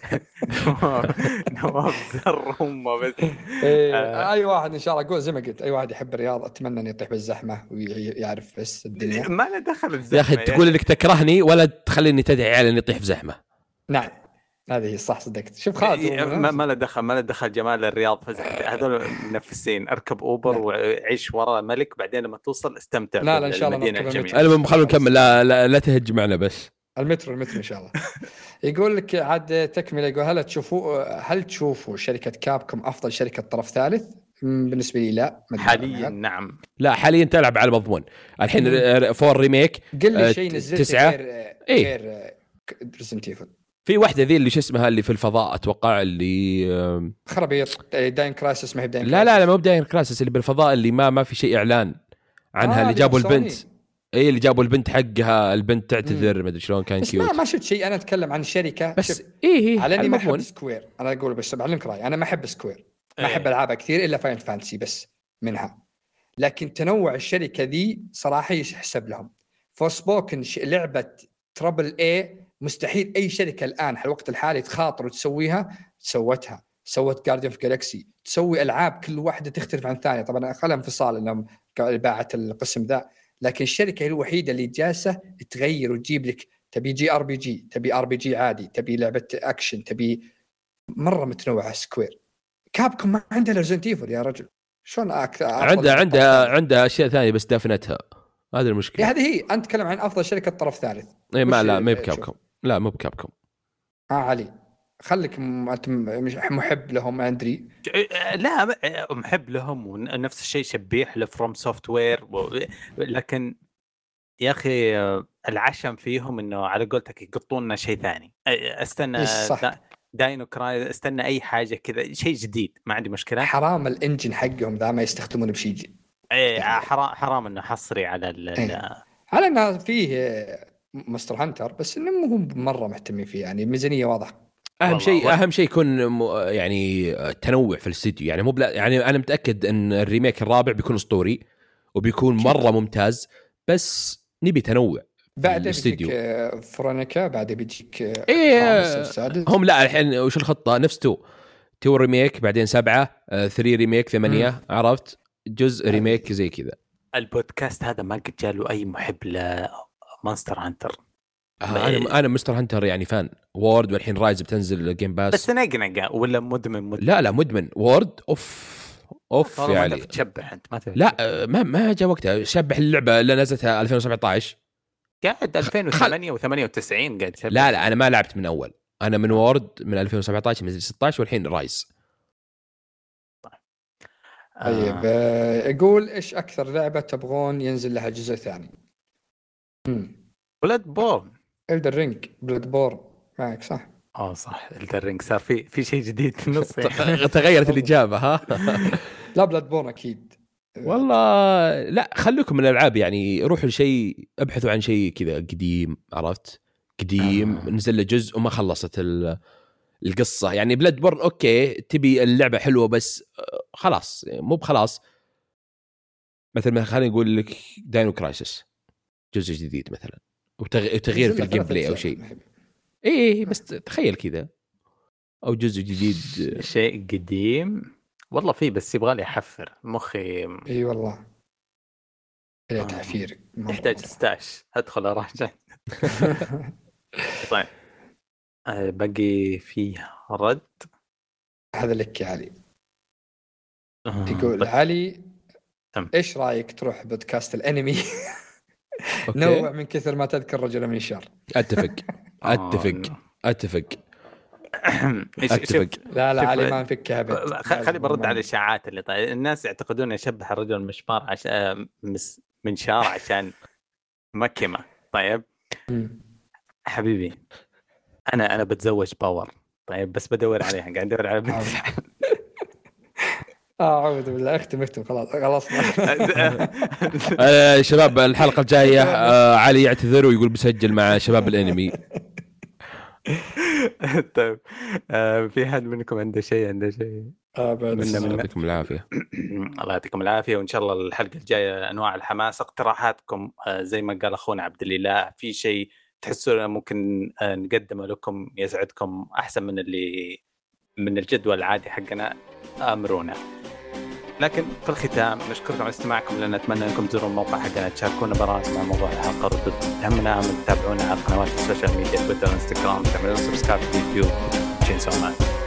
نواف زر امها بس. إيه، آه، اي واحد ان شاء الله قول زي ما قلت، اي واحد يحب الرياض اتمنى انه يطيح بالزحمة ويعرف بس الدنيا. ما له دخل الزحمه يا اخي تقول انك تكرهني ولا تخليني تدعي على اني يطيح في زحمه. نعم هذه هي الصح، صدقت. شوف خالد إيه، هو ما ما له دخل ما له دخل جمال الرياض في زحمة. هذول منفسين. اركب اوبر نعم. وعيش ورا ملك، بعدين لما توصل استمتع لا لا ان شاء الله بالمدينه نركب الجميله. المترو. المهم خلونا نكمل، لا لا, لا تهج معنا بس. المترو المترو ان شاء الله. يقول لك عاد تكمله، يقول هل تشوفوا هل تشوفوا شركة كابكوم افضل شركة طرف ثالث؟ مم، بالنسبة لي لا. ما أدري حاليا عنها. نعم. لا حاليا تلعب على مضمون الحين. مم. فور ريميك قل لي آه، شيء نزلت تسعة. غير إيه. غير ريزنت ايفل. في واحده ذي اللي شو اسمها اللي في الفضاء اتوقع اللي آم، خرابيط داين كرايسس، ما هي بداين لا لا لا مو بداين كراسس، اللي بالفضاء اللي ما ما في شيء اعلان عنها. آه اللي جابوا سوني. البنت، اي اللي جابوا البنت حقها، البنت تعتذر ما ادري شلون كان بس ما كيوت. ما شفت شيء. انا اتكلم عن شركة بس شوف، ايه ايه على اني ما المضمون. احب سكوير. انا اقول بس بعلمك رايي، انا ما احب سكوير، ما إيه. احب العابها كثير الا فاينل فانتسي بس منها. لكن تنوع الشركه ذي صراحه يحسب لهم. فورسبوكن لعبه ترابل اي مستحيل اي شركه الان على الوقت الحالي تخاطر وتسويها. سوتها، سوت جارديان اوف جالكسي، تسوي العاب كل واحده تختلف عن الثانيه. طبعا خلها انفصال انهم باعت القسم ذا، لكن الشركه هي الوحيده اللي جالسه تغير وتجيب لك. تبي جي ار بي جي، تبي ار بي جي عادي، تبي لعبه اكشن، تبي مره متنوعه. سكوير كابكم ما عندها ريزنت ايفل يا رجل، شلون أكثر؟ عندها عندها عندها اشياء ثانيه بس دافنتها، هذه المشكله. هذه هي. انت تتكلم عن افضل شركه طرف ثالث. اي ما وش- لا ما شوف. بكابكم، لا مو بكابكم. اه علي خليك م- انت م- مش محب لهم ادري. لا م- محب لهم، ونفس الشيء شبيح لفروم سوفت وير و... لكن يا اخي العشم فيهم انه على قولتك يقطون لنا شيء ثاني. استنى دا... داينو كراي، استنى اي حاجه كذا، شيء جديد ما عندي مشكله. حرام الانجن حقهم ذا ما يستخدمونه بشيء جديد. ايه حرام حرام انه حصري على ال... ايه. على انه فيه مستر هانتر بس انه مو مره مهتمين فيه، يعني ميزانيه واضحه. اهم شيء اهم شيء يكون م... يعني تنوع في الاستديو، يعني مو بلا... يعني انا متاكد ان الريميك الرابع بيكون اسطوري وبيكون مره ممتاز، بس نبي تنوع. بعد بيجيك فرونيكا، بعد بيجيك إيه هم. لا الحين وش الخطه؟ نفس تو تو ريميك، بعدين سبعة ثري ريميك، ثمانية. مم. عرفت جزء ريميك زي كذا. البودكاست هذا ما قد جاله اي محب لمونستر هانتر. آه انا انا مستر هانتر يعني فان وورد، والحين رايز بتنزل جيم باس. بس نقنقه ولا مدمن, مدمن لا لا مدمن وورد. اوف اوف يعني تشبح انت ما لا ما ما جاء وقتها شبح اللعبه اللي نزلتها ألفين وسبعة عشر. قاعد ألفين وثمانية وثمانية وتسعين قاعد شبح. لا لا انا ما لعبت من اول، انا من وورد من ألفين وسبعة عشر من ستة عشر والحين رايز. طيب آه. يقول ايش اكثر لعبه تبغون ينزل لها جزء ثاني؟ بلاد بورن. إلدر رينج. بلاد بورن معك صح؟ اه صح. إلدر رينج صار في في شيء جديد في النص. تغيرت الاجابه ها. لا بلاد بورن اكيد. والله لا خليكم من الالعاب، يعني روحوا لشيء، ابحثوا عن شيء كذا قديم، عرفت؟ قديم آه. نزل له جزء وما خلصت القصه. يعني بلاد بورن اوكي تبي اللعبه حلوه بس خلاص مو بخلاص. مثل ما خلينا نقول لك داينو كرايسس جزء جديد مثلا، وتغيير في الجيم بلاي او شيء. ايه بس تخيل كذا، او جزء جديد شيء قديم. والله في بس يبغى لي احفر مخي. اي والله يا تحفير يحتاج ستاش ادخل اراجع. طيب باقي فيه رد. هذا لك يا علي. يقول علي تم. ايش رايك تروح بودكاست الانمي؟ نوع من كثر ما تذكر رجل من الشر. اتفق اتفق اتفق اتفق. لا لا علي ما نفكها بيت. خلي برد على الاشاعات اللي طيب. الناس يعتقدون يشبه الرجل مشمار عشان من شار عشان مكمة. طيب مم. حبيبي انا انا بتزوج باور. طيب بس بدور عليها، قاعد ادور على بنت. اه اعوذ بالله، اختم اختم خلاص خلاص. آه شباب الحلقه الجايه آه علي يعتذر ويقول بسجل مع شباب الانمي. طيب آه في حد منكم عنده شيء عنده شيء؟ منا منا يعطيكم العافيه. الله يعطيكم العافيه، وان شاء الله الحلقه الجايه انواع الحماس، اقتراحاتكم آه زي ما قال اخونا عبد الاله، في شيء تحسون ممكن آه نقدمه لكم يسعدكم احسن من اللي من الجدول العادي حقنا، امرونا. لكن في الختام نشكركم على استماعكم لنا، نتمنى انكم تزوروا الموقع حقنا، تشاركونا براءة مع موضوع الحلقه، ردودكم تهمنا، تتابعونا على قنوات السوشيال ميديا، تويتر، انستغرام، تعملون سبسكرايب في اليوتيوب. تشين سو مان.